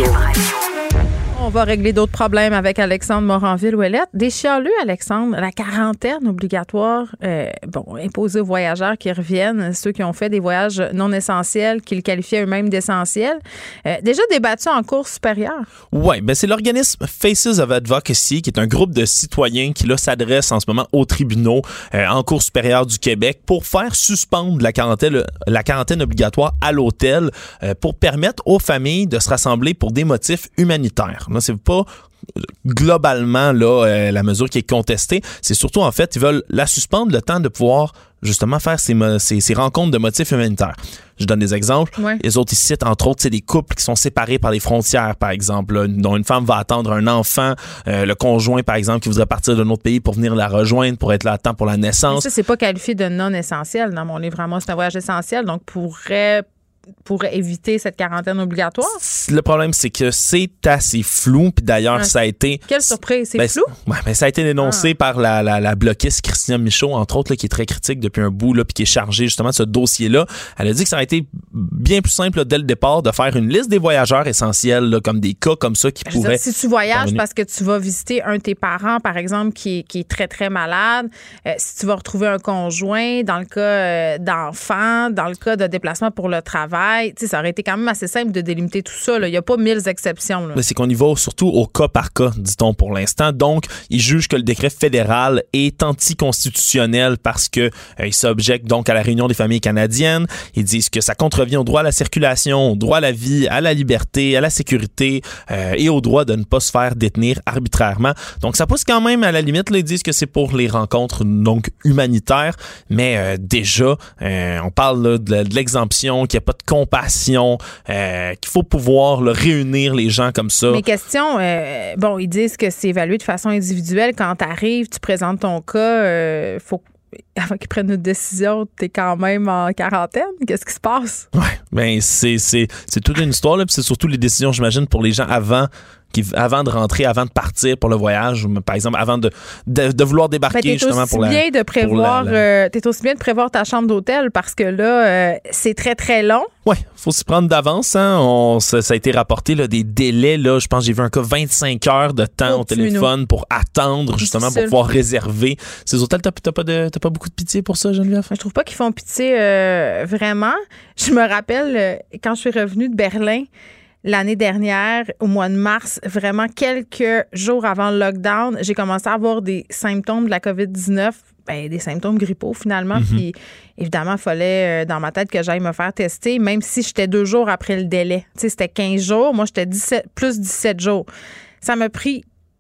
On va régler d'autres problèmes avec Alexandre Moranville-Ouellette. Des chialeux, Alexandre, la quarantaine obligatoire, euh, bon, imposée aux voyageurs qui reviennent, ceux qui ont fait des voyages non essentiels, qu'ils qualifiaient eux-mêmes d'essentiels, euh, déjà débattu en cour supérieure. Oui, ben c'est l'organisme Faces of Advocacy, qui est un groupe de citoyens qui là s'adresse en ce moment aux tribunaux euh, en cour supérieure du Québec pour faire suspendre la quarantaine, la quarantaine obligatoire à l'hôtel euh, pour permettre aux familles de se rassembler pour des motifs humanitaires. Là, c'est pas globalement là euh, la mesure qui est contestée. C'est surtout, en fait, ils veulent la suspendre le temps de pouvoir justement faire ces, ces, ces rencontres de motifs humanitaires. Je donne des exemples. Ouais. Les autres, ils citent, entre autres, c'est des couples qui sont séparés par les frontières, par exemple, là, dont une femme va attendre un enfant, euh, le conjoint, par exemple, qui voudrait partir d'un autre pays pour venir la rejoindre, pour être là à temps pour la naissance. Mais ça, c'est pas qualifié de non essentiel dans mon livre. Vraiment, c'est un voyage essentiel, donc pourrait... pour éviter cette quarantaine obligatoire? Le problème, c'est que c'est assez flou. Puis d'ailleurs, ouais. ça a été... Quelle surprise, c'est ben, flou? Ouais, ben, ça a été dénoncé ah. par la, la, la bloquiste Christina Michaud, entre autres, là, qui est très critique depuis un bout, là, puis qui est chargée justement de ce dossier-là. Elle a dit que ça a été bien plus simple là, dès le départ de faire une liste des voyageurs essentiels, là, comme des cas comme ça qui Je pourraient... Dire, si tu voyages parce que tu vas visiter un de tes parents, par exemple, qui est, qui est très, très malade, euh, si tu vas retrouver un conjoint, dans le cas euh, d'enfants, dans le cas de déplacement pour le travail, T'sais, ça aurait été quand même assez simple de délimiter tout ça. Il n'y a pas mille exceptions. Là. C'est qu'on y va surtout au cas par cas, dit-on pour l'instant. Donc, ils jugent que le décret fédéral est anticonstitutionnel parce que euh, ils s'objectent donc à la réunion des familles canadiennes. Ils disent que ça contrevient au droit à la circulation, au droit à la vie, à la liberté, à la sécurité euh, et au droit de ne pas se faire détenir arbitrairement. Donc, ça pousse quand même à la limite. Là, ils disent que c'est pour les rencontres donc humanitaires, mais euh, déjà, euh, on parle là, de, de l'exemption, qu'il n'y a pas de compassion, euh, qu'il faut pouvoir là, réunir les gens comme ça. Mes questions, euh, bon, ils disent que c'est évalué de façon individuelle. Quand tu arrives, tu présentes ton cas, euh, faut avant qu'ils prennent une décision, t'es quand même en quarantaine. Qu'est-ce qui se passe? Oui, bien, c'est, c'est, c'est toute une histoire, là, puis c'est surtout les décisions, j'imagine, pour les gens avant qui, avant de rentrer, avant de partir pour le voyage, ou par exemple, avant de, de, de vouloir débarquer ben, justement pour la... Bien de prévoir, la, la... Euh, t'es aussi bien de prévoir ta chambre d'hôtel parce que là, euh, c'est très, très long. Oui, il faut s'y prendre d'avance. Hein. On, ça, ça a été rapporté, là, des délais. Là, je pense que j'ai vu un cas vingt-cinq heures de temps oh, au téléphone nous. pour attendre, justement, pour pouvoir réserver. Ces hôtels, t'as, t'as, pas de, t'as pas beaucoup de pitié pour ça, Geneviève? Je trouve pas qu'ils font pitié euh, vraiment. Je me rappelle, euh, quand je suis revenue de Berlin, l'année dernière, au mois de mars, vraiment quelques jours avant le lockdown, j'ai commencé à avoir des symptômes de la covid dix-neuf, ben, des symptômes grippaux finalement. Mm-hmm. Puis évidemment, il fallait euh, dans ma tête que j'aille me faire tester, même si j'étais deux jours après le délai. Tu sais, c'était quinze jours. Moi, j'étais dix-sept, plus dix-sept jours. Ça m'a pris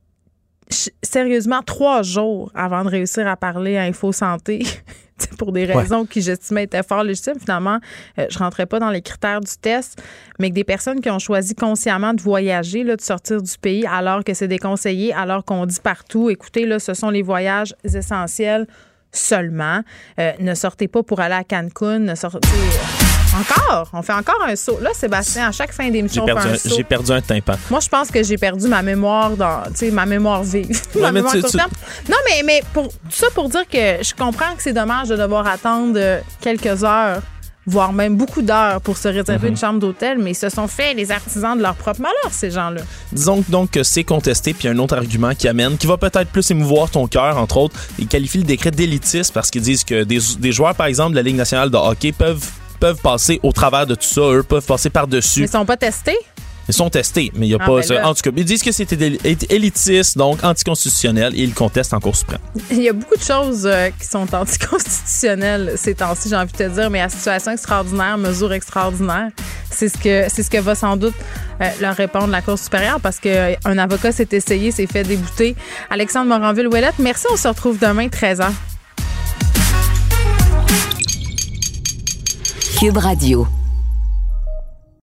sérieusement trois jours avant de réussir à parler à Info Santé. Pour des raisons ouais. qui, j'estimais, étaient fort légitimes. Finalement, euh, je rentrais pas dans les critères du test, mais que des personnes qui ont choisi consciemment de voyager, là, de sortir du pays, alors que c'est déconseillé, alors qu'on dit partout, écoutez, là, ce sont les voyages essentiels seulement. Euh, ne sortez pas pour aller à Cancun, ne sortez... Encore? On fait encore un saut. Là, Sébastien, à chaque fin d'émission, j'ai on fait un, un saut. J'ai perdu un tympan. Moi, je pense que j'ai perdu ma mémoire dans, tu sais, ma mémoire vive. ma mémoire tu, tu... Non, mais, mais pour, tout ça pour dire que je comprends que c'est dommage de devoir attendre quelques heures, voire même beaucoup d'heures pour se réserver mm-hmm. une chambre d'hôtel, mais ils se sont fait les artisans de leur propre malheur, ces gens-là. Disons donc que c'est contesté, puis il y a un autre argument qui amène, qui va peut-être plus émouvoir ton cœur, entre autres. Ils qualifient le décret d'élitiste parce qu'ils disent que des, des joueurs, par exemple, de la Ligue nationale de hockey peuvent peuvent passer au travers de tout ça, eux peuvent passer par-dessus. Mais ils sont pas testés? Ils sont testés, mais il n'y a ah, pas... Ben ça, en tout cas, ils disent que c'était élitiste, donc anticonstitutionnel, et ils le contestent en Cour suprême. Il y a beaucoup de choses euh, qui sont anticonstitutionnelles ces temps-ci, j'ai envie de te dire, mais à situation extraordinaire, mesure extraordinaire, c'est ce que, c'est ce que va sans doute euh, leur répondre la Cour supérieure, parce qu'un euh, avocat s'est essayé, s'est fait débouter. Alexandre Moranville-Ouellette, merci, on se retrouve demain, treize heures. Cube Radio.